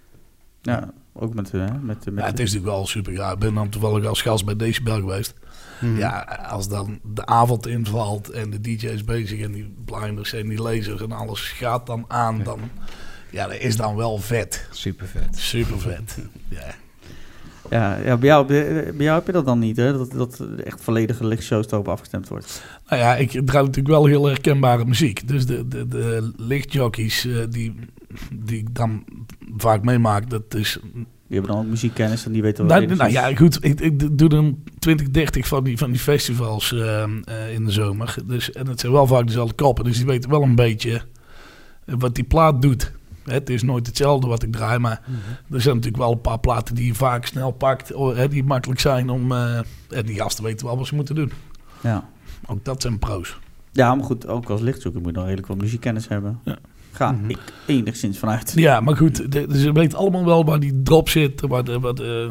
Ja, ook met... Uh, met, met Ja, het is natuurlijk wel super. Ja, ik ben dan toevallig als gast bij Decibel geweest. Mhm. Ja, als dan de avond invalt en de D J's bezig en die blinders en die lasers en alles gaat dan aan, dan... Ja, dat is dan wel vet. Super vet. Super vet. Ja. Ja, ja bij, jou, bij, bij jou heb je dat dan niet, hè? Dat, dat echt volledige lichtshows erop afgestemd wordt. Nou ja, ik draai natuurlijk wel heel herkenbare muziek. Dus de, de, de lichtjockeys uh, die, die ik dan vaak meemaak, dat is... Die hebben dan ook muziekkennis en die weten wel... Nou, nou ja, goed, ik, ik doe dan twintig, dertig van die, van die festivals uh, uh, in de zomer. Dus, en het zijn wel vaak dezelfde koppen, dus die weten wel een beetje wat die plaat doet. Het is nooit hetzelfde wat ik draai, maar mm-hmm. er zijn natuurlijk wel een paar platen die je vaak snel pakt, hè, die makkelijk zijn om... Uh, en die gasten weten wel wat ze moeten doen. Ja. Ook dat zijn pro's. Ja, maar goed, ook als lichtzoeker moet je dan redelijk wat muziekkennis hebben. Ja. Ga Mm-hmm. ik enigszins vanuit. Ja, maar goed, de, de, ze weten allemaal wel waar die drop zit. Waar de, waar de,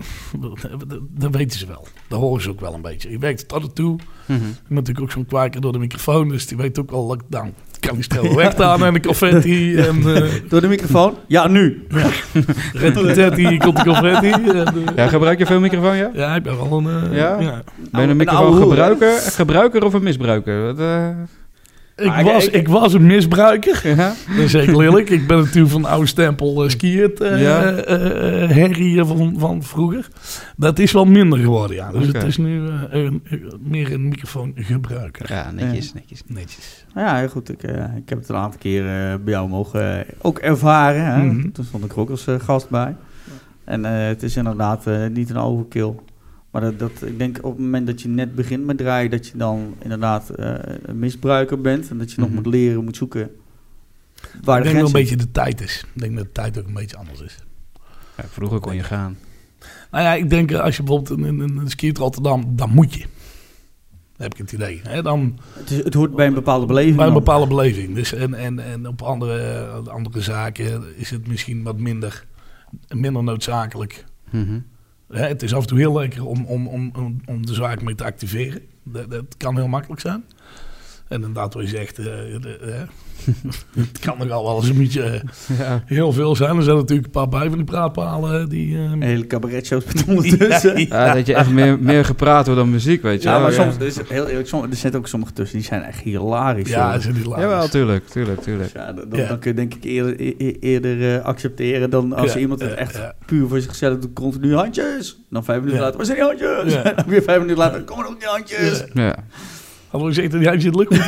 dat weten ze wel. Dat horen ze ook wel een beetje. Je werkt het altijd toe. Mm-hmm. Ik ben natuurlijk ook zo'n kwaker door de microfoon, dus die weet ook wel dat ik dan kan die snel weg aan en de confetti. En, uh, door de microfoon? Ja, nu. Ja. Rettetetti, komt de confetti. En, uh, Ja, gebruik je veel microfoon, ja? ja, ik ben wel een... Uh, Ja? ja. Ben je een microfoon gebruiker, gebruiker of een misbruiker? Wat, uh... Ik, Ah, was, ik- ik was een misbruiker. ja? Dat is zeker lelijk. Ik ben natuurlijk van de oude stempel uh, skiët, uh, Ja. uh, uh, herrie van, van vroeger. Dat is wel minder geworden, ja. Dus Oké. het is nu uh, een, een, meer een microfoongebruiker. Ja, netjes, netjes. Netjes. Ja, heel goed. Ik, uh, ik heb het een aantal keer uh, bij jou mogen uh, ook ervaren. Hè? Mhm. Toen stond ik er ook als uh, gast bij. En uh, het is inderdaad uh, niet een overkill. Maar dat, dat, ik denk op het moment dat je net begint met draaien, dat je dan inderdaad uh, een misbruiker bent. En dat je nog Mhm. moet leren, moet zoeken waar Ik de denk dat grens een zit. beetje de tijd is. Ik denk dat de tijd ook een beetje anders is. Ja, vroeger kon je gaan. Nou ja, ik denk uh, als je bijvoorbeeld in, in, in een ski Rotterdam, dan moet je. Dan heb ik het idee. Hè? Dan, Het, is, het hoort bij een bepaalde beleving. bij een dan. bepaalde beleving. Dus en, en, en op andere, andere zaken is het misschien wat minder, minder noodzakelijk. Mm-hmm. Hè, het is af en toe heel lekker om, om, om, om, om de zaak mee te activeren. Dat, dat kan heel makkelijk zijn. En inderdaad, wat je zegt, uh, de, uh, het kan nogal wel eens een beetje uh, Ja. heel veel zijn. Er zijn natuurlijk een paar bij van die praatpalen die... Uh, Hele cabaretshows met ondertussen. Ja, ja, Ja, dat je echt meer, meer gepraat wordt dan muziek, weet je wel. maar Ja. soms, er, is heel eerlijk, soms, er zitten ook sommige tussen, die zijn echt hilarisch. ja, hoor. ze zijn die laatste. Jawel, tuurlijk, tuurlijk, tuurlijk. Dus ja, dan, dan, Ja. dan kun je denk ik eerder, e- e- eerder uh, accepteren dan als Ja, iemand het ja, echt ja. puur voor zichzelf doet, continu handjes. Dan vijf minuten Ja. later, waar zijn die handjes? Ja. En dan weer vijf minuten later, kom maar ook die handjes. Ja. Ja. Hallo, je zegt dat jij zit lukken.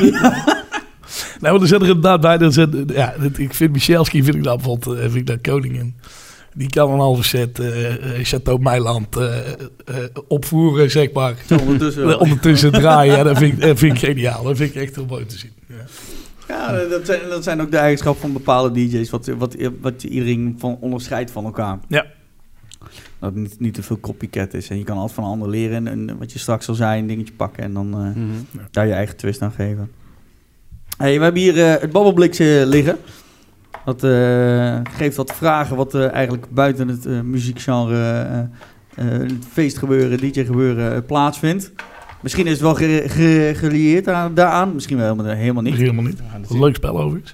Nou, maar er zit er inderdaad bij. Er zit, ja, dat, ik vind Michelski, vind ik dat bijvoorbeeld, uh, vind ik dat koningin. Die kan een halve set uh, uh, Chateau Meiland uh, uh, opvoeren, zeg maar. Zo ondertussen. Uh, ondertussen draaien. Ja, dat, vind ik, dat vind ik geniaal. Dat vind ik echt heel mooi te zien. Ja. Ja, dat zijn, dat zijn ook de eigenschappen van bepaalde D J's, wat, wat, wat iedereen van onderscheidt van elkaar. Ja. Dat het niet, niet te veel copycat is. En je kan altijd van een ander leren en, en wat je straks al zei, een dingetje pakken en dan uh, Mm-hmm. daar je eigen twist aan geven. Hey, we hebben hier uh, het babbelblikje liggen. Dat uh, geeft wat vragen wat uh, eigenlijk buiten het uh, muziekgenre, uh, uh, het feestgebeuren, D J-gebeuren uh, plaatsvindt. Misschien is het wel ge- ge- gelieerd aan, daaraan, misschien wel helemaal, helemaal niet. Helemaal niet. Een leuk spel overigens.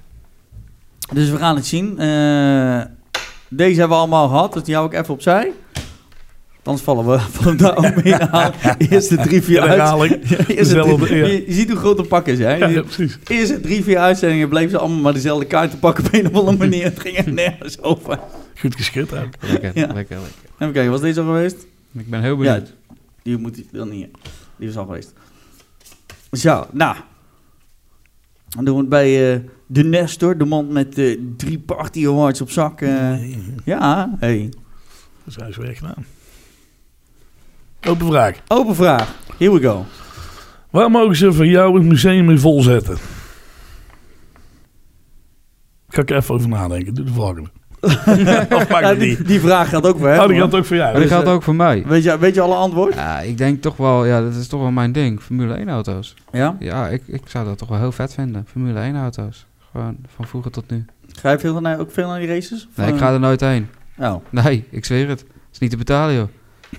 Dus we gaan het zien. Uh, deze hebben we allemaal gehad, dus die hou ik even opzij. Anders vallen we van daar ook mee aan. Eerste drie, vier uitzendingen. Je ziet hoe groot de pak is, hè? Ja, ja, precies. Eerste drie, vier uitzendingen bleven ze allemaal maar dezelfde kaarten pakken op een of andere manier. Het ging er nergens over. Goed geschud ook. Lekker, Ja. lekker, lekker. Even kijken, was deze al geweest? Ik ben heel benieuwd. Ja, die moet dan niet. Die is al geweest. Zo, nou. Dan doen we het bij uh, de Nestor, de man met uh, drie Party Awards op zak. Uh, Nee. ja, hey. Dat is huis weer gedaan. Open vraag. Open vraag. Here we go. Waar mogen ze voor jou het museum mee volzetten? Ga ik even over nadenken. Doe de volgende. Of maak Ja, het die, niet. die vraag gaat ook voor hem. Oh, die hoor. gaat ook voor jou. Maar die Dus, geldt uh, ook voor mij. Weet je, weet je alle antwoord? Ja, ik denk toch wel, ja, dat is toch wel mijn ding. Formule één auto's. Ja? Ja, ik, ik zou dat toch wel heel vet vinden. Formule één auto's. Gewoon van vroeger tot nu. Ga je veel naar, ook veel naar die races? Of, Nee, ik uh, ga er nooit heen. Oh. Nee, ik zweer het. Het is niet te betalen, joh.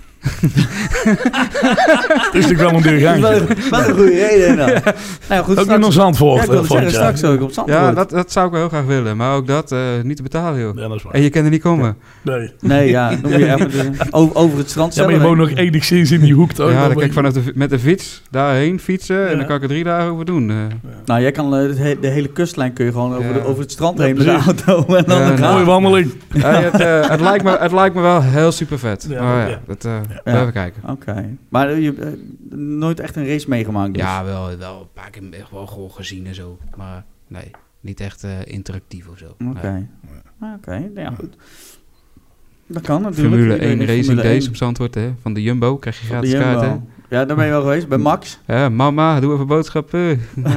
Het is natuurlijk wel een duur Dat is gaantje. wel, wel een goede reden dan. Nou ja, goed, Ook straks, in ons ja, Zandvoort. ik wilde uh, zeggen, volgend jaar. straks ook op Zandvoort. Ja, dat, dat zou ik wel heel graag willen. Maar ook dat, uh, niet te betalen, joh. Ja, dat is waar. En je kan er niet komen. Nee. Nee, ja, dan moet je even de, over, over het strand Ja, maar je zelf woont heen. nog enigszins in die hoek toch? Ja, dan Dan kan ik ben je- vanaf de, met de fiets daarheen fietsen. Ja. En dan kan ik er drie dagen over doen. Uh, Nou, jij kan uh, de, he- de hele kustlijn kun je gewoon over, Ja. de, over het strand Ja, heen met de precies. auto. En dan Ja, gaan. nou, Mooie wandeling. ja, het, uh, het, lijkt me, het lijkt me wel heel super vet. Ja, maar ja, ja. dat, uh, Ja. even kijken. Oké. Maar uh, je hebt uh, nooit echt een race meegemaakt dus? Ja, wel, wel een paar keer echt wel gewoon gezien en zo. Maar nee, niet echt uh, interactief of zo. Oké. Nee. Ah, Oké, okay. Ja, goed. Dat kan natuurlijk. Formule Iedereen één heeft Racing Formule Days één. op Zandvoort, hè. Van de Jumbo krijg je Op de gratis Jumbo. kaart, hè. Ja, daar ben je wel geweest. Bij Max. Ja, mama, doe even boodschappen. Maar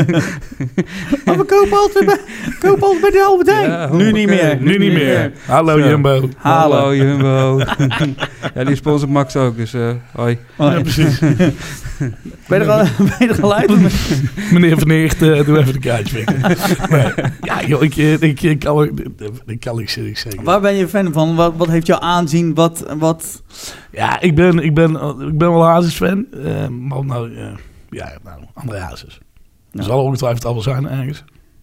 we kopen altijd bij, kopen altijd bij de Albert Heijn. Ja, nu niet hoppakee. meer. Nu niet meer. Hallo Zo. Jumbo. Halen. Hallo Jumbo. Ja, die sponsort Max ook, dus uh, hoi. Oh, Ja, precies. Ben je er al, ben je er al uit? Meneer Van Eert, uh, doe even de kaartje pikken. Nee. Ja, joh, ik, ik, ik, ik kan ik, ik kan niks ik zeggen. Waar ben je fan van? Wat, wat heeft jou aanzien? Wat, wat... Ja, ik ben, ik ben, ik ben wel Hazes-fan. Uh, maar nou, uh, ja, nou, André Hazes. Ja. Er zal ongetwijfeld al wel zijn ergens.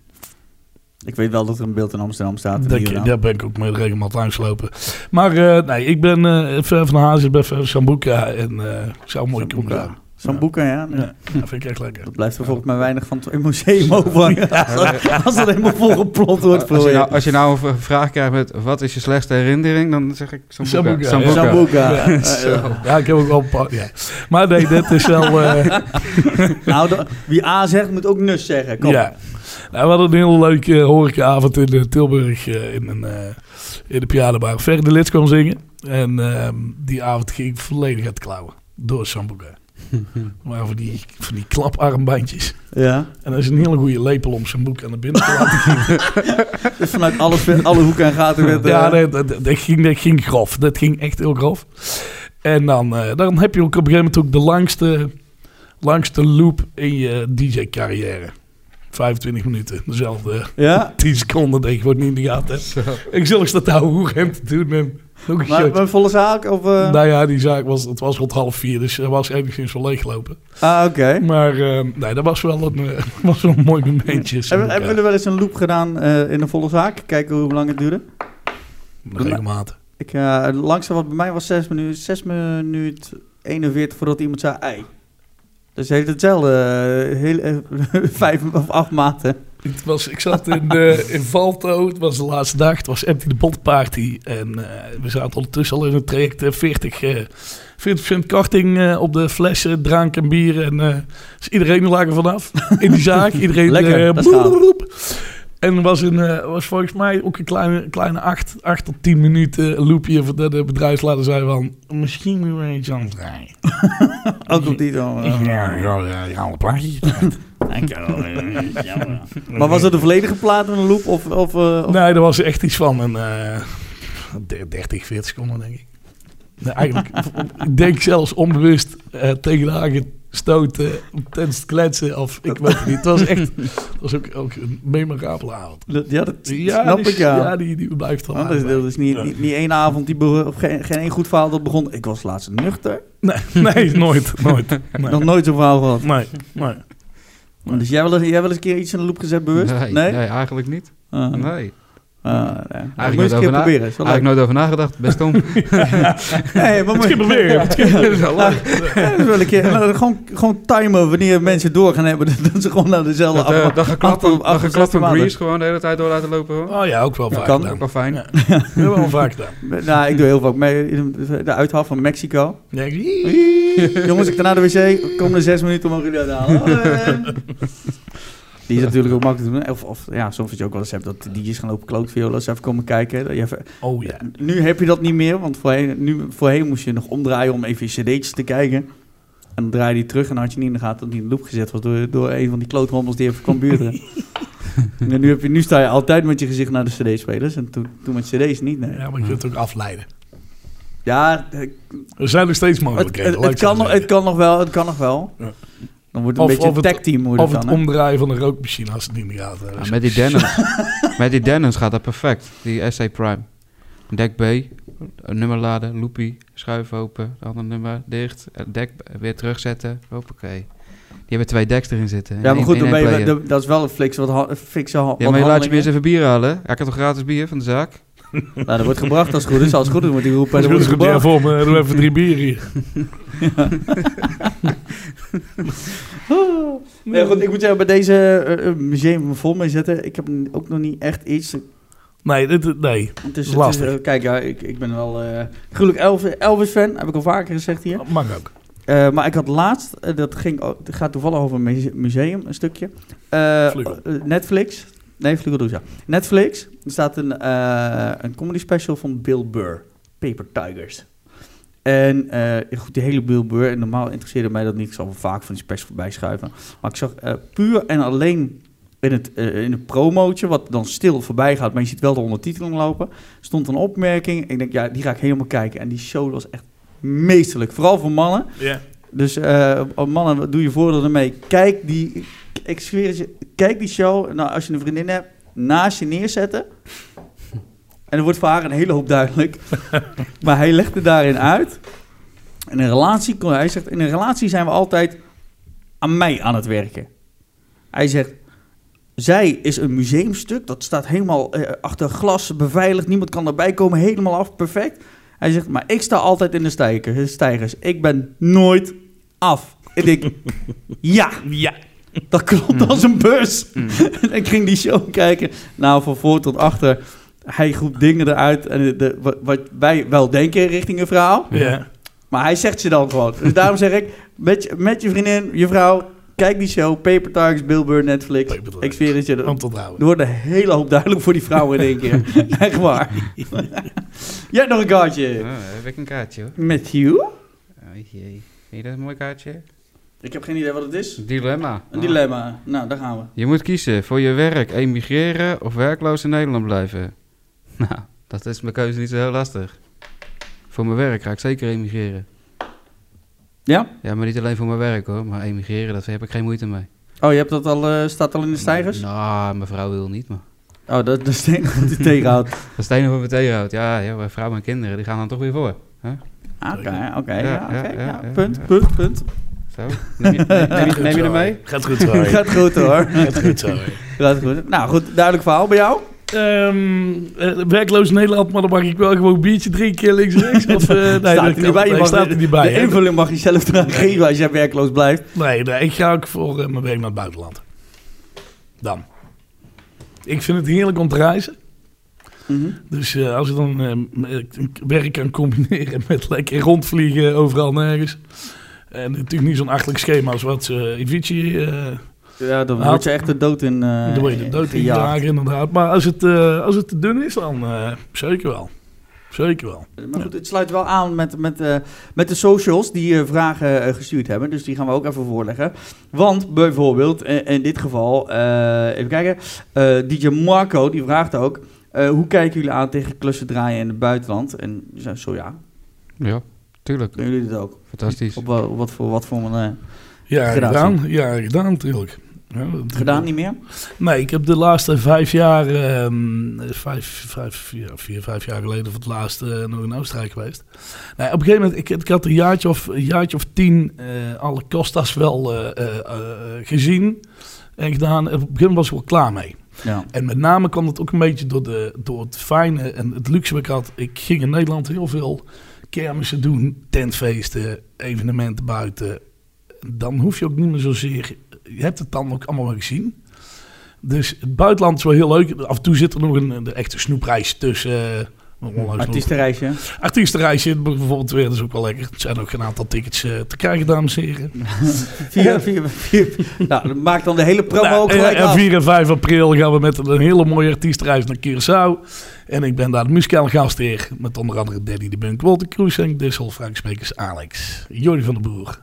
Ik weet wel dat er een beeld in Amsterdam staat. Denk, je, daar ben ik ook mee regelmatig langs gelopen. Maar uh, nee, ik ben uh, fan van Hazes, ik ben fan van Sambuca. En uh, zou mooi kunnen zijn. Sambuca, ja. Ja, dat vind ik echt lekker. Dat blijft er volgens mij weinig van het museum over. Als, dat, als dat helemaal volgeplot wordt. Als je, nou, als je nou een vraag krijgt met wat is je slechtste herinnering, dan zeg ik Sambuca. Sambuca, ja. Sambuca. Ja, Ja. ja, ik heb ook wel een paar. Ja. Maar nee, dit is wel. Uh, Nou, de, wie A zegt, moet ook nus zeggen. Kom. ja. Nou, we hadden een hele leuke uh, horecaavond in uh, Tilburg uh, in, een, uh, in de pianobar. Ferry de Lits kwam zingen. En uh, die avond ging ik volledig uit de klauwen. Door Sambuca. Maar van die, van die klaparmbandjes. Ja. En dat is een hele goede lepel om zijn boek aan de binnen te laten gaan. Dus vanuit alle, alle hoeken en gaten werd... Uh, Ja, dat, dat, dat, ging, dat ging grof. Dat ging echt heel grof. En dan, uh, dan heb je ook op een gegeven moment ook de langste, langste loop in je D J-carrière. vijfentwintig minuten. Dezelfde ja? tien seconden dat je gewoon niet in de gaten hebt. Ik zal eens dat oude hoerem te doen met ook een Maar, shot. maar volle zaak? Of, uh... Nou ja, die zaak was, het was rond half vier, dus hij was enigszins wel leeggelopen. Ah, oké. Okay. Maar uh, nee, dat was wel een, uh, was wel een mooi momentje. Hebben, hebben we er wel eens een loop gedaan uh, in een volle zaak? Kijken hoe lang het duurde? Regelmatig. Ik, uh, het langste wat bij mij was zes minuten, zes minuten eenenveertig voordat iemand zei ei. Dus hij heeft hetzelfde, uh, heel, uh, vijf of acht maanden. Het was, ik zat in, uh, in Valto, het was de laatste dag, het was Empty the Bot Party. En uh, we zaten ondertussen al in het traject uh, veertig, uh, veertig procent korting uh, op de flessen, drank en bier. En uh, dus iedereen lag er vanaf in die zaak. Iedereen Lekker, uh, dat is gaaf. En er was, een, uh, was volgens mij ook een kleine, kleine acht, acht tot tien minuten loopje voor de, de bedrijfsleider zei van, misschien moeten we iets anders draaien. Ook op die dan. Uh, Ja, ja, ja, ja, een plaatje. Maar was het een volledige plaat met een loop? Of, of, uh, of... Nee, dat was echt iets van een uh, dertig, veertig seconden, denk ik. Nee, eigenlijk, ik denk zelfs onbewust uh, tegen de aangestoten, tijdens het kletsen, of ik weet het niet. Het was echt, het was ook, ook een memorabele avond. Ja, dat Ja, snap die, ik, ja. ja die, die blijft wel. Want dat is, dat is niet, niet, niet één avond, die begon, of geen, geen één goed verhaal dat begon. Ik was laatst nuchter. Nee, nee, nooit, nooit. Nee. Nog nooit zo'n verhaal gehad. Nee, nee. Dus jij wel, eens, jij wel eens een keer iets in de loop gezet bewust? Nee, nee? nee eigenlijk niet. Uh, Nee. Uh, nee. Eigenlijk, nooit nooit over, na- eigenlijk nooit over nagedacht, best om. Nee, maar moet je proberen. Dat is wel leuk. Ja, wil ik je, nou, gewoon, gewoon timen wanneer mensen door gaan hebben. Dat ze gewoon naar dezelfde Dat, uh, af, dat geklap af, van, geklap van Grease gewoon de hele tijd door laten lopen. Hoor. Oh ja, ook wel ja, vaak kan. gedaan. Ook wel fijn. Ja. Heel wel vaak gedaan. Nou, ik doe heel vaak mee in de uithaal van Mexico. Ja, Jongens, ik ga naar de wc. Komende zes minuten mogen jullie uithalen. Die is natuurlijk ook makkelijk te doen. Of, of ja, soms dat je ook wel eens hebt dat de D J's gaan lopen klootviolen. Even komen kijken. Je even, oh ja. Nu heb je dat niet meer, want voorheen, nu, voorheen moest je nog omdraaien om even je cd'tjes te kijken. En dan draai je die terug en dan had je niet in de gaten dat die in de loop gezet was door, door een van die kloothommels die even kwam buurten. En nu, heb je, nu sta je altijd met je gezicht naar de cd-spelers en toen, toen met cd's niet. Nee. Ja, maar je kunt het ook afleiden. Ja, er zijn nog steeds het, mogelijkheden. het, het, kan, nog, het kan nog wel, het kan nog wel. Ja. Dan wordt het een of, beetje of een tag-team. Of het dan, omdraaien van een rookmachine als het niet meer gaat. Ja, met die Denons, met die Denons gaat dat perfect. Die S A Prime. Deck B, een nummer laden, loopie, schuif open, de andere nummer dicht, deck weer terugzetten. Hoppakee. Die hebben twee decks erin zitten. Ja, maar in, goed, in dan ben je, player. de, dat is wel een fix wat ha- fixe ha- Ja, maar je laat je weer eens even bier halen. Ja, ik heb toch gratis bier van de zaak? Nou, dat wordt gebracht als het goed is. Als het goed is, wordt die roepen. Als het goed is, goed, ja, voor me. Doe even drie bier hier. Nee, goed, ik moet zeggen, bij deze uh, museum vol mee zetten. Ik heb ook nog niet echt iets. Nee, dit, nee. Het is lastig. Het is, uh, kijk, ja, ik, ik ben wel uh, gruwelijk Elvis, Elvis-fan. Heb ik al vaker gezegd hier. Mag ook. Uh, maar ik had laatst, uh, dat ging, oh, het gaat toevallig over een museum, een stukje. Uh, uh, Netflix. Nee, Vlugeldoes, ja. Netflix. Er staat een, uh, een comedy special van Bill Burr. Paper Tigers. En uh, goed, die hele Bill Burr. En normaal interesseerde mij dat niet. Ik zal wel vaak van die special voorbij schuiven. Maar ik zag uh, puur en alleen in het, uh, in het promootje, wat dan stil voorbij gaat, maar je ziet wel de ondertiteling lopen, stond een opmerking. Ik denk, ja, die ga ik helemaal kijken. En die show was echt meesterlijk. Vooral voor mannen. Yeah. Dus uh, mannen, doe je voordeel ermee. Kijk die, ik zweer het je, kijk die show. Nou, als je een vriendin hebt, naast je neerzetten. En er wordt voor haar een hele hoop duidelijk. Maar hij legde daarin uit. In een relatie, hij zegt, in een relatie zijn we altijd aan mij aan het werken. Hij zegt, zij is een museumstuk. Dat staat helemaal uh, achter glas, beveiligd. Niemand kan erbij komen, helemaal af, perfect. Hij zegt, maar ik sta altijd in de stijgers. stijgers. Ik ben nooit af. Ik denk, ja, ja. Dat klopt mm. als een bus. Mm. En ik ging die show kijken. Nou, van voor tot achter. Hij groept dingen eruit. En de, de, wat, wat wij wel denken richting een vrouw. Yeah. Maar hij zegt ze dan gewoon. Dus daarom zeg ik, met je, met je vriendin, je vrouw, kijk die show. Paper Tigers, Bill Burr, Netflix. Ik zweer het je. Er, er wordt een hele hoop duidelijk voor die vrouwen in één keer. Echt waar. Jij hebt nog een kaartje. Oh, heb ik een kaartje hoor. Matthew? Oh, jee. Vind je dat een mooi kaartje? Ik heb geen idee wat het is. Een dilemma. Een oh. dilemma. Nou, daar gaan we. Je moet kiezen voor je werk emigreren of werkloos in Nederland blijven. Nou, dat is mijn keuze niet zo heel lastig. Voor mijn werk ga ik zeker emigreren. Ja? Ja, maar niet alleen voor mijn werk hoor. Maar emigreren, daar heb ik geen moeite mee. Oh, je hebt dat al, uh, staat al in de stijgers? Nou, mijn vrouw wil niet, maar... Oh, dat, dat is het enige wat je tegenhoudt. Dat is het enige wat me tegenhoudt. Ja, ja, mijn vrouw en kinderen, die gaan dan toch weer voor. Oké, oké, oké. Punt, punt, punt. Zo, neem je, neem, neem, neem je er mee? Gaat goed hoor. Gaat goed hoor. Gaat goed zo. Gaat goed. Nou goed, duidelijk verhaal bij jou. Um, uh, werkloos in Nederland, maar dan mag ik wel gewoon een biertje drinken links rechts. Of, uh, nee, staat er niet bij. Je nee, mag staat er niet bij. De invulling mag je zelf eraan geven als jij werkloos blijft. Nee, nee, ik ga ook voor uh, mijn werk naar het buitenland. Dan. Ik vind het heerlijk om te reizen. Mm-hmm. Dus uh, als ik dan uh, werk kan combineren met lekker rondvliegen overal nergens. En natuurlijk niet zo'n achterlijk schema als wat uh, Ivici... Uh, Ja, dan word je echt de dood in uh, Dan word je de dood in jagen, inderdaad. Maar als het, uh, als het te doen is, dan uh, zeker wel. Zeker wel. Maar goed, het sluit wel aan met, met, uh, met de socials die uh, vragen uh, gestuurd hebben. Dus die gaan we ook even voorleggen. Want bijvoorbeeld, in, in dit geval, uh, even kijken. Uh, D J Marco, die vraagt ook... Uh, hoe kijken jullie aan tegen klussen draaien in het buitenland? En zo ja. Ja, tuurlijk. Doen jullie dit ook? Fantastisch. Op, op wat voor wat voor een... Uh, Ja, gedaan. Ja, gedaan natuurlijk. Ja, gedaan niet meer? Nee, ik heb de laatste vijf jaar, um, vijf, vijf, ja, vier, vijf jaar geleden voor het laatst uh, nog in Oostenrijk geweest. Nee, op een gegeven moment, ik, ik had een jaartje of, een jaartje of tien uh, alle Costas wel uh, uh, uh, gezien en gedaan. Op een gegeven moment was ik wel klaar mee. Ja. En met name kwam het ook een beetje door, de, door het fijne en het luxe wat ik had. Ik ging in Nederland heel veel kermissen doen, tentfeesten, evenementen buiten. Dan hoef je ook niet meer zozeer... Je hebt het dan ook allemaal wel gezien. Dus het buitenland is wel heel leuk. Af en toe zit er nog een, een echte snoepreis tussen... Artiestenreisje. Artiestenreisje bijvoorbeeld weer, dat is ook wel lekker. Er zijn ook een aantal tickets uh, te krijgen, dames en heren. vier, vier, vier, nou, dat maakt dan de hele promo nou, ook gelijk en, af. En vier en vijf april gaan we met een hele mooie artiestenreis naar Curaçao. En ik ben daar de muzikaal gastheer. Met onder andere Daddy de Bunk, Walter Kroes en Dissel, Frank Sprekers, Alex, Jordi van den Boer.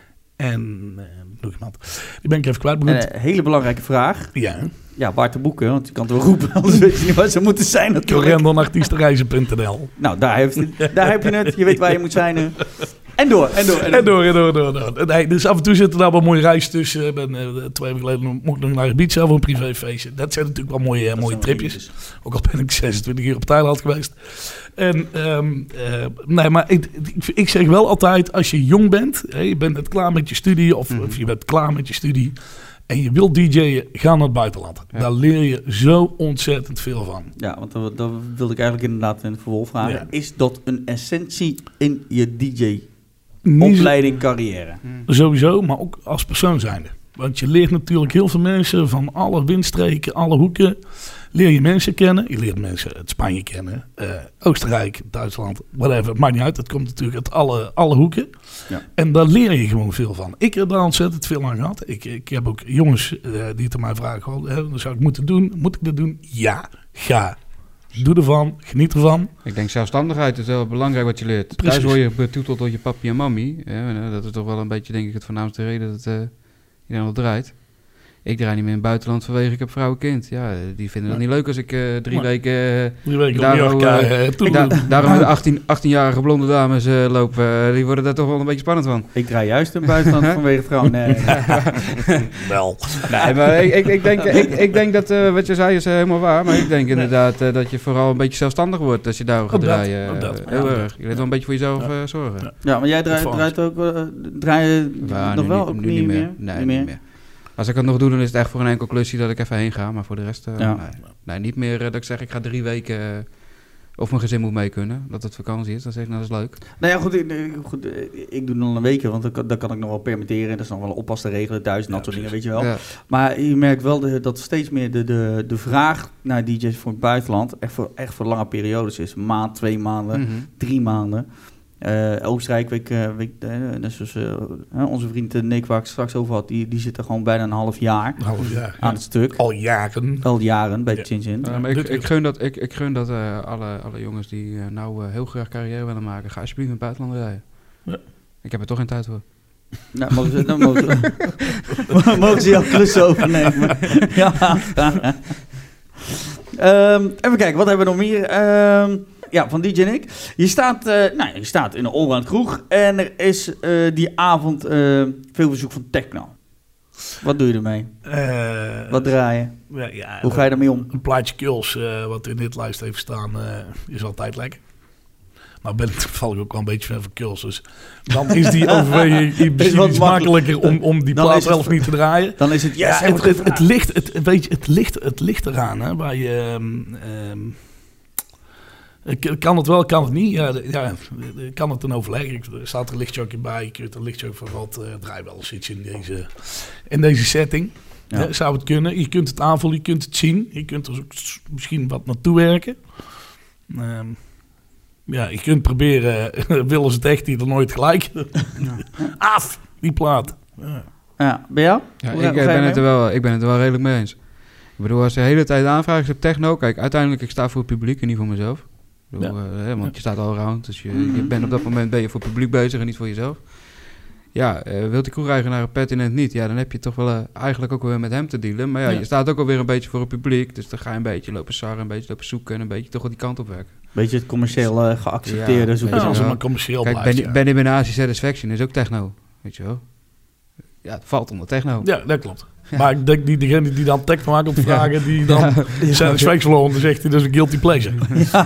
En uh, nog iemand. Die ben ik even kwijt. Een uh, hele belangrijke vraag. Ja. Ja, waar te boeken, want je kan het wel roepen, anders weet je niet wat ze moeten zijn natuurlijk. Correndonartiestenreizen punt n l Nou, daar, heeft het, daar heb je het. Je weet waar je moet zijn nu. En door, en door. En door, en door, en door. En door. Nee, dus af en toe zitten daar wel mooie reis tussen. Ik ben, uh, twee weken geleden mocht ik nog naar Ibiza voor een privéfeestje. Dat zijn natuurlijk wel mooie, uh, mooie tripjes. Dus. Ook al ben ik zesentwintig uur op Thailand geweest. En, um, uh, nee, maar ik, ik, ik zeg wel altijd, als je jong bent, hè, je bent net klaar met je studie, of, mm-hmm. of je bent klaar met je studie, en je wilt D J'en, ga naar het buitenland. Ja. Daar leer je zo ontzettend veel van. Ja, want dat, dat wilde ik eigenlijk inderdaad in het vervolg vragen. Ja. Is dat een essentie in je D J-opleiding, carrière? Hmm. Sowieso, maar ook als persoon zijnde. Want je leert natuurlijk heel veel mensen van alle windstreken, alle hoeken. Leer je mensen kennen. Je leert mensen uit Spanje kennen. Uh, Oostenrijk, Duitsland, whatever. Het maakt niet uit. Het komt natuurlijk uit alle, alle hoeken. Ja. En daar leer je gewoon veel van. Ik heb daar ontzettend veel aan gehad. Ik, ik heb ook jongens uh, die het aan mij vragen. Oh, dat zou ik moeten doen. Moet ik dat doen? Ja, ga. Doe ervan. Geniet ervan. Ik denk zelfstandigheid is wel belangrijk wat je leert. Precies. Thuis word je betuteld door je papi en mami. Ja, dat is toch wel een beetje denk ik het voornaamste reden dat uh, iedereen al draait. Ik draai niet meer in het buitenland vanwege ik heb vrouw en kind. Ja, die vinden het ja. niet leuk als ik uh, drie maar, weken... Uh, drie weken daar op uh, da, Daarom de achttien, achttienjarige blonde dames uh, lopen. Uh, die worden daar toch wel een beetje spannend van. Ik draai juist in het buitenland vanwege vrouw. Nee. Wel. Nee, maar ik, ik, ik, denk, ik, ik denk dat uh, wat je zei is uh, helemaal waar. Maar ik denk inderdaad uh, dat je vooral een beetje zelfstandig wordt als je daarover gaat draaien. Uh, dat, heel ja, erg. Je moet wel een beetje voor jezelf ja. uh, zorgen. Ja. ja, maar jij draait, draait ook... Uh, draai je ja, nog nu, wel? Nu, ook nu niet, niet meer? Nee, niet meer. Niet meer. Als ik het nog doe, dan is het echt voor een enkel klusje dat ik even heen ga. Maar voor de rest, uh, ja. nee. nee, niet meer uh, dat ik zeg ik ga drie weken... Uh, of mijn gezin moet mee kunnen, dat het vakantie is. Dan zeg ik, nou, dat is leuk. Nou ja, goed, ik, goed, ik doe dan een week, want dat kan, dat kan ik nog wel permitteren. Dat is nog wel een oppas te regelen thuis en dat ja, soort dingen, weet je wel. Ja. Maar je merkt wel de, dat steeds meer de, de, de vraag naar D J's voor het buitenland... echt voor, echt voor lange periodes is. Een maand, twee maanden, mm-hmm. drie maanden... Uh, Oostenrijk, weet, uh, weet, uh, net zoals uh, onze vriend uh, Nick, waar ik straks over had, die, die zit er gewoon bijna een half jaar, een half jaar aan ja. het stuk. Al jaren. Al jaren bij ja. Chin Chin. Uh, maar ik, ik gun dat, ik, ik gun dat uh, alle, alle jongens die uh, nou uh, heel graag carrière willen maken, ga alsjeblieft in het buitenland rijden. Ja. Ik heb er toch geen tijd voor. Nou, mogen ze, dan mogen ze, mogen ze jouw klus overnemen. ja. um, even kijken, wat hebben we nog meer? Um, Ja, van D J Nick. Je staat, uh, nou, je staat in een allround kroeg en er is uh, die avond uh, veel verzoek van techno. Wat doe je ermee? Uh, wat draai je? Ja, ja, Hoe ga je daarmee om? Een plaatje Kills, uh, wat in dit lijst heeft staan, uh, is altijd lekker. Nou ben ik toevallig ook wel een beetje fan van Kills, dus dan is die overweging iets makkelijker, makkelijker om, om die plaat zelf het, niet te draaien. Dan is het, yes, ja, het, het, het, het, ligt, het, weet je, het, ligt, het ligt eraan, hè, waar je... Um, um, kan het wel, kan het niet. Ja, ja, kan het een overleg. Er staat er een lichtjockey bij. Je kunt een lichtjockey van wat uh, draai wel eens iets in deze, in deze setting. Ja. Ja, zou het kunnen. Je kunt het aanvoelen, je kunt het zien. Je kunt er ook misschien wat naartoe werken. Um, ja, je kunt proberen, willen ze het echt, die er nooit gelijk. Ja. Af, die plaat. Ja, ja bij jou? Ja, ik, ben het er wel, ik ben het er wel redelijk mee eens. Ik bedoel, als je de hele tijd aanvraagt, je techno. Kijk, uiteindelijk, ik sta voor het publiek en niet voor mezelf. Bedoel, ja. uh, hè, want je staat al around, dus je, mm-hmm. je bent op dat moment ben je voor het publiek bezig en niet voor jezelf. Ja, uh, wilt die kroegeigenaar een pertinent niet, ja, dan heb je toch wel uh, eigenlijk ook weer met hem te dealen. Maar ja, ja, je staat ook alweer een beetje voor het publiek, dus dan ga je een beetje lopen sarren, een beetje lopen zoeken en een beetje toch wel die kant op werken. Beetje het commercieel uh, geaccepteerde ja, zoeken. Ja, als het maar commercieel Kijk, blijft. Benny, ja. Benny Benassi Satisfaction is ook techno, weet je wel. Ja, het valt onder techno. Ja, dat klopt. Ja. Maar ik denk, die, degene die dan techno aan komt vragen, ja. die dan ja. zijn sfeer verloren. Dan zegt hij, dat is een guilty pleasure. Ja,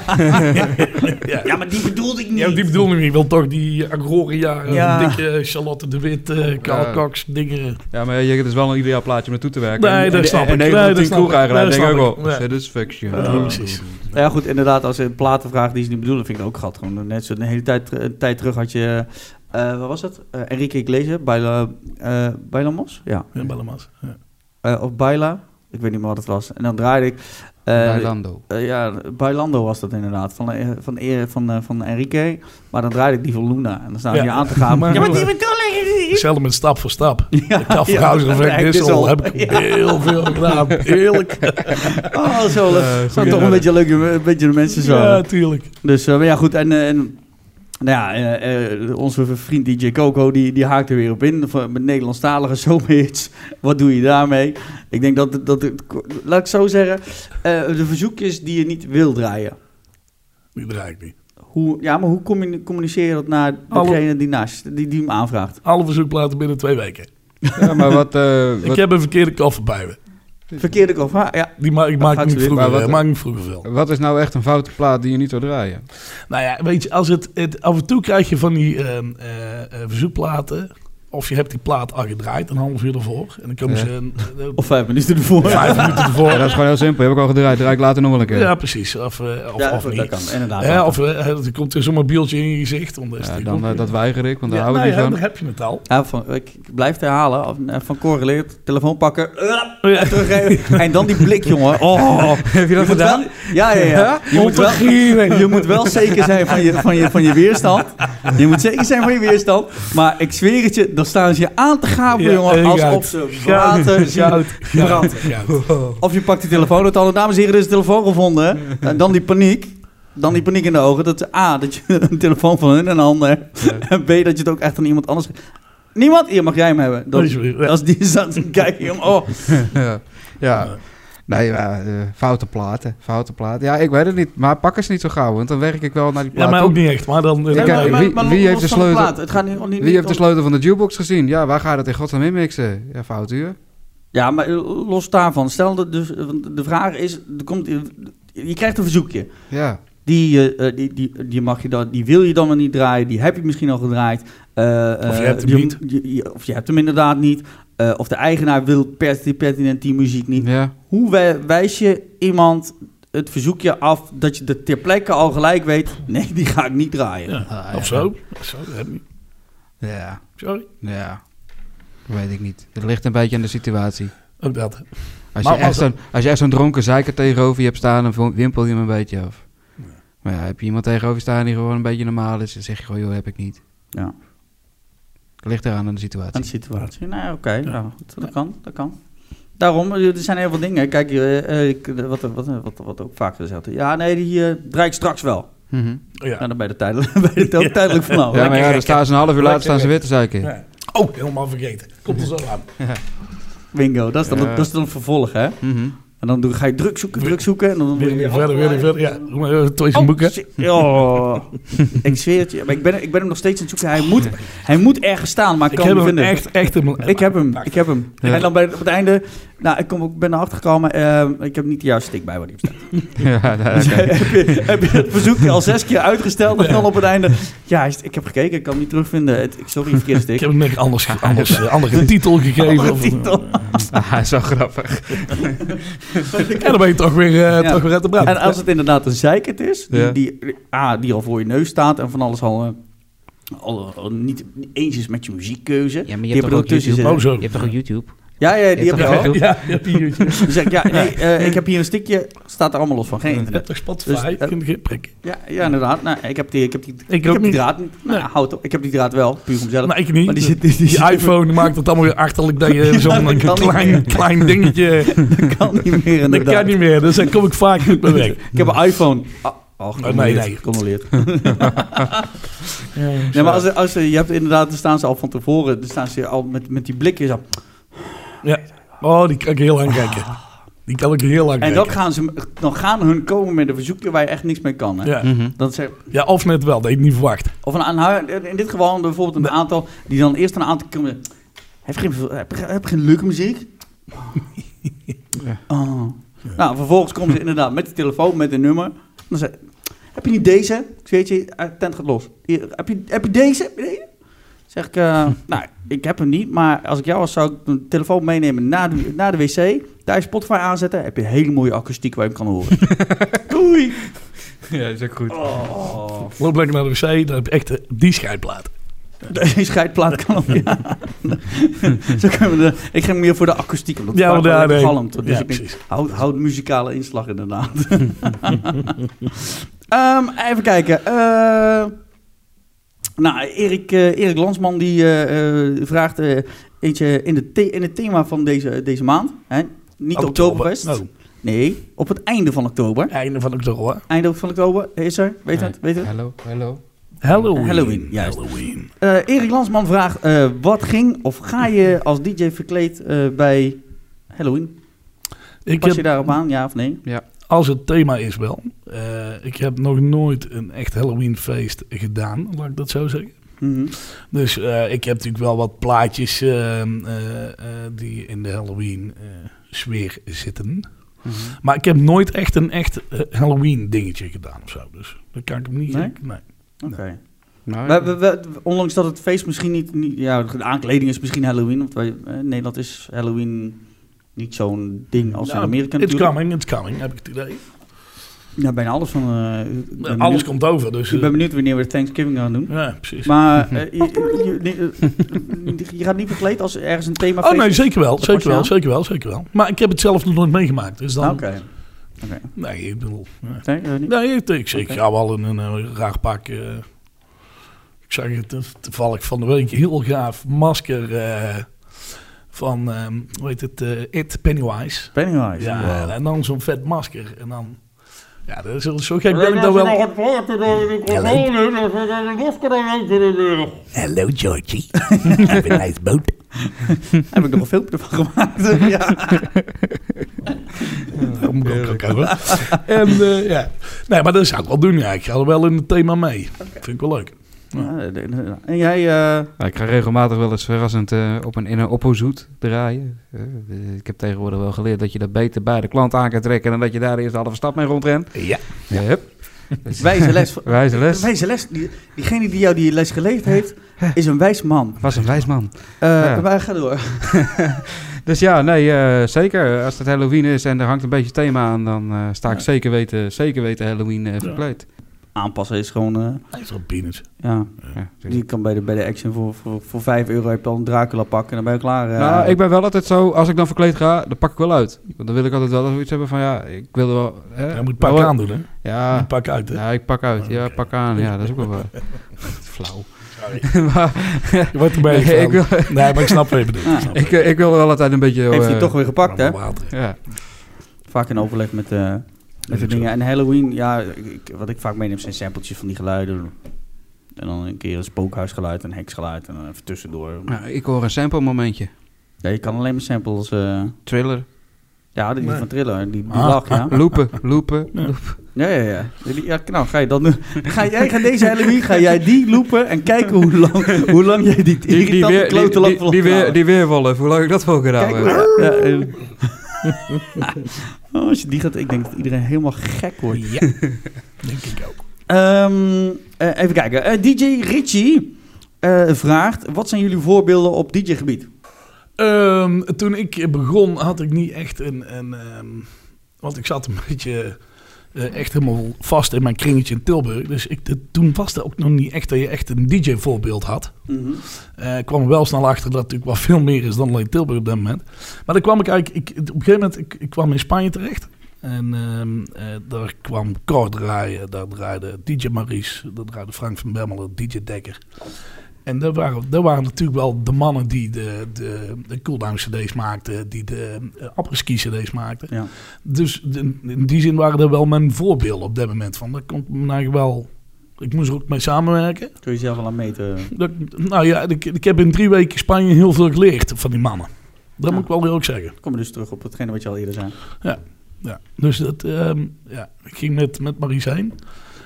ja. ja maar die bedoelde ik niet. Ja, die bedoelde ik niet. Ik wil toch die Agoria, ja. dikke Charlotte de Wit, uh, Karl uh, Cox, dingen. Ja, maar je, het is wel een ideaal plaatje om naartoe te werken. Nee, dat snap ik. En negen van tien kroegeigenaren denk ik ook wel. Satisfaction. Precies. Ja, goed, inderdaad, als je een platen vraagt die ze niet bedoelen, vind ik ook gat. Gewoon net zo een hele tijd, een tijd terug had je... Uh, wat was het? Uh, Enrique Iglesias, Baila, uh, Bailamos? Ja. Ja, Bailamos. Ja. Uh, of Baila, ik weet niet meer wat het was. En dan draaide ik... Uh, Bailando. Uh, ja, Bailando was dat inderdaad, van, uh, van, uh, van, uh, van Enrique. Maar dan draaide ik die van Luna. En dan staan ze ja. hier aan te gaan. Maar, ja, maar die bedoel ik... Hetzelfde met stap voor stap. Ja, de Kafferhauser ja, effect Dissel heb ik ja. heel veel gedaan. Heerlijk. Oh, zo. Uh, zo toch een beetje leuk, een beetje de mensen zo. Ja, tuurlijk. Dus, uh, maar ja, goed. En... Uh, en nou ja, uh, uh, onze vriend D J Coco, die, die haakt er weer op in. Met Nederlandstalige zomerhits. Wat doe je daarmee? Ik denk dat, dat, dat laat ik zo zeggen, uh, de verzoekjes die je niet wil draaien. Die draai ik niet. Hoe, ja, maar hoe communiceer je dat naar degene Alle, die, naast, die, die hem aanvraagt? Alle verzoekplaten binnen twee weken. Ja, maar wat, uh, ik wat... heb een verkeerde koffer bij me. Verkeerde koffer, ja. Die ma- ik maak niet vroeger, wat, maak niet vroeger veel. Wat is nou echt een foute plaat die je niet zou draaien? Nou ja, weet je, als het, het af en toe krijg je van die uh, uh, uh, verzoekplaten. Of je hebt die plaat al gedraaid, een half uur ervoor. En dan komen ja. ze... Uh, of vijf minuten ervoor. Vijf minuten ervoor. Ja, dat is gewoon heel simpel. Je hebt ook al gedraaid. Draai ik later nog wel een keer. Ja, precies. Of, uh, of, ja, of niet. Dat kan, inderdaad. Ja, of uh, er komt er zo'n mobieltje in je gezicht. Ja, dan, uh, dat weiger ik, want daar ja, hou ik nou, niet ja, van. Dan heb je het al. Ja, van, ik blijf het herhalen. Van correleerd, telefoon pakken. Uh, ja. Teruggeven. En dan die blik, jongen. Oh, heb je dat je gedaan? Wel, ja, ja, ja. Je moet, wel, je moet wel zeker zijn van je, van, je, van je weerstand. Je moet zeker zijn van je weerstand. Maar ik zweer het je, dan staan ze je aan te gaven, ja, jongen. Alsof ze water zien branden. Of je pakt die telefoon uit handen. Dames en heren, er is een telefoon gevonden. En dan die paniek. Dan die paniek in de ogen. Dat ze A, dat je een telefoon van hun in de handen hebt. Ja. En B, dat je het ook echt aan iemand anders... Niemand? Hier mag jij hem hebben. Dat, ja. Als die staat te kijken, jongen. Oh. Ja. ja. Nee, uh, foute platen. Foute platen. Ja, ik weet het niet. Maar pak eens niet zo gauw. Want dan werk ik wel naar die plaat. Ja, maar ook niet echt. Maar dan... Uh, Kijk, wie, wie, wie heeft de sleutel... Het gaat niet, niet, wie heeft de sleutel van de jukebox gezien? Ja, waar gaat het in godsnaam inmixen? Ja, fout uur. Ja, maar los daarvan. Stel, de, de, de vraag is... Er komt, je krijgt een verzoekje. Ja. Die, uh, die, die, die, mag je dan, die wil je dan nog niet draaien. Die heb je misschien al gedraaid. Uh, of je hebt hem die, niet. Die, of je hebt hem inderdaad niet. Uh, of de eigenaar wil pertinent die muziek niet. Ja. Hoe wij, wijs je iemand het verzoekje af dat je de ter plekke al gelijk weet... Nee, die ga ik niet draaien. Ja. Ah, of ja. zo. Zo, dat heb ik niet. Ja. Sorry? Ja. Dat weet ik niet. Het ligt een beetje aan de situatie. Ook dat. Als, maar, je echt zo'n, als je echt zo'n dronken zeiker tegenover je hebt staan... dan wimpel je hem een beetje af. Ja. Maar ja, heb je iemand tegenover staan die gewoon een beetje normaal is... dan zeg je gewoon, joh, heb ik niet. Ja. Het ligt eraan aan de situatie. Aan de situatie. Nou, oké. Okay. Ja. Nou, dat kan, dat kan. Daarom, er zijn heel veel dingen. Kijk, uh, ik, wat, wat, wat, wat ook vaak gezegd wordt. Ja, nee, die uh, draai ik straks wel. Mm-hmm. Ja. Nou, dan ben je er tijdelijk, ben je er ook ja. tijdelijk vanaf. Ja, maar ja, dan staan ze een half uur later staan ze weer te zeiken. Ja. Oh, helemaal vergeten. Komt er zo aan. Ja. Bingo, dat is dan, ja. dat is dan een vervolg, hè? Mm-hmm. En dan ga je druk zoeken, druk zoeken. En dan weer, weer verder, weer verder. Ja, doe maar twee zijn boeken. Oh, ik zweer het je. Maar ik ben, ik ben hem nog steeds aan het zoeken. Hij moet, hij moet ergens staan, maar ik, ik kan hem vinden. Echt, echt hem, ik heb hem, ik heb hem. Ja. En dan bij, op het einde... Nou, ik, kom, ik ben erachter gekomen. Uh, ik heb niet de juiste stick bij waar die op staat. Ja, nou, dus, okay. heb, je, heb je het verzoekje al zes keer uitgesteld en ja. dan op het einde... Ja, ik heb gekeken, ik kan hem niet terugvinden. Het, sorry, verkeerde stick. Ik heb hem net anders, anders, uh, andere titel gegeven. Andere of, titel. Ah, hij is zo grappig. En dan ben je toch weer, uh, ja. toch weer uit de brand. En als het inderdaad een zeikert is, die, ja. die, ah, die al voor je neus staat en van alles al... Uh, al, al niet eens is met je muziekkeuze. Ja, maar je hebt toch ook YouTube? Oh, zo. Je hebt toch ook YouTube? Ja, ja, die heb je ook. Ja, je hebt YouTube. Dan zeg ik, ja, nee, uh, ik heb hier een stukje, staat er allemaal los van, geen internet. Je hebt toch Spotify, dus, uh, kun je prikken. Ja, ja, inderdaad. Nou, ik heb die, ik heb die, ik ik heb die niet. draad niet. Nou, nee. houd op. Ik heb die draad wel, puur om mezelf. Maar ik niet. Maar die, die, zit, die, die, die iPhone die maakt het allemaal weer achterlijk dat je zo'n ja, dat klein, klein dingetje... Dat kan niet meer, inderdaad. Dat kan niet meer, dus daar kom ik vaak niet mee weg. Ik heb een iPhone... Oh, oh, oh nee, nee. Gecondoleerd. Ja, ja, maar als, als, je hebt inderdaad, dan staan ze al van tevoren, dan staan ze al met, met die blikjes op. Ja. Oh, die kan ik heel lang kijken. Die kan ik heel lang en kijken. En dan gaan, ze, dan gaan hun komen met een verzoekje waar je echt niks mee kan. Hè? Ja. Mm-hmm. Dat is, ja, of net wel, dat je het niet verwacht. Of een, in dit geval bijvoorbeeld een aantal, die dan eerst een aantal komen... Heb je geen, heb, je- heb je geen leuke muziek? Ja. Oh. Nou, vervolgens komen ze inderdaad met die telefoon, met een nummer. Dan zei heb je niet deze? Ik weet je, uh, tent gaat los. Hier, heb, je, heb je deze? Heb je deze? Zeg ik, uh, nou, ik heb hem niet, maar als ik jou was, zou ik een telefoon meenemen naar de, naar de wc. Daar je Spotify aanzetten, heb je een hele mooie akoestiek waar je hem kan horen. Doei! Ja, dat is ook goed. Oh. Loop lekker naar de wc, dan heb je echt uh, die scheidplaat. Die scheidplaat kan op, ja. Zo kunnen we de, ik ging meer voor de akoestiek, omdat het Ja, vaak maar wel daar, lekker nee. galmt. Dus Ja, ik denk, precies. houd, houd muzikale inslag inderdaad. um, even kijken. Uh, nou, Erik, uh, Erik Lansman die uh, uh, vraagt uh, eentje in, de the- in het thema van deze, deze maand. Hè? Niet Oktober. Oktoberfest. Oh, Nee, op het einde van oktober. einde van oktober. Einde van oktober is er. Weet je het? Weet je het? Hallo, hallo. Halloween. Halloween, juist. Halloween. Uh, Erik Lansman vraagt, uh, wat ging of ga je als D J verkleed uh, bij Halloween? Ik Pas je heb, daarop aan, ja of nee? als het thema is wel. Uh, ik heb nog nooit een echt Halloween feest gedaan, laat ik dat zo zeggen. Mm-hmm. Dus uh, ik heb natuurlijk wel wat plaatjes uh, uh, uh, die in de Halloween uh, sfeer zitten. Mhm. Maar ik heb nooit echt een echt uh, Halloween dingetje gedaan of zo. Dus dat kan ik hem niet Nee? zeggen. Nee. Oké. Okay. Nou, We, we, we, ondanks dat het feest misschien niet, niet... Ja, de aankleding is misschien Halloween. Want wij, eh, in Nederland is Halloween niet zo'n ding als in Nou, Amerika It's natuurlijk. coming, it's coming, heb ik het idee. Ja, bijna alles van... Uh, ik ben Alles benieuwd- komt over, dus... Ik ben uh, benieuwd wanneer we Thanksgiving gaan doen. ja, precies. Maar uh, je, je, je, je, je gaat niet verkleed als er ergens een thema Oh nee, zeker wel, Dat zeker was wel, jou? zeker wel, zeker wel. Maar ik heb het zelf nog nooit meegemaakt, dus dan... Ah, Oké. Oké. Nee, ik bedoel... ja. Nee, eh, niet? Nee, ik, ik, ik Oké. ga wel in een uh, raar pak. Uh, ik zag het uh, toevallig van de week heel gaaf masker uh, van, um, hoe heet het, uh, It Pennywise. Pennywise. Ja, Wow. en dan zo'n vet masker. En dan, ja, dat is, zo gek ben ik dan wel. Hello Georgie, have a nice boat. Heb ik nog een filmpje van gemaakt. Ja. Dat moet ik ook hebben. En uh, ja, nee, maar dat zou ik wel doen. Ja, ik ga er wel in het thema mee. Vind ik wel leuk. Ja, de- de- de- en jij... Uh, Ja, ik ga regelmatig wel eens verrassend uh, op een, in een oppozoet draaien. Uh, uh, ik heb tegenwoordig wel geleerd dat je dat beter bij de klant aan kan trekken... dan dat je daar eerst de halve stad mee rondrent. Ja. Yep. Dus- wijze les. Wijze les. Wijze les. Die, diegene die jou die les geleerd heeft, is een wijs man. Was een wijs man. Uh, Ja. Maar ga door. Dus ja, nee, uh, zeker. Als het Halloween is en er hangt een beetje thema aan... dan uh, sta ik Ja. zeker weten, zeker weten Halloween uh, verkleed. Aanpassen is gewoon... Uh, Hij is wel peanuts. ja, Ja. je kan bij de, bij de Action voor, voor, voor vijf euro heb je al een Dracula pak en dan ben je klaar. Uh, Nou, ik ben wel altijd zo, als ik dan verkleed ga, dan pak ik wel uit. Want dan wil ik altijd wel zoiets hebben van, ja, ik wil er wel... Hè, Hij moet pak wel- aandoen, hè? Ja, Moet pak uit, hè? ja, ik pak uit. Ja, Oké. pak aan. Ja, dat is ook wel waar. Flauw. Sorry. maar, Je wordt erbij. nee, ik, wil, Nee, maar ik snap wat je bedoelt. Ja. Ik snap ik, ik wil er wel altijd een beetje... heeft hij eh, toch weer gepakt, hè? Water. Ja. Vaak in overleg met, uh, met de ook dingen. zo. En Halloween, ja, ik, wat ik vaak meeneem zijn sampletjes van die geluiden. En dan een keer een spookhuisgeluid, een heksgeluid en dan even tussendoor. Nou, ik hoor een sample momentje. Ja, je kan alleen maar samples... Uh, Thriller. ja, die Nee. van Thriller, die, die Ah. lach, ja. Loopen, loopen. Ja. Ja, ja, ja. Die- ja nou, ga je dan doen. Ga jij gaan deze Halloween, ga jij die loopen en kijken hoe lang, hoe lang jij die Die, die, irritante weer, die, klote lach die, vol die, weer, houden. die weerwolf, hoe lang ik dat vol Kijk gedaan hoe... heb. Ja, en- oh, als je die gaat... Ik denk dat iedereen helemaal gek wordt. Ja, denk ik ook. Ehm, eh, even kijken. Eh, D J Richie eh, vraagt... Wat zijn jullie voorbeelden op D J-gebied? Um, toen ik begon had ik niet echt een... een um, want ik zat een beetje uh, echt helemaal vast in mijn kringetje in Tilburg. Dus ik, de, toen was het ook nog niet echt dat je echt een D J-voorbeeld had. Mm-hmm. Uh, ik kwam er wel snel achter dat het natuurlijk wel veel meer is dan alleen Tilburg op dat moment. Maar dan kwam ik eigenlijk... Ik, op een gegeven moment, ik, ik kwam in Spanje terecht. En um, uh, daar kwam Cor draaien. Daar draaide D J Maurice. Daar draaide Frank van Bemmelen, D J Dekker. En dat waren, dat waren natuurlijk wel de mannen die de, de, de cooldown cd's maakten. Die de uh, apres-ski cd's maakten. Ja. Dus de, in die zin waren dat wel mijn voorbeelden op dat moment. Van, dat komt me eigenlijk wel... Ik moest er ook mee samenwerken. Kun je zelf al aan meten? Dat, nou ja, ik, ik heb in drie weken Spanje heel veel geleerd van die mannen. Dat Ja. moet ik wel heel erg zeggen. Kom je dus terug op hetgene wat je al eerder zei. Ja, dus dat, um, ja, ik ging met, met Maurice heen.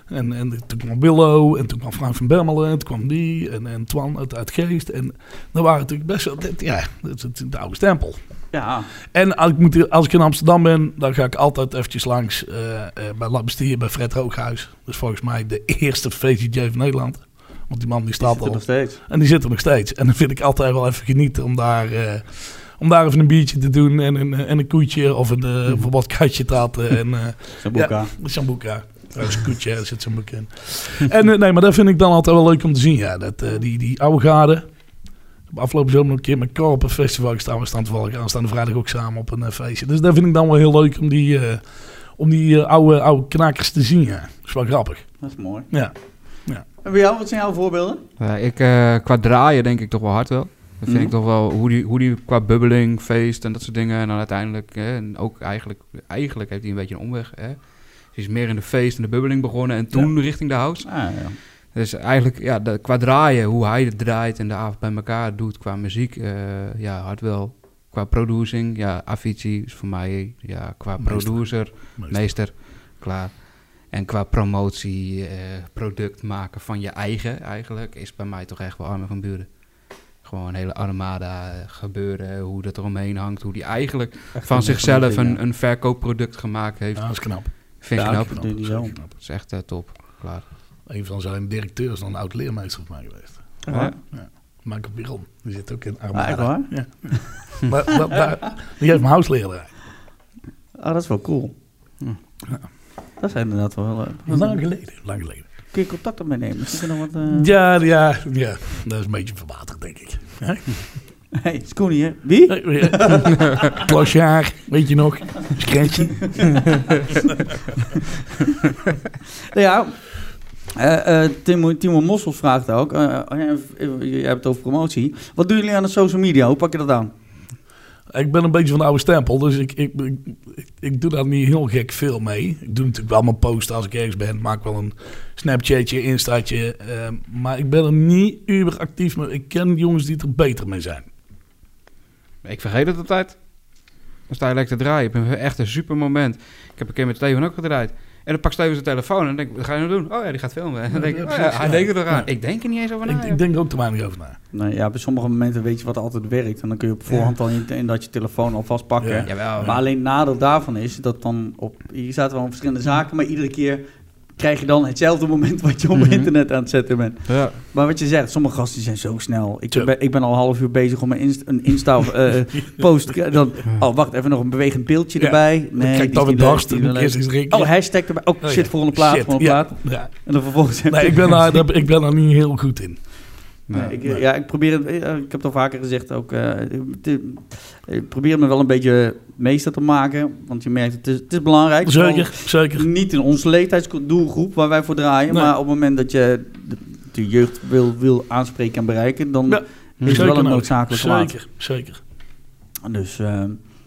En, en toen kwam Willow en toen kwam Frank van Bermelen, en toen kwam die en, en Twan uit, uit Geest. En dan waren natuurlijk best wel, dit, ja, dat is de oude stempel. Ja. En als ik, moet, als ik in Amsterdam ben, dan ga ik altijd eventjes langs uh, uh, bij La Bastille, bij Fred Hooghuis. Dat is volgens mij de eerste feestje van Nederland. Want die man die staat die zit al. nog steeds. En die zit er nog steeds. En dan vind ik altijd wel even genieten om daar, uh, om daar even een biertje te doen en een, en een koetje of een uh, mm. wat katje te aten. En, uh, Sambuca. Ja, Sambuca. Trouwens, een koetje, daar zit Sambuca in. En uh, nee, maar dat vind ik dan altijd wel leuk om te zien. Ja. Dat, uh, die, die oude garde. Afgelopen zomer nog een keer met Cor op een festival gestaan. We staan toevallig aanstaande vrijdag ook samen op een uh, feestje. Dus dat vind ik dan wel heel leuk om die, uh, om die uh, oude, oude knakers te zien. Ja. Dat is wel grappig. Dat is mooi. Ja. Ja. En bij jou, wat zijn jouw voorbeelden? Uh, ik, uh, qua draaien denk ik toch wel hard wel. Dat vind Mm. ik toch wel, hoe die, hoe die qua bubbeling, feest en dat soort dingen. En dan uiteindelijk, hè, en ook eigenlijk, eigenlijk heeft hij een beetje een omweg. Hè. Hij is meer in de feest en de bubbeling begonnen en toen ja. richting de house. Ah, ja. Dus eigenlijk, ja, de, qua draaien, hoe hij het draait en de avond bij elkaar doet qua muziek, uh, ja, hard wel. Qua producing, ja, Avicii is voor mij, ja, qua Meester. producer, meester. meester, klaar. En qua promotie, uh, product maken van je eigen eigenlijk, is bij mij toch echt wel Armin van Buuren. Gewoon een hele armada uh, gebeuren, hoe dat eromheen hangt, hoe die eigenlijk echt van zichzelf een, een, een verkoopproduct gemaakt heeft. Ja, dat is knap. Vind ik ja, knap. knap. Dat is, Dat knap. Dat is echt uh, top, klaar. Een van zijn directeurs is dan een oud leermeester van mij geweest. Ja. Ja. Michael Piron. Die zit ook in Ah, Armada. echt waar? Ja. maar, maar, maar, die heeft mijn house leren. Ah, dat is wel cool. Hm. Ja. Dat is inderdaad wel... Uh, lang geleden, lang geleden. Kun je contact op mij nemen? Is er nog wat... Uh... Ja, ja, ja, dat is een beetje verwaterd, denk ik. Hé, hey, Scoonie, hè? Wie? Klasjaar, weet je nog? Scratchy. Ja, uh, uh, Timo, Timo Mossels vraagt ook, uh, uh, je hebt het over promotie. Wat doen jullie aan de social media? Hoe pak je dat aan? Ik ben een beetje van de oude stempel, dus ik, ik, ik, ik, ik doe daar niet heel gek veel mee. Ik doe natuurlijk wel mijn posten als ik ergens ben. Maak wel een Snapchatje, Instaatje. Uh, maar ik ben er niet uber actief mee. Ik ken jongens die er beter mee zijn. Ik vergeet het altijd. Dan sta je lekker te draaien. Ik heb echt een super moment. Ik heb een keer met Steven ook gedraaid. En dan pak Steven zijn telefoon en dan denk ik, wat ga je nou doen? Oh ja, die gaat filmen. En dan denk ik, oh ja, hij denkt er nog aan. Ik denk er niet eens over na. Ik, ik denk er ook te weinig over na. Nou ja, bij sommige momenten weet je wat altijd werkt. En dan kun je op voorhand al in, in dat je telefoon alvast pakken. Ja. Jawel, Maar alleen nadeel daarvan is dat dan op... Hier zaten wel verschillende zaken, maar iedere keer krijg je dan hetzelfde moment wat je op Mm-hmm. internet aan het zetten bent. Ja. Maar wat je zegt, sommige gasten zijn zo snel. Ik ben, ik ben al een half uur bezig om een, inst, een Insta-post... Uh, dan, oh, wacht, even nog een bewegend beeldje Ja. erbij. Nee, Kijk dan weer dorst. En dan eerst eens drinken. Oh, hashtag erbij. Oh, Oh, shit, ja. volgende plaat, Shit, volgende ja. plaat. Ja. En dan vervolgens... Nee, ik ben, daar, daar- ik ben daar niet heel goed in. Nee, Nee. ik, ja, ik probeer het, ik heb het al vaker gezegd ook, uh, te, ik probeer me wel een beetje meester te maken, want je merkt, het is, het is belangrijk. Zeker, zeker. Niet in onze leeftijdsdoelgroep waar wij voor draaien, Nee. maar op het moment dat je de, de jeugd wil, wil aanspreken en bereiken, dan Ja, is het zeker wel een nodig. noodzakelijk kwaad. Zeker, zeker. Dus uh,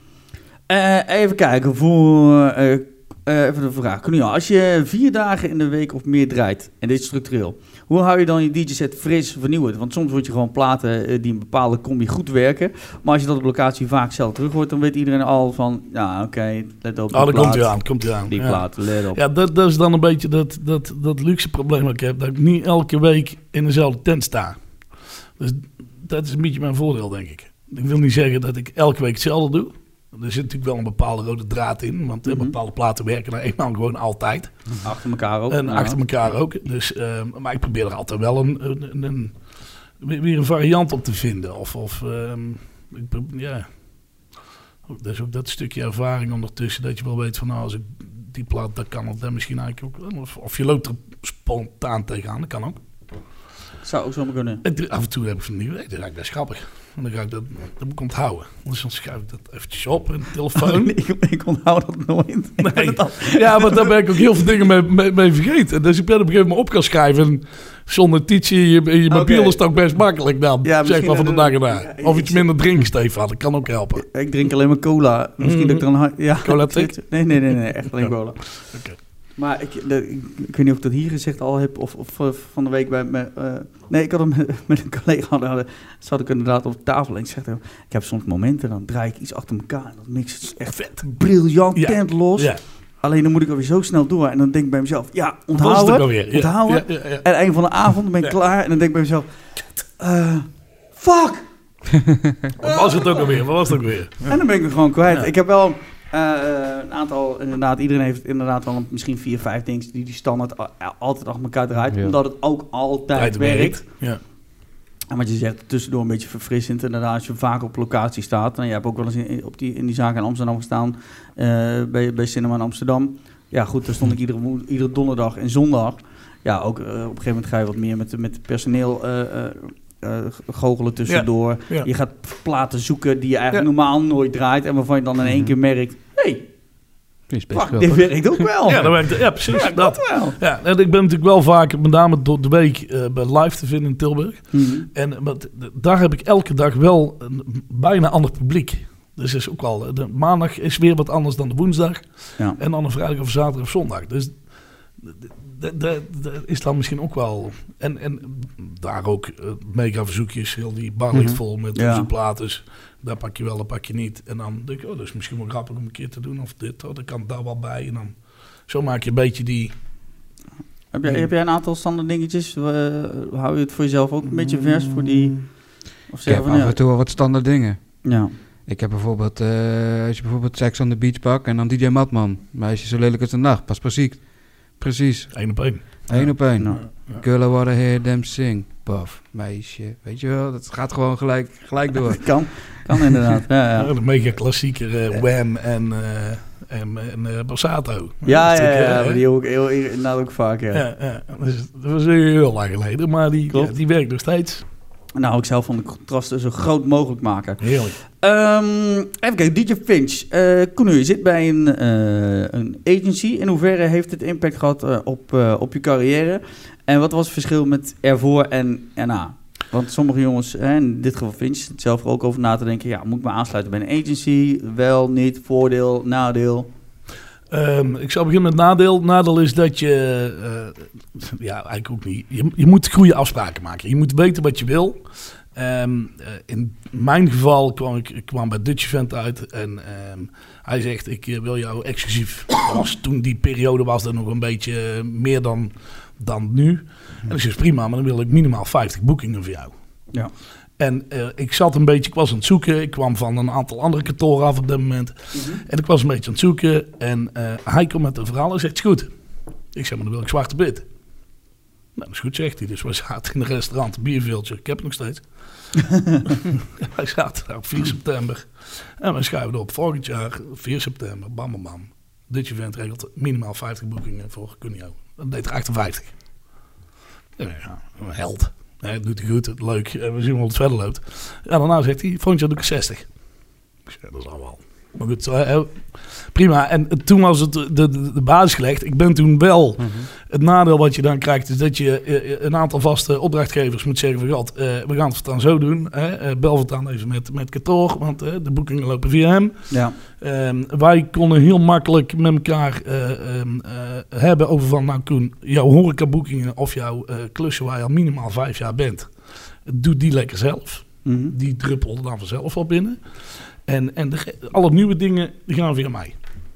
uh, even kijken voor... Uh, Uh, even de vraag. Kunnen als je vier dagen in de week of meer draait, en dit is structureel, hoe hou je dan je D J-set fris vernieuwend? Want soms word je gewoon platen uh, die een bepaalde combi goed werken, maar als je dat op locatie vaak zelf terug hoort, dan weet iedereen al van, ja oké, okay, let op, Oh, die daar plaat, komt hij aan, komt hij aan. die Ja. plaat, let op. Ja, dat, dat is dan een beetje dat, dat, dat luxe probleem dat ik heb. Dat ik niet elke week in dezelfde tent sta. Dus dat is een beetje mijn voordeel, denk ik. Ik wil niet zeggen dat ik elke week hetzelfde doe. Er zit natuurlijk wel een bepaalde rode draad in. Want Mm-hmm. bepaalde platen werken nou eenmaal gewoon altijd. Achter elkaar ook. En ja. achter elkaar ook. Dus, uh, maar ik probeer er altijd wel een, een, een, een, weer een variant op te vinden. Of, of um, ik, ja... Dat is ook dat stukje ervaring ondertussen. Dat je wel weet van nou, als ik die plaat, dat kan of dat misschien eigenlijk ook. Of, of je loopt er spontaan tegenaan, dat kan ook. Zou ook zomaar kunnen. En af en toe heb ik van, nee, dat is eigenlijk best grappig. En dan ga ik dat, dat moet ik onthouden. Dus dan schrijf ik dat eventjes op in de telefoon. ik, ik onthoud dat nooit. Nee. Ja, maar daar ben ik ook heel veel dingen mee, mee, mee vergeten. Dus ik ben op een gegeven moment op gaan schrijven. En zonder notitie in je, in je mobiel Okay. is het ook best makkelijk dan. Ja, zeg maar van de uh, dag erna. ja, Of iets ik- minder drinken, Stefan. Dat kan ook helpen. Ik drink alleen maar cola. Misschien Mm. dat ik dan... ha- Ja, Cola tik? Nee, nee, nee, nee, echt alleen cola. Oké. Maar ik, de, ik, ik weet niet of ik dat hier gezegd al heb of, of uh, van de week bij me. Uh, nee, ik had hem met, met een collega. Hadden, zat ik inderdaad op tafel en ik zeg: ik heb soms momenten, dan draai ik iets achter elkaar en dat mixt echt Vet. briljant Ja. tent los. Ja. Alleen dan moet ik alweer zo snel door. En dan denk ik bij mezelf, ja, onthouden. Ja, onthouden. Ja, ja, ja. En eind van de avond ben ik ja. klaar. En dan denk ik bij mezelf, uh, fuck. Wat was het ook alweer? Wat was het ook weer? En dan ben ik er gewoon kwijt. Ja. Ik heb wel uh, een aantal, inderdaad, iedereen heeft inderdaad wel misschien vier, vijf dingen die die standaard altijd achter elkaar draait. Ja. Omdat het ook altijd werkt. werkt. Ja. En wat je zegt, tussendoor een beetje verfrissend. Inderdaad, als je vaak op locatie staat. En je hebt ook wel eens in, op die, in die zaak in Amsterdam gestaan. Uh, bij, bij Cinema in Amsterdam. Ja goed, daar stond ik iedere, iedere donderdag en zondag. Ja, ook uh, op een gegeven moment ga je wat meer met, met personeel uh, uh, uh, goochelen tussendoor. Ja, ja. Je gaat platen zoeken die je eigenlijk ja. normaal nooit draait. En waarvan je dan in één keer merkt, hé, hey, fuck, dit werkt ook wel. Ja, dat werkt, ja precies. Ja, dat. Wel. Ja, en ik ben natuurlijk wel vaak, met name door de week, uh, bij Live te vinden in Tilburg. Mm-hmm. En maar, daar heb ik elke dag wel een bijna ander publiek. Dus is ook wel, de maandag is weer wat anders dan de woensdag. Ja. En dan een vrijdag of zaterdag of zondag. Dus dat is dan misschien ook wel. En, en daar ook uh, mega verzoekjes. Heel die bar ligt vol met ja. onze platen. Dus daar pak je wel, dat pak je niet. En dan denk ik, oh, dat is misschien wel grappig om een keer te doen. Of dit, oh, dan kan daar wel bij. En dan zo maak je een beetje die... Heb jij, heb jij een aantal standaard dingetjes? Uh, hou je het voor jezelf ook een beetje vers voor die... Of zeg ik heb van, af en ja. toe wel wat standaard dingen. Ja. Ik heb bijvoorbeeld, uh, als je bijvoorbeeld Sex on the Beach pakt en dan D J Matman. Meisje zo lelijk als de nacht, pas precies. Precies. Eén op één. Eén ja. op één. Ja. Ja. Girl, I wanna hear them sing. Paf, meisje. Weet je wel, dat gaat gewoon gelijk, gelijk door. kan, kan inderdaad. Ja, ja. Ja, de mega klassieker uh, Wham en, uh, en, en uh, Borsato. Ja, ja, ja, ja, ja, die ook, heel, inderdaad ook vaak, ja. ja, ja. Dus, dat was heel lang geleden, maar die, ja, die werkt nog steeds. Nou, ik zelf van de contrasten zo groot mogelijk maken. Heerlijk. Um, even kijken, D J Finch. Uh, Koen, je zit bij een, uh, een agency. In hoeverre heeft het impact gehad uh, op, uh, op je carrière? En wat was het verschil met ervoor en erna? Want sommige jongens, hè, in dit geval Finch, zit zelf er ook over na te denken. Ja, moet ik me aansluiten bij een agency? Wel, niet, voordeel, nadeel? Um, ik zal beginnen met nadeel. Nadeel is dat je... Uh, ja, eigenlijk ook niet. Je, je moet goede afspraken maken. Je moet weten wat je wil. Um, uh, in mijn geval kwam ik, ik kwam bij Dutch Event uit. En um, hij zegt, ik uh, wil jou exclusief... was, toen die periode was er nog een beetje uh, meer dan, dan nu. En ik zeg, prima, maar dan wil ik minimaal vijftig boekingen voor jou. Ja. En uh, ik zat een beetje, ik was aan het zoeken. Ik kwam van een aantal andere kantoren af op dat moment. Mm-hmm. En ik was een beetje aan het zoeken. En uh, hij komt met een verhaal en zegt, is goed. Ik zeg, maar dan wil ik zwarte bid. Nou, dat is goed, zegt hij. Dus we zaten in een restaurant, een bierveeltje. Ik heb het nog steeds. Wij zaten daar op vier september. En we schuiven erop volgend jaar, vier september, bam, bam, bam. Dit event regelt minimaal vijftig boekingen voor Cuneo. Dat deed er achtenvijftig. Ja, ja, een held. Nee, het doet hij goed, leuk. We zien hoe het verder loopt. Ja, daarna zegt hij, volgend jaar doe ik zestig. Ik zeg, dat is allemaal. Maar goed, uh, prima. En uh, toen was het de, de, de basis gelegd. Ik ben toen wel... Mm-hmm. Het nadeel wat je dan krijgt is dat je uh, een aantal vaste opdrachtgevers moet zeggen van... God, uh, we gaan het dan zo doen. Hè? Uh, bel het dan even met, met kantoor, want uh, de boekingen lopen via hem. Ja. Uh, wij konden heel makkelijk met elkaar uh, um, uh, hebben over van... Nou Koen, jouw horecaboekingen of jouw uh, klussen waar je al minimaal vijf jaar bent... Doe die lekker zelf. Mm-hmm. Die druppelde dan vanzelf wel binnen. En, en de, alle nieuwe dingen die gaan via mij.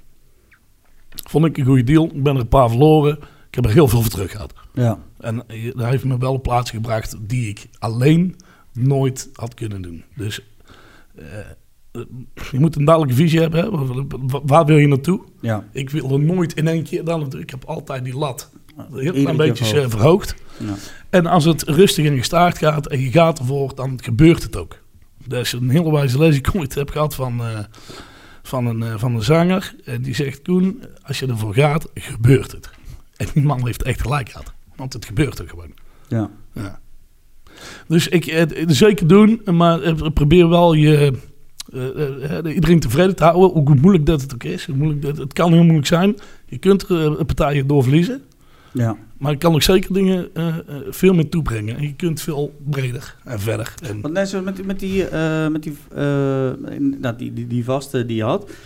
Vond ik een goede deal. Ik ben er een paar verloren. Ik heb er heel veel voor terug gehad. Ja. En daar heeft me wel een plaats gebracht die ik alleen nooit had kunnen doen. Dus uh, je moet een duidelijke visie hebben. Hè? Waar, waar wil je naartoe? Ja. Ik wil er nooit in één keer dan naartoe. Ik heb altijd die lat heel een beetje verhoogd. verhoogd. Ja. En als het rustig en gestaard gaat en je gaat ervoor, dan gebeurt het ook. Dat is een hele wijze les die ik ooit heb gehad van, uh, van, een, uh, van een zanger. En die zegt, Koen, als je ervoor gaat, gebeurt het. En die man heeft echt gelijk gehad. Want het gebeurt er gewoon. Ja. Ja. Dus ik uh, zeker doen, maar uh, probeer wel je, uh, uh, iedereen tevreden te houden. Hoe moeilijk dat het ook is. Hoe moeilijk dat, het kan heel moeilijk zijn. Je kunt er uh, een partij door verliezen. Ja. Maar ik kan ook zeker dingen uh, uh, veel meer toebrengen. En je kunt veel breder en verder. En Want net zoals met, met die, uh, met die, uh, nou, die, die, die vaste die je had.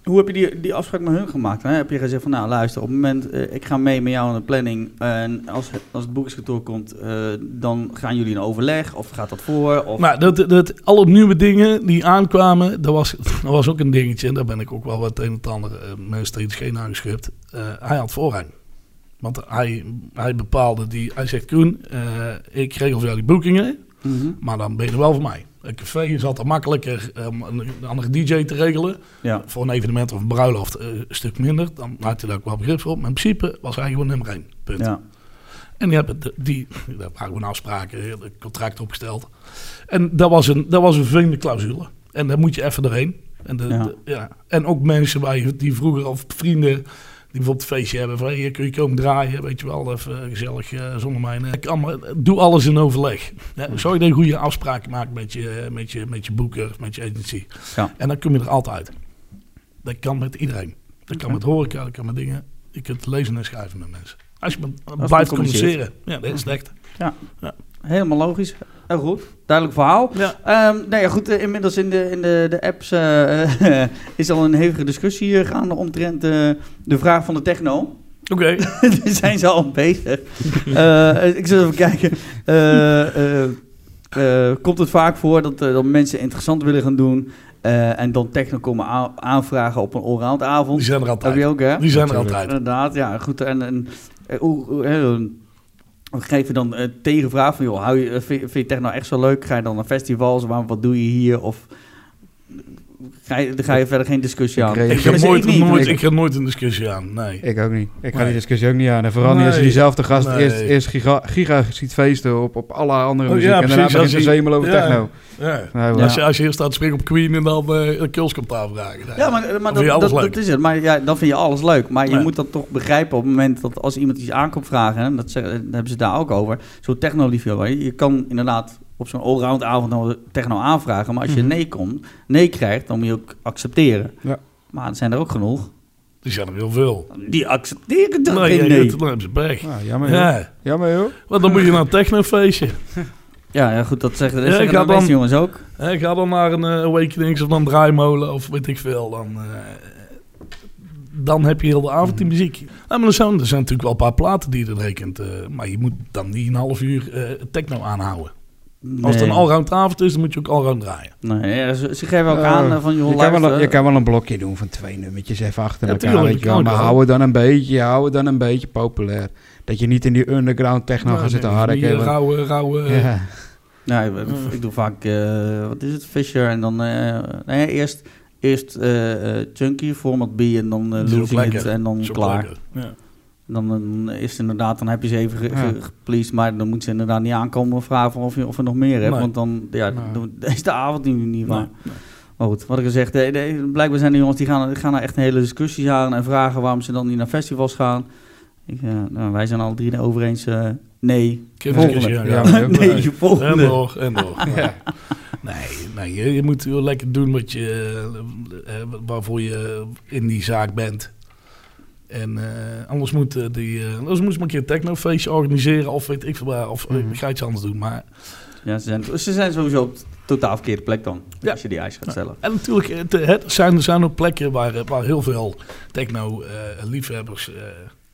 Hoe heb je die, die afspraak met hun gemaakt? Hè? Heb je gezegd van, nou luister, op het moment, uh, ik ga mee met jou aan de planning. En als, als het boekingskantoor komt, uh, dan gaan jullie in overleg? Of gaat dat voor? Of... Nou, dat, dat, alle nieuwe dingen die aankwamen, dat was, dat was ook een dingetje. En daar ben ik ook wel wat een en het ander uh, mensen tegen de scheen aangeschupt. Uh, hij had voorrang. Want hij, hij bepaalde, die, hij zegt, Koen, uh, ik regel voor jou die boekingen. Mm-hmm. Maar dan ben je er wel voor mij. Een café is altijd makkelijker um, een andere D J te regelen. Ja. Voor een evenement of een bruiloft uh, een stuk minder. Dan had je daar ook wel begrip voor. Maar in principe was hij gewoon nummer één. Punt. Ja. En die hebben, die, daar waren gewoon afspraken, een contract opgesteld. En dat was een, dat was een vreemde clausule. En daar moet je even doorheen. En, de, ja. De, ja. en ook mensen waar je, die vroeger, of vrienden... die bijvoorbeeld een feestje hebben van, hey, kun je komen draaien, weet je wel, even gezellig uh, zonder mij. Uh, doe alles in overleg. Ja, zorg dat je een goede afspraken maakt met je, met je, met je boeker, met je agency. Ja. En dan kom je er altijd uit. Dat kan met iedereen. Dat kan ja. met horeca, dat kan met dingen. Je kunt lezen en schrijven met mensen. Als je met, blijft communiceren, ja, dat is het echt. Ja. Ja. Helemaal logisch. Heel goed. Duidelijk verhaal. Ja. Um, nou ja, goed. Uh, inmiddels in de, in de, de apps uh, uh, is al een hevige discussie uh, gaande omtrent uh, de vraag van de techno. Oké. Okay. Daar zijn ze al bezig. uh, ik zal even kijken. Uh, uh, uh, komt het vaak voor dat, uh, dat mensen interessant willen gaan doen... Uh, en dan techno komen a- aanvragen op een allround avond? Die zijn er altijd. Heb je ook, hè? Die zijn er altijd. Inderdaad, ja. Goed. En... en uh, hoe, hoe, uh, geef je dan uh, tegenvraag van, joh, hou je, vind, vind je techno echt zo leuk? Ga je dan naar festivals? Waarom, wat doe je hier? Of ga je, dan ga je verder geen discussie aan? Ik, ik, ga, nooit, ik, nooit, ik, ik ga nooit een discussie aan, nee. Ik ook niet. Ik ga nee. die discussie ook niet aan. En vooral nee. niet als je diezelfde gast nee. eerst, eerst giga, giga ziet feesten op, op alle andere oh, muziek. Ja, en daarna begint ze zemel over ja. techno. Ja. Nou, ja. Als, je, als je eerst staat te springen op Queen en dan uh, een Kuls komt aanvragen. Nee. Ja, maar, maar dat, dat, dat is het. Maar ja, dan vind je alles leuk. Maar je nee. moet dat toch begrijpen op het moment dat als iemand iets aankomt vragen, hè, dat, zeggen, dat hebben ze daar ook over, zo'n techno-liefhebber. Je kan inderdaad op zo'n allround avond nog techno aanvragen, maar als je nee komt, nee krijgt, dan moet je ook accepteren. Ja. Maar er zijn er ook genoeg. Die zijn er heel veel. Die accepteren toch nee, geen nee. nee. Dan hebben ze pech. Ah, jammer joh. Ja. Jammer joh. Want dan moet je naar een technofeestje. Ja, ja, goed, dat zeggen, dat ja, zeggen de meeste jongens ook. Ik ga dan naar een uh, Awakenings of dan draaimolen of weet ik veel. Dan, uh, dan heb je heel de avond die muziek. Ja, maar er zijn, er zijn natuurlijk wel een paar platen die je er rekent. Uh, maar je moet dan niet een half uur uh, techno aanhouden. Nee. Als het een allround avond is, dan moet je ook allround draaien. Nee, ja, ze, ze geven ook uh, aan uh, van... Joh, je, kan wel, je kan wel een blokje doen van twee nummertjes even achter ja, elkaar. Tuurlijk, weet je wel, maar hou het dan een beetje, hou het dan een beetje populair. Dat je niet in die underground techno ja, gaat zitten nee, harken. Die rauwe, rauwe... Ja. Nou, ik, ik doe vaak, uh, wat is het, Fisher en dan uh, nee, eerst, eerst uh, uh, Chunky, Format B en dan uh, Losing It en dan klaar. Ja. Dan, dan is het inderdaad, dan heb je ze even ge- ja. gepleased, maar dan moet ze inderdaad niet aankomen vragen of je, of je nog meer hebt, nee. want dan, ja, nee. dan is de avond niet, niet waar. Nee. Nee. Maar goed, wat ik al zeg, de, de, blijkbaar zijn de jongens die gaan, gaan er echt een hele discussies aan en vragen waarom ze dan niet naar festivals gaan. Ik, uh, nou, wij zijn alle drie er over eens, uh, nee, volgende. Ja, ja. Ja, nee, je volgende. En nog, en nog. Ja. Nee, nee je, je moet wel lekker doen wat je, uh, waarvoor je in die zaak bent. En uh, anders moet uh, die, uh, anders moet je maar een keer een technofeestje organiseren of weet ik veel, of mm. ga je iets anders doen. Maar ja, ze zijn, ze zijn sowieso op totaal verkeerde plek dan, ja. als je die eis gaat stellen. Ja. En natuurlijk, het, het zijn, er zijn ook plekken waar, waar heel veel techno-liefhebbers... Uh, uh,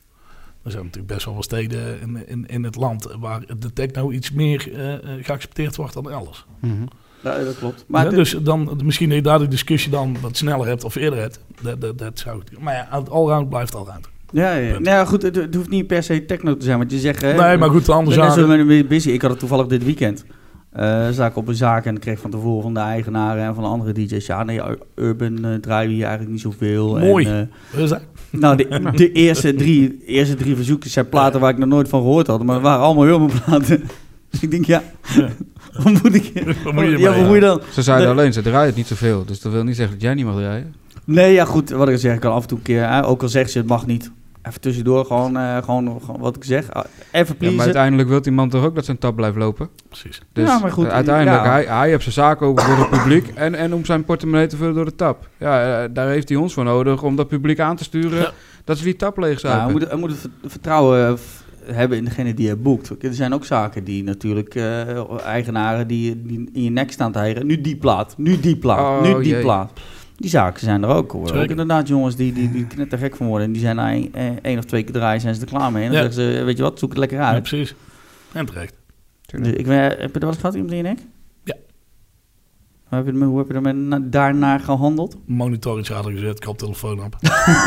er zijn natuurlijk best wel wat steden in, in, in het land waar de techno iets meer uh, geaccepteerd wordt dan elders. Mm-hmm. Ja, dat klopt. Maar ja, de, dus dan, misschien dat je daar de discussie dan wat sneller hebt of eerder hebt. Dat, dat, dat zou ik, maar ja, het allround blijft allround. Ja, ja. Nou ja, goed, het, het hoeft niet per se techno te zijn, want je zegt... Nee, hè, maar goed, anders aan. Ik ben zo busy. Ik had het toevallig dit weekend. Uh, zat ik op een zaak en ik kreeg van tevoren van de eigenaren en van de andere D J's... Ja, nee, Urban uh, draaien we hier eigenlijk niet zoveel. Mooi. En, uh, nou, de, de eerste, drie, eerste drie verzoekjes zijn platen waar ik nog nooit van gehoord had. Maar het waren allemaal Urban platen. Dus ik denk, ja... ja. Wat moet ik... Wat moet je, ja, wat moet je dan? Ze zeiden nee. alleen, ze draaien het niet zoveel. Dus dat wil niet zeggen dat jij niet mag draaien. Nee, ja goed, wat ik zeg, ik kan af en toe een keer... Hè, ook al zegt ze, het mag niet. Even tussendoor, gewoon, uh, gewoon, gewoon wat ik zeg. Even pleasen. Ja, maar uiteindelijk wil die man toch ook dat zijn tab blijft lopen? Precies. Dus ja, maar goed, uiteindelijk, ja. hij, hij heeft zijn zaak open voor het publiek... En, en om zijn portemonnee te vullen door de tab. Ja, uh, daar heeft hij ons voor nodig om dat publiek aan te sturen... Ja. Dat ze die tab leegzuipen. Ja, we moeten, we moeten vertrouwen... hebben in degene die je boekt. Er zijn ook zaken die natuurlijk uh, eigenaren die, die in je nek staan te hijgen. Nu die plaat, nu die plaat, oh, nu die jee. plaat. Die zaken zijn er ook, hoor. Zeker. Ook inderdaad jongens die, die, die knettergek van worden. En die zijn na één, één of twee keer draaien, zijn ze er klaar mee. En dan Ja. zeggen ze, weet je wat, zoek het lekker Ja, uit. precies. En terecht. Dus ik, ben- heb je er wel eens gehad, iemand in je nek? Ja. Hoe heb je, er- hoe heb je er met, na- daarna gehandeld? Monitor iets harder gezet, koptelefoon op.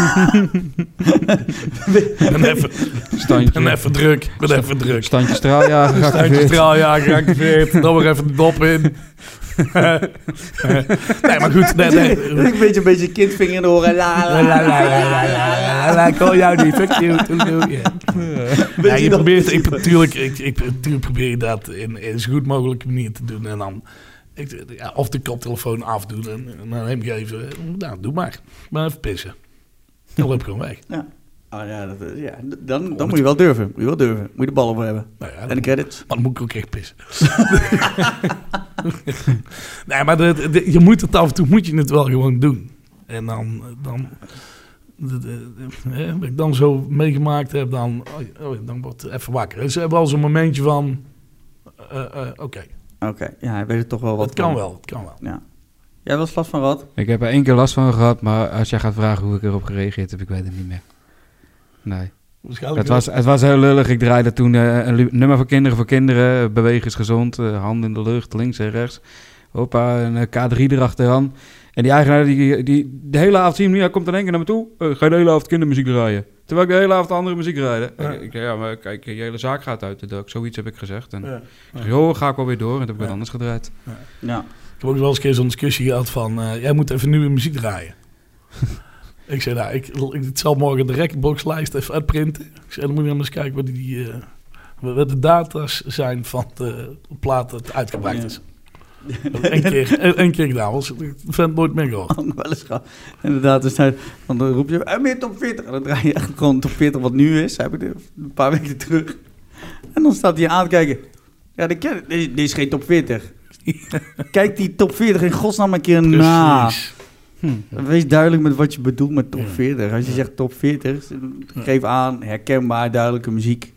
ben even, Standje, ben even druk, ben even druk. standje straaljager Standje geactiveerd. straaljager geactiveerd, dan maar even de dop in. nee, maar goed. Nee, nee. een beetje een beetje kindvinger in de oren. La, la, La, la, la, la, la, la, la, ik hoor jou niet. Fuck you. toedoe, ja. Ja, je probeert, ik, natuurlijk, ik, ik, natuurlijk probeer je dat in, in zo goed mogelijke manier te doen. En dan ik, ja, of de koptelefoon afdoen en, en dan hem geven. Nou, doe maar. Maar even pissen. Dan loop ik gewoon weg. Ja. Oh, ja, dat, is- ja. Dan, dan moet je wel durven. Moet je wel durven. Moet je de bal over hebben. Nou ja, En de credits. Maar dan moet ik ook echt pissen. nee, maar de, de- je moet het af en toe moet je het wel gewoon doen. En dan, dan de, de, de, hè, wat ik dan zo meegemaakt heb, dan, oh, oh, dan wordt het even wakker. Dus ze hebben wel zo'n momentje van, uh, uh, oké, okay. Oké, ja, hij weet het toch wel wat het kan van. wel, het kan wel. Ja. Jij wel eens last van wat? Ik heb er één keer last van gehad, maar als jij gaat vragen hoe ik erop gereageerd heb, ik weet het niet meer. Nee. Waarschijnlijk Het was, het was heel lullig. Ik draaide toen uh, een lu- nummer voor kinderen voor kinderen. Bewegen is gezond. Uh, handen in de lucht, links en rechts. Hoppa, een uh, K drie erachteraan. En die eigenaar, die, die de hele avond zien, ja, komt in één keer naar me toe. Uh, ga je de hele avond kindermuziek draaien? Terwijl ik de hele avond andere muziek draaide. Ja. Ik, ik zei, ja, maar kijk, je hele zaak gaat uit de dak. Zoiets heb ik gezegd. En Ja. ik zeg, joh, ga ik wel weer door. En toen heb ik Ja. wat anders gedraaid. Ja. Ik heb ook wel eens een keer zo'n discussie gehad van, uh, jij moet even nieuwe muziek draaien. ik zei, nou, ik, ik, ik zal morgen de recordboxlijst even uitprinten. Ik zei, dan moet je dan eens kijken wat, die, uh, wat de data's zijn van de plaat dat uitgebracht is. Eén keer, één keer gedaan, was ik vent nooit meer gehoord. Ook wel eens gehad. Inderdaad, dus dan, dan roep je, eh, meer top veertig. En dan draai je echt gewoon top veertig wat nu is. Heb ik er een paar weken terug. En dan staat hij aan te kijken. Ja, dit, ken, dit, dit is geen top veertig. Kijk die top veertig in godsnaam een keer na. Precies. Hm. Wees duidelijk met wat je bedoelt met top Ja. veertig. Als je zegt top veertig, geef aan herkenbaar, duidelijke muziek.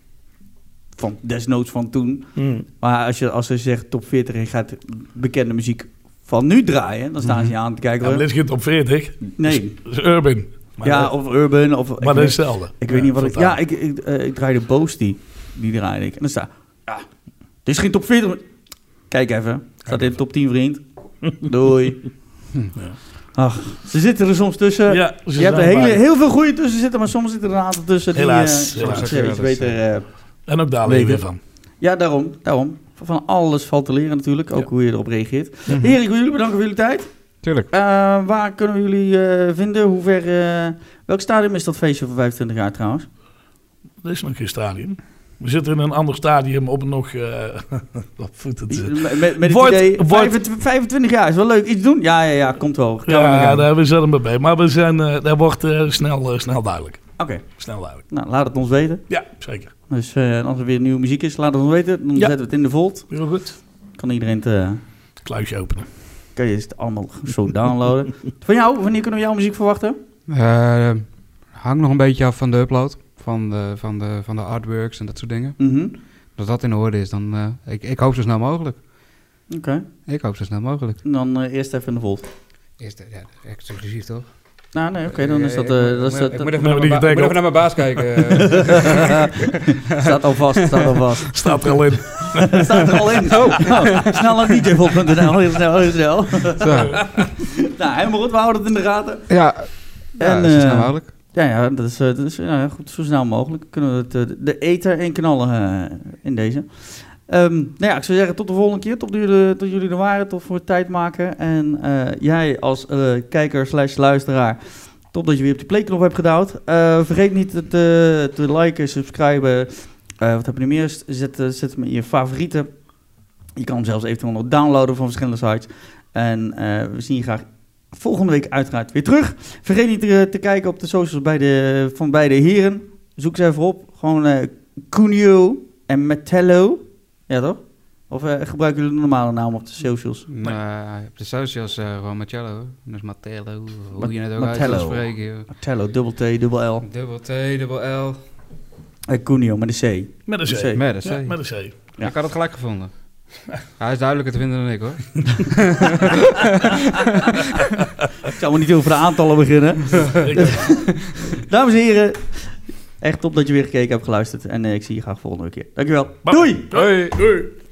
Van desnoods van toen. Hmm. Maar als je, als je zegt top veertig en je gaat bekende muziek van nu draaien, dan staan ze je aan te kijken. Ja, maar dit is geen top veertig. Nee. Dat is urban. Maar Ja, dat, of urban. Of, maar ik dat weet, is hetzelfde. ik weet niet wat ik... totaal. Ja, ik, ik, uh, ik draaide Boos die. Die draaide ik. En dan staat... Ja, dit is geen top veertig. Kijk even. Staat in de top tien, vriend. Doei. Ja. Ach, ze zitten er soms tussen. Ja, ze je hebt er zijn hele, bij. heel veel goede tussen zitten, maar soms zitten er een aantal tussen die... Helaas, eh, helaas. soms, eh, iets beter... uh, En ook daar leer je Weten. weer van. ja, daarom. Daarom. Van alles valt te leren natuurlijk. Ook Ja. hoe je erop reageert. Mhm. Heren, ik wil jullie bedanken voor jullie tijd. Tuurlijk. Uh, waar kunnen we jullie uh, vinden? Hoe ver, uh, welk stadium is dat feestje voor vijfentwintig jaar trouwens? Er is nog geen stadium. We zitten in een ander stadium op nog... Uh, op voet het, uh, Met, met het Wordt- idee, wordt- vijfentwintig, vijfentwintig jaar is wel leuk. Iets doen? Ja, ja, ja, komt wel. Gaan we ja, gaan. daar we zetten we bij. Maar we zijn, uh, dat wordt uh, snel, uh, snel duidelijk. Oké, okay. Snel duidelijk. nou laat het ons weten. Ja, zeker. Dus uh, als er weer nieuwe muziek is, laat het ons weten. Dan Ja. zetten we het in de Volt. Heel goed. Kan iedereen het... Uh, Kluisje openen. kan je het allemaal zo downloaden. Van jou, wanneer kunnen we jouw muziek verwachten? Uh, hang nog een beetje af van de upload. Van de, van de, van de artworks en dat soort dingen. Mm-hmm. Als dat in orde is, dan... Uh, ik, ik hoop zo snel mogelijk. Oké, okay. Ik hoop zo snel mogelijk. dan uh, eerst even in de Volt. Eerst, ja, exclusief toch? Nou, nee, oké, okay, dan is dat... Uh, dat is ik, dat ik, dat moet even dat- naar mijn ba- dat- ik moet even naar mijn baas kijken. staat al vast, staat al vast. Staat er al in. staat er al in. Oh, oh. Snel naar d j volt punt n l, heel snel, heel snel. Zo. Nou, helemaal goed, we houden het in de gaten. Ja, ja En, en, zo uh, snel mogelijk. Ja, ja, dat is, uh, dat is uh, ja, goed, zo snel mogelijk. Kunnen we het, uh, de ether in knallen uh, in deze. Um, nou ja, ik zou zeggen tot de volgende keer. Tot jullie, tot jullie er waren, tot voor het tijd maken. En uh, jij als uh, kijker slash luisteraar, top dat je weer op die playknop hebt gedouwd. Uh, vergeet niet te, te liken, subscriben. Uh, wat heb je nu meer? Zet, zet hem in je favorieten. Je kan hem zelfs eventueel nog downloaden van verschillende sites. En uh, we zien je graag volgende week uiteraard weer terug. Vergeet niet te, te kijken op de socials bij de, van beide heren. Zoek ze even op. Gewoon uh, Cunio en Metello. Ja, toch? Of uh, gebruiken jullie de normale naam op de socials? Nee. Uh, op de socials uh, gewoon Marcello. Dus Martello, hoe Ma- je het ook Martello. uit wil spreken. Joh. Metello, dubbel T, dubbel L. Dubbel T, dubbel L. Uh, Cunio met een C. Met een Met C. een C. Met een C. Ja, met een C. Ja. Ik had het gelijk gevonden. Hij is duidelijker te vinden dan ik, hoor. Ik zou maar niet over de aantallen beginnen. Dames en heren, echt top dat je weer gekeken hebt, geluisterd. En uh, ik zie je graag volgende keer. Dankjewel. Doei! Doei! Doei!